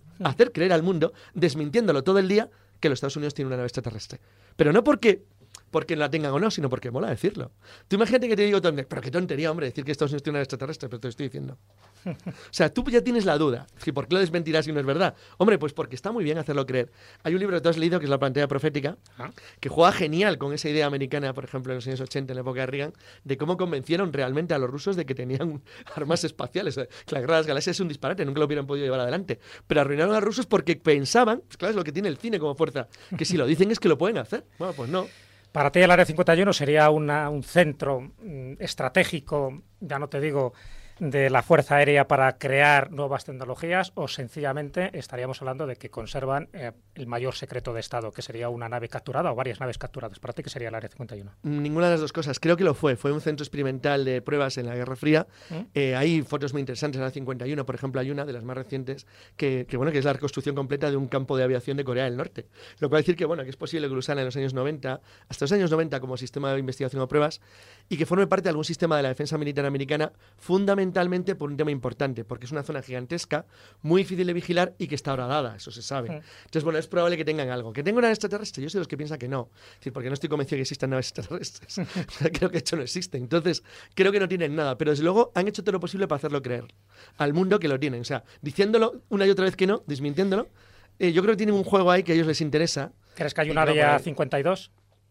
M: desmintiéndolo todo el día, que los Estados Unidos tienen una nave extraterrestre. Pero no porque la tengan o no, sino porque mola decirlo. Tú imagínate que te digo, pero qué tontería, hombre, decir que Estados Unidos tiene una nave extraterrestre, pero te lo estoy diciendo. O sea, tú ya tienes la duda. ¿Por qué lo desmentirás si no es verdad? Hombre, pues porque está muy bien hacerlo creer. Hay un libro que tú has leído, que es La pantalla profética, que juega genial con esa idea americana, por ejemplo, en los años 80, en la época de Reagan, de cómo convencieron realmente a los rusos de que tenían armas espaciales. Que la guerra de las galaxias es un disparate, nunca lo hubieran podido llevar adelante. Pero arruinaron a los rusos porque pensaban, pues claro, es lo que tiene el cine como fuerza, que si lo dicen es que lo pueden hacer. Bueno, pues no.
I: Para ti el Área 51 sería un centro estratégico, ya no te digo de la Fuerza Aérea para crear nuevas tecnologías, o sencillamente estaríamos hablando de que conservan el mayor secreto de Estado, que sería una nave capturada o varias naves capturadas. ¿Para ti qué sería el Área 51?
M: Ninguna de las dos cosas. Creo que lo fue. Fue un centro experimental de pruebas en la Guerra Fría. Hay fotos muy interesantes en el Área 51. Por ejemplo, hay una de las más recientes que es la reconstrucción completa de un campo de aviación de Corea del Norte. Lo cual decir que es posible que lo usaran en los años 90, hasta los años 90 como sistema de investigación o pruebas, y que forme parte de algún sistema de la defensa militar americana, fundamentalmente por un tema importante, porque es una zona gigantesca, muy difícil de vigilar y que está horadada, eso se sabe. Entonces, es probable que tengan algo. ¿Que tengan una nave extraterrestre? Yo soy de los que piensan que no. Es decir, porque no estoy convencido de que existan naves extraterrestres. Creo que de hecho no existen. Entonces, creo que no tienen nada. Pero desde luego han hecho todo lo posible para hacerlo creer al mundo que lo tienen. O sea, diciéndolo una y otra vez que no, desmintiéndolo. Yo creo que tienen un juego ahí que a ellos les interesa.
I: ¿Crees que hay un Área 52?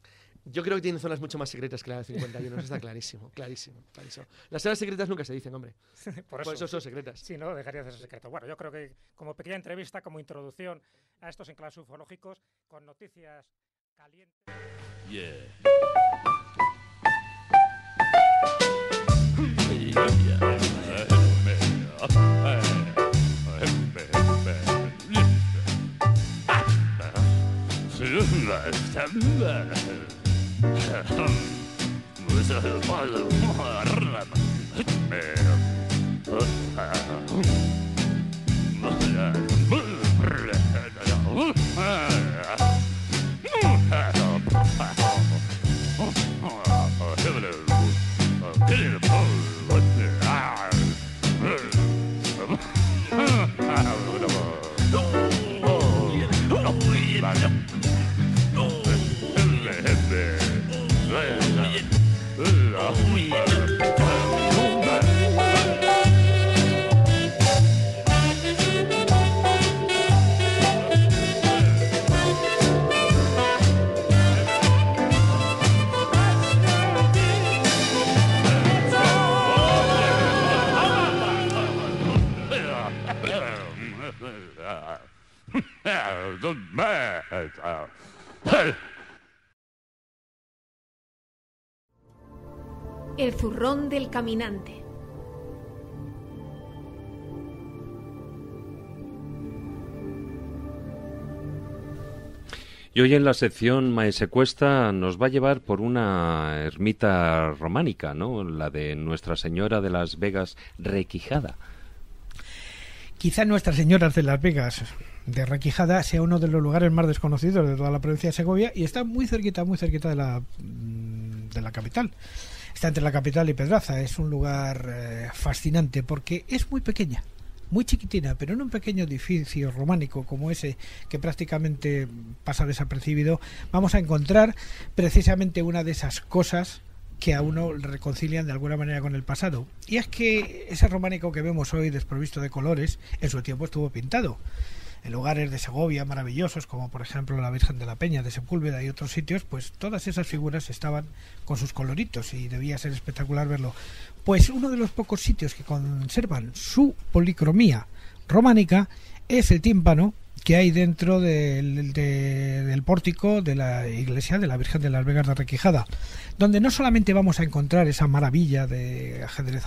M: Yo creo que tienen zonas mucho más secretas que la de 51, eso está clarísimo. Las áreas secretas nunca se dicen, hombre. Por eso son secretas.
I: Sí, no, dejaría de ser secreto. Bueno, yo creo que como pequeña entrevista, como introducción a estos enclaves ufológicos, con noticias calientes...
A: El zurrón del caminante.
B: Y hoy en la sección Maese Cuesta nos va a llevar por una ermita románica, ¿no? La de Nuestra Señora de las Vegas Requijada.
C: Quizá Nuestra Señora de las Vegas de Requijada sea uno de los lugares más desconocidos de toda la provincia de Segovia y está muy cerquita de la capital. Está entre la capital y Pedraza. Es un lugar fascinante porque es muy pequeña, muy chiquitina, pero en un pequeño edificio románico como ese, que prácticamente pasa desapercibido, vamos a encontrar precisamente una de esas cosas que a uno le reconcilian de alguna manera con el pasado. Y es que ese románico que vemos hoy desprovisto de colores, en su tiempo estuvo pintado. En lugares de Segovia maravillosos, como por ejemplo la Virgen de la Peña de Sepúlveda y otros sitios, pues todas esas figuras estaban con sus coloritos y debía ser espectacular verlo. Pues uno de los pocos sitios que conservan su policromía románica es el tímpano que hay dentro del pórtico de la iglesia de la Virgen de las Vegas de Requijada, donde no solamente vamos a encontrar esa maravilla de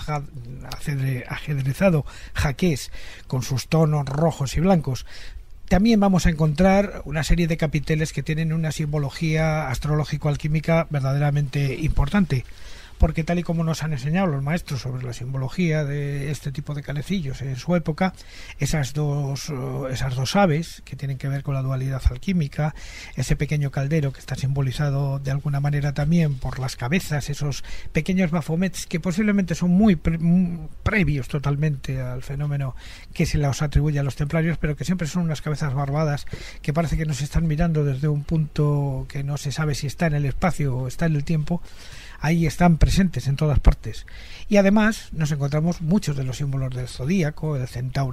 C: ajedrezado jaqués con sus tonos rojos y blancos, también vamos a encontrar una serie de capiteles que tienen una simbología astrológico-alquímica verdaderamente importante, porque tal y como nos han enseñado los maestros sobre la simbología de este tipo de canecillos en su época, esas dos aves que tienen que ver con la dualidad alquímica, ese pequeño caldero que está simbolizado de alguna manera también por las cabezas, esos pequeños bafomets que posiblemente son muy previos totalmente al fenómeno que se los atribuye a los templarios, pero que siempre son unas cabezas barbadas que parece que nos están mirando desde un punto que no se sabe si está en el espacio o está en el tiempo. Ahí están presentes en todas partes. Y además nos encontramos muchos de los símbolos del zodíaco, el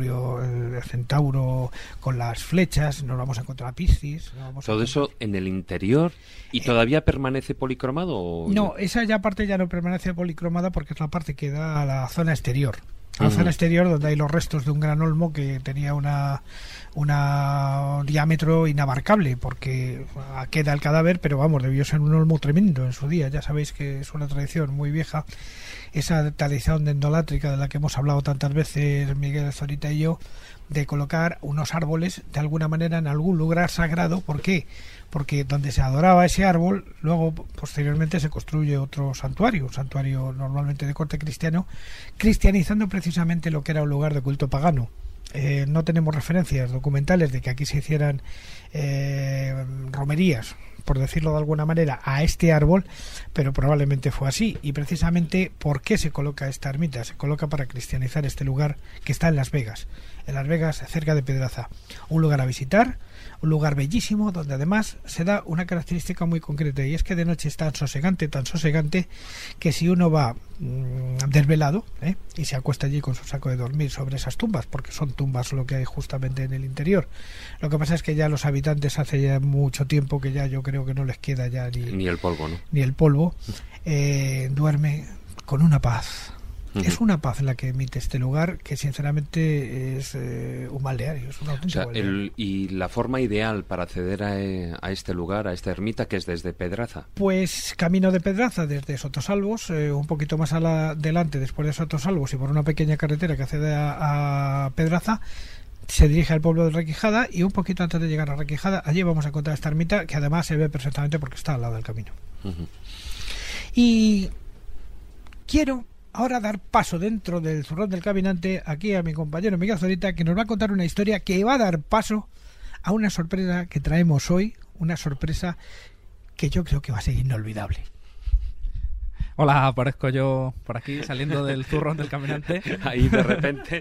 C: centauro con las flechas, nos vamos a encontrar a Piscis.
B: ¿Todo eso en el interior y todavía permanece policromado? ¿O
C: no, esa parte ya no permanece policromada porque es la parte que da a la zona exterior. A la zona exterior, donde hay los restos de un gran olmo que tenía un diámetro inabarcable, porque queda el cadáver, pero vamos, debió ser un olmo tremendo en su día. Ya sabéis que es una tradición muy vieja, esa tradición dendolátrica de la que hemos hablado tantas veces Miguel Zorita y yo, de colocar unos árboles de alguna manera en algún lugar sagrado. ¿Por qué? Porque donde se adoraba ese árbol, luego posteriormente se construye otro santuario, un santuario normalmente de corte cristiano, cristianizando precisamente lo que era un lugar de culto pagano. No tenemos referencias documentales de que aquí se hicieran romerías, por decirlo de alguna manera, a este árbol, pero probablemente fue así. Y precisamente, ¿por qué se coloca esta ermita? Se coloca para cristianizar este lugar que está en Las Vegas, cerca de Pedraza. Un lugar a visitar, un lugar bellísimo, donde además se da una característica muy concreta, y es que de noche es tan sosegante, que si uno va desvelado y se acuesta allí con su saco de dormir sobre esas tumbas, porque son tumbas lo que hay justamente en el interior. Lo que pasa es que ya los habitantes hace ya mucho tiempo que ya yo creo que no les queda ya
B: ni el polvo, ¿no?
C: Ni el polvo. Duerme con una paz. Es una paz la que emite este lugar, que sinceramente es un balneario, es un auténtico balneario.
B: ¿Y la forma ideal para acceder a este lugar, a esta ermita, que es desde Pedraza?
C: Pues camino de Pedraza desde Sotosalvos, un poquito más adelante después de Sotosalvos y por una pequeña carretera que accede a Pedraza, se dirige al pueblo de Requijada, y un poquito antes de llegar a Requijada, allí vamos a encontrar esta ermita, que además se ve perfectamente porque está al lado del camino. Y quiero ahora dar paso dentro del Zurrón del Caminante aquí a mi compañero Miguel Zorita, que nos va a contar una historia que va a dar paso a una sorpresa que traemos hoy, una sorpresa que yo creo que va a ser inolvidable.
E: Hola, aparezco yo por aquí saliendo del Zurrón del Caminante.
B: Ahí de repente.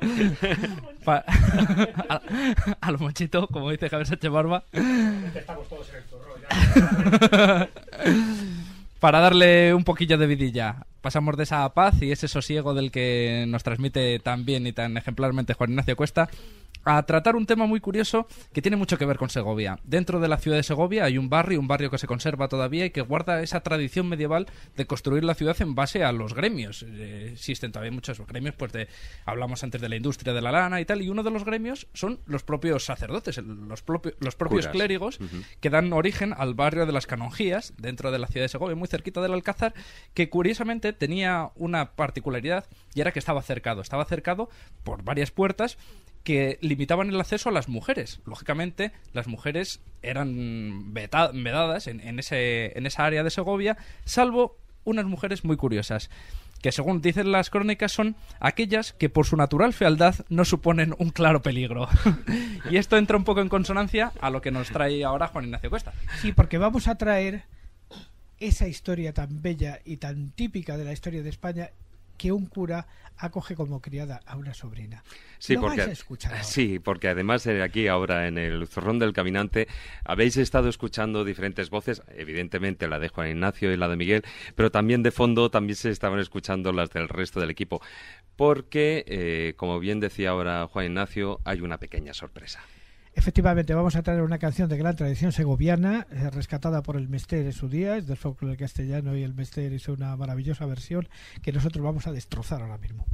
E: A lo mochito, como dice Javier Sánchez Barba.
I: Estamos todos en el Zurrón ya.
E: Para darle un poquillo de vidilla. Pasamos de esa paz y ese sosiego del que nos transmite tan bien y tan ejemplarmente Juan Ignacio Cuesta a tratar un tema muy curioso que tiene mucho que ver con Segovia. Dentro de la ciudad de Segovia hay un barrio que se conserva todavía y que guarda esa tradición medieval de construir la ciudad en base a los gremios. Existen todavía muchos gremios, pues hablamos antes de la industria de la lana y tal, y uno de los gremios son los propios sacerdotes, los propios clérigos, que dan origen al barrio de las Canonjías, dentro de la ciudad de Segovia, muy cerquita del Alcázar, que curiosamente tenía una particularidad, y era que estaba cercado por varias puertas, que limitaban el acceso a las mujeres. Lógicamente, las mujeres eran vedadas en esa área de Segovia, salvo unas mujeres muy curiosas, que según dicen las crónicas son aquellas que por su natural fealdad no suponen un claro peligro. Y esto entra un poco en consonancia a lo que nos trae ahora Juan Ignacio Cuesta.
C: Sí, porque vamos a traer esa historia tan bella y tan típica de la historia de España, que un cura acoge como criada a una sobrina.
B: Sí, porque además aquí ahora en el Zurrón del Caminante habéis estado escuchando diferentes voces, evidentemente la de Juan Ignacio y la de Miguel, pero también de fondo también se estaban escuchando las del resto del equipo, porque, como bien decía ahora Juan Ignacio, hay una pequeña sorpresa.
C: Efectivamente, vamos a traer una canción de gran tradición segoviana, rescatada por el Mester en su día, es del folclore castellano, y el Mester hizo una maravillosa versión que nosotros vamos a destrozar ahora mismo.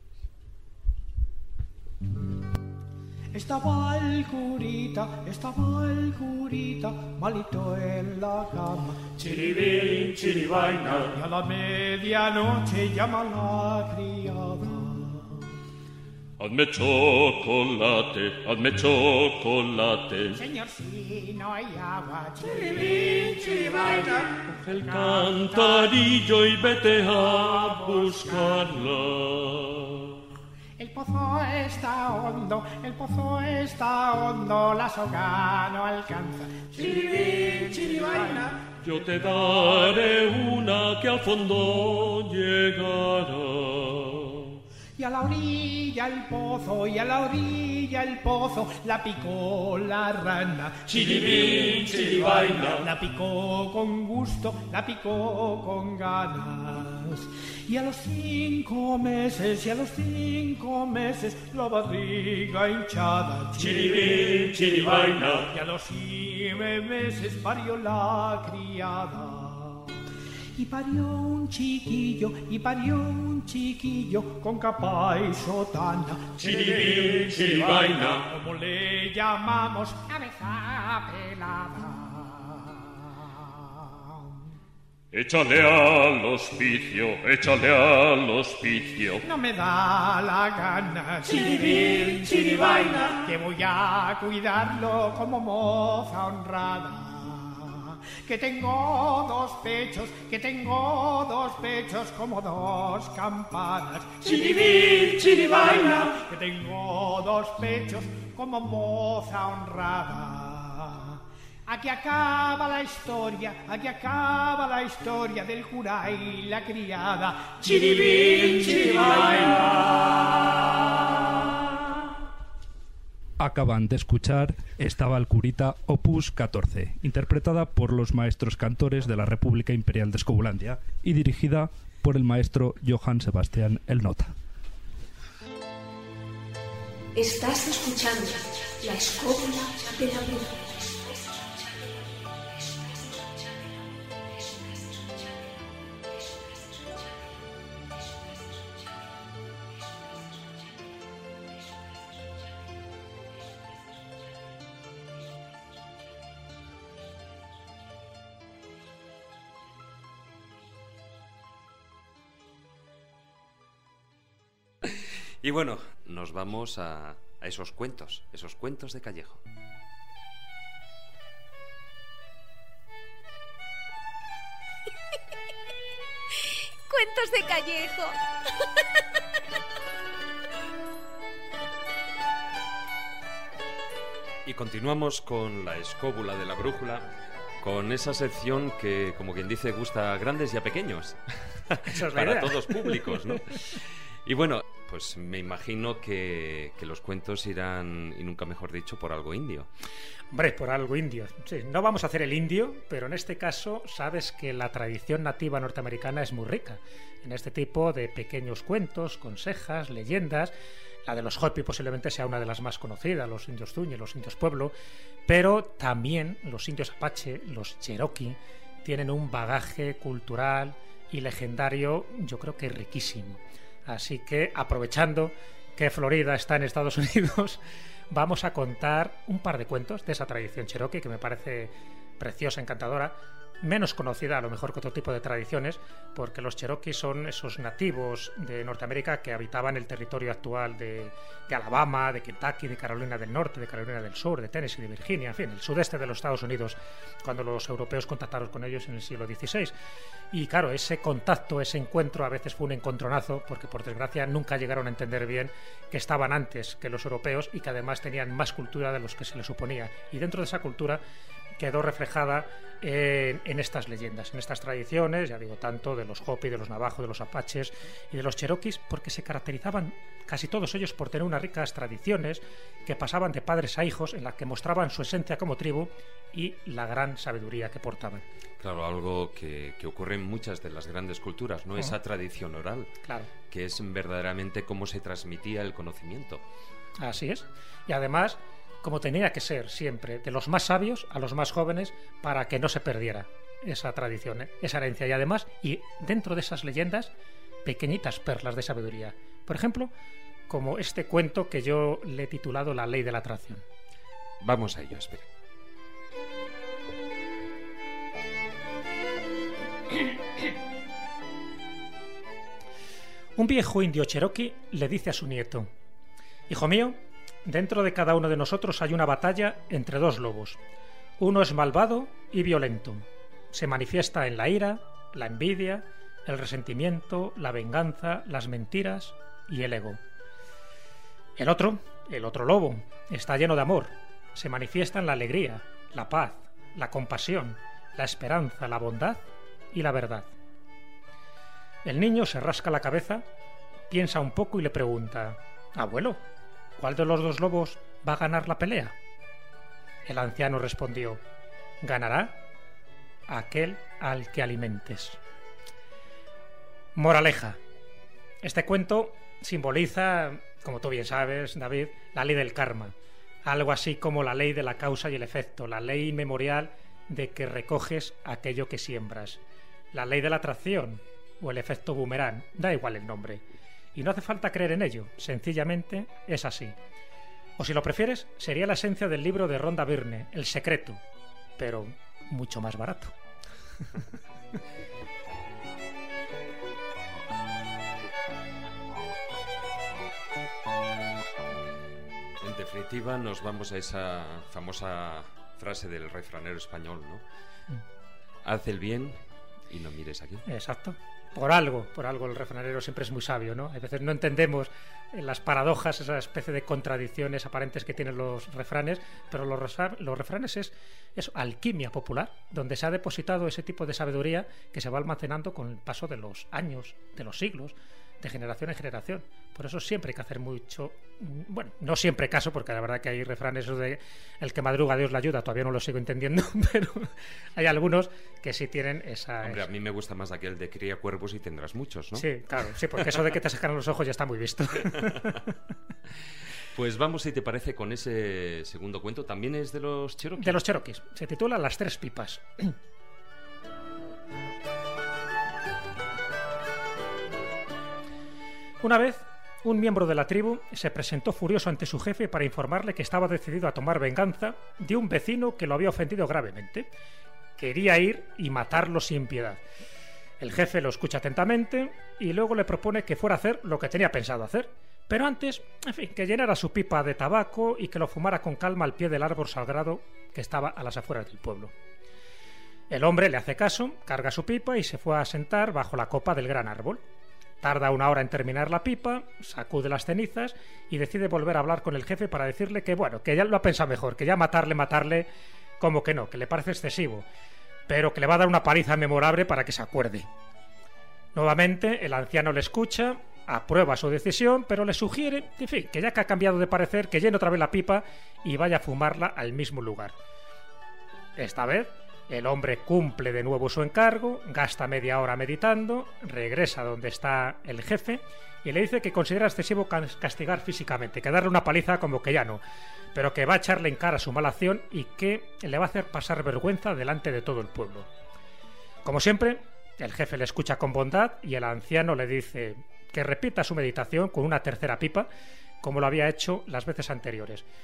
N: Estaba el curita, malito en la cama. Chiribín, chiribaina. Y a la medianoche llama la criada.
F: Hazme chocolate.
N: Señor, si no hay agua, chiribín, chiribaina.
F: Coge el cantarillo y vete a buscarla.
N: El pozo está hondo, la soga no alcanza. Chiribín, chiribaina.
F: Yo te daré una que al fondo llegará.
N: Y a la orilla el pozo, la picó la rana.
F: Chiribín, chiribaina.
N: La picó con gusto, la picó con ganas. Y a los 5 meses, la barriga hinchada.
F: Chiribín, chiribaina.
N: Y a los 9 meses parió la criada. Y parió un chiquillo, con capa y sotana.
F: Chiribín, chiribaina.
N: Como le llamamos, cabeza pelada.
F: Échale al hospicio.
N: No me da la gana.
F: Chiribín, chiribaina.
N: Que voy a cuidarlo como moza honrada. Que tengo dos pechos como 2 campanas.
F: Chiribín, chiribaina.
N: Que tengo 2 pechos como moza honrada. Aquí acaba la historia del cura y la criada.
F: Chiribín, chiribaina.
E: Acaban de escuchar Estaba el curita, opus 14, interpretada por los maestros cantores de la República Imperial de Escobulandia y dirigida por el maestro Johann Sebastian el Nota.
J: Estás escuchando La Escóbula de la Brújula.
B: Y bueno, nos vamos a esos cuentos de Callejo.
A: Cuentos de Callejo.
B: Y continuamos con la escóbula de la brújula, con esa sección que, como quien dice, gusta a grandes y a pequeños.
I: Eso es
B: para todos públicos, ¿no? Y bueno, pues me imagino que los cuentos irán, y nunca mejor dicho, por algo indio.
I: Hombre, por algo indio. Sí, no vamos a hacer el indio, pero en este caso sabes que la tradición nativa norteamericana es muy rica en este tipo de pequeños cuentos, consejas, leyendas. La de los Hopi posiblemente sea una de las más conocidas, los indios Zuñi, los indios Pueblo, pero también los indios Apache, los Cherokee, tienen un bagaje cultural y legendario, yo creo que riquísimo. Así que, aprovechando que Florida está en Estados Unidos, vamos a contar un par de cuentos de esa tradición cherokee que me parece preciosa, encantadora, menos conocida a lo mejor que otro tipo de tradiciones, porque los cherokees son esos nativos de Norteamérica que habitaban el territorio actual de Alabama, de Kentucky, de Carolina del Norte, de Carolina del Sur, de Tennessee, de Virginia, en fin, el sudeste de los Estados Unidos, cuando los europeos contactaron con ellos en el siglo XVI. Y claro, ese contacto, ese encuentro a veces fue un encontronazo, porque por desgracia nunca llegaron a entender bien que estaban antes que los europeos y que además tenían más cultura de los que se les suponía. Y dentro de esa cultura quedó reflejada en estas leyendas, en estas tradiciones, ya digo, tanto de los Hopi, de los Navajo, de los Apaches y de los Cherokees, porque se caracterizaban casi todos ellos por tener unas ricas tradiciones que pasaban de padres a hijos, en las que mostraban su esencia como tribu y la gran sabiduría que portaban.
K: Claro, algo que ocurre en muchas de las grandes culturas, ¿no? Esa tradición oral,
I: claro,
K: que es verdaderamente cómo se transmitía el conocimiento.
I: Así es. Y además, como tenía que ser siempre, de los más sabios a los más jóvenes, para que no se perdiera esa tradición, esa herencia. Y además, y dentro de esas leyendas, pequeñitas perlas de sabiduría. Por ejemplo, como este cuento que yo le he titulado La ley de la atracción.
K: Vamos a ello, espera.
I: Un viejo indio cherokee le dice a su nieto: hijo mío, dentro de cada uno de nosotros hay una batalla entre dos lobos. Uno es malvado y violento. Se manifiesta en la ira, la envidia, el resentimiento, la venganza, las mentiras y el ego. El otro lobo, está lleno de amor. Se manifiesta en la alegría, la paz, la compasión, la esperanza, la bondad y la verdad. El niño se rasca la cabeza, piensa un poco y le pregunta: abuelo, ¿cuál de los dos lobos va a ganar la pelea? El anciano respondió: ganará aquel al que alimentes. Moraleja. Este cuento simboliza, como tú bien sabes, David, la ley del karma. Algo así como la ley de la causa y el efecto, la ley inmemorial de que recoges aquello que siembras. La ley de la atracción o el efecto boomerang, da igual el nombre. Y no hace falta creer en ello, sencillamente es así. O si lo prefieres, sería la esencia del libro de Rhonda Byrne, El secreto, pero mucho más barato.
K: En definitiva, nos vamos a esa famosa frase del refranero español, ¿no? Haz el bien y no mires aquí.
I: Exacto. Por algo el refranero siempre es muy sabio, ¿no? A veces no entendemos las paradojas, esa especie de contradicciones aparentes que tienen los refranes, pero los refranes es alquimia popular, donde se ha depositado ese tipo de sabiduría que se va almacenando con el paso de los años, de los siglos, de generación en generación. Por eso siempre hay que hacer mucho, bueno, no siempre caso, porque la verdad que hay refranes de el que madruga Dios le ayuda, todavía no lo sigo entendiendo, pero hay algunos que sí tienen esa...
K: Hombre, a mí me gusta más aquel de cría cuervos y tendrás muchos, ¿no?
I: Sí, claro, sí, porque eso de que te sacan los ojos ya está muy visto.
K: Pues vamos, si te parece, con ese segundo cuento. ¿También es de los Cherokees?
I: De los Cherokees. Se titula Las tres pipas. Una vez, un miembro de la tribu se presentó furioso ante su jefe para informarle que estaba decidido a tomar venganza de un vecino que lo había ofendido gravemente. Quería ir y matarlo sin piedad. El jefe lo escucha atentamente y luego le propone que fuera a hacer lo que tenía pensado hacer, pero antes, en fin, que llenara su pipa de tabaco y que lo fumara con calma al pie del árbol sagrado que estaba a las afueras del pueblo. El hombre le hace caso, carga su pipa y se fue a sentar bajo la copa del gran árbol. Tarda una hora en terminar la pipa, sacude las cenizas y decide volver a hablar con el jefe para decirle que, bueno, que ya lo ha pensado mejor, que ya matarle, como que no, que le parece excesivo, pero que le va a dar una paliza memorable para que se acuerde. Nuevamente, el anciano le escucha, aprueba su decisión, pero le sugiere, en fin, que ya que ha cambiado de parecer, que llene otra vez la pipa y vaya a fumarla al mismo lugar. Esta vez, el hombre cumple de nuevo su encargo, gasta media hora meditando, regresa donde está el jefe y le dice que considera excesivo castigar físicamente, que darle una paliza como que ya no, pero que va a echarle en cara su mala acción y que le va a hacer pasar vergüenza delante de todo el pueblo. Como siempre, el jefe le escucha con bondad y el anciano le dice que repita su meditación con una tercera pipa, como lo había hecho las veces anteriores.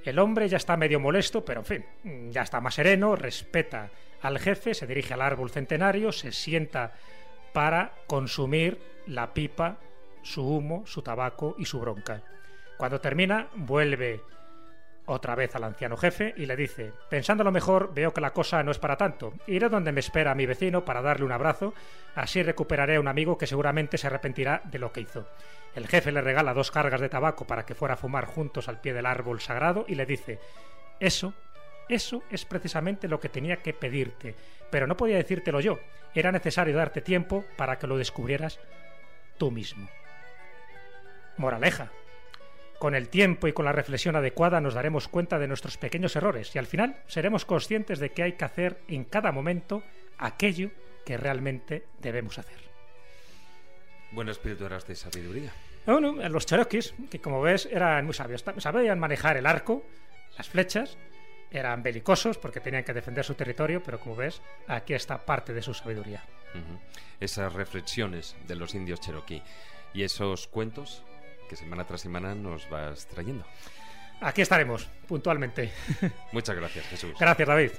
I: El hombre ya está medio molesto, pero en fin, ya está más sereno, respeta al jefe, se dirige al árbol centenario, se sienta para consumir la pipa, su humo, su tabaco y su bronca. Cuando termina, vuelve otra vez al anciano jefe y le dice: pensándolo mejor, veo que la cosa no es para tanto. Iré donde me espera mi vecino para darle un abrazo, así recuperaré a un amigo que seguramente se arrepentirá de lo que hizo. El jefe le regala 2 cargas de tabaco para que fuera a fumar juntos al pie del árbol sagrado y le dice: Eso es precisamente lo que tenía que pedirte, pero no podía decírtelo yo. Era necesario darte tiempo para que lo descubrieras tú mismo. Moraleja: con el tiempo y con la reflexión adecuada nos daremos cuenta de nuestros pequeños errores y al final seremos conscientes de que hay que hacer en cada momento aquello que realmente debemos hacer.
B: Buen espíritu eras de sabiduría.
I: Bueno, los cherokees, que como ves eran muy sabios, sabían manejar el arco, las flechas, eran belicosos porque tenían que defender su territorio, pero como ves, aquí está parte de su sabiduría.
B: Esas reflexiones de los indios cherokee y esos cuentos que semana tras semana nos vas trayendo.
I: Aquí estaremos, puntualmente.
B: Muchas gracias, Jesús.
I: Gracias, David.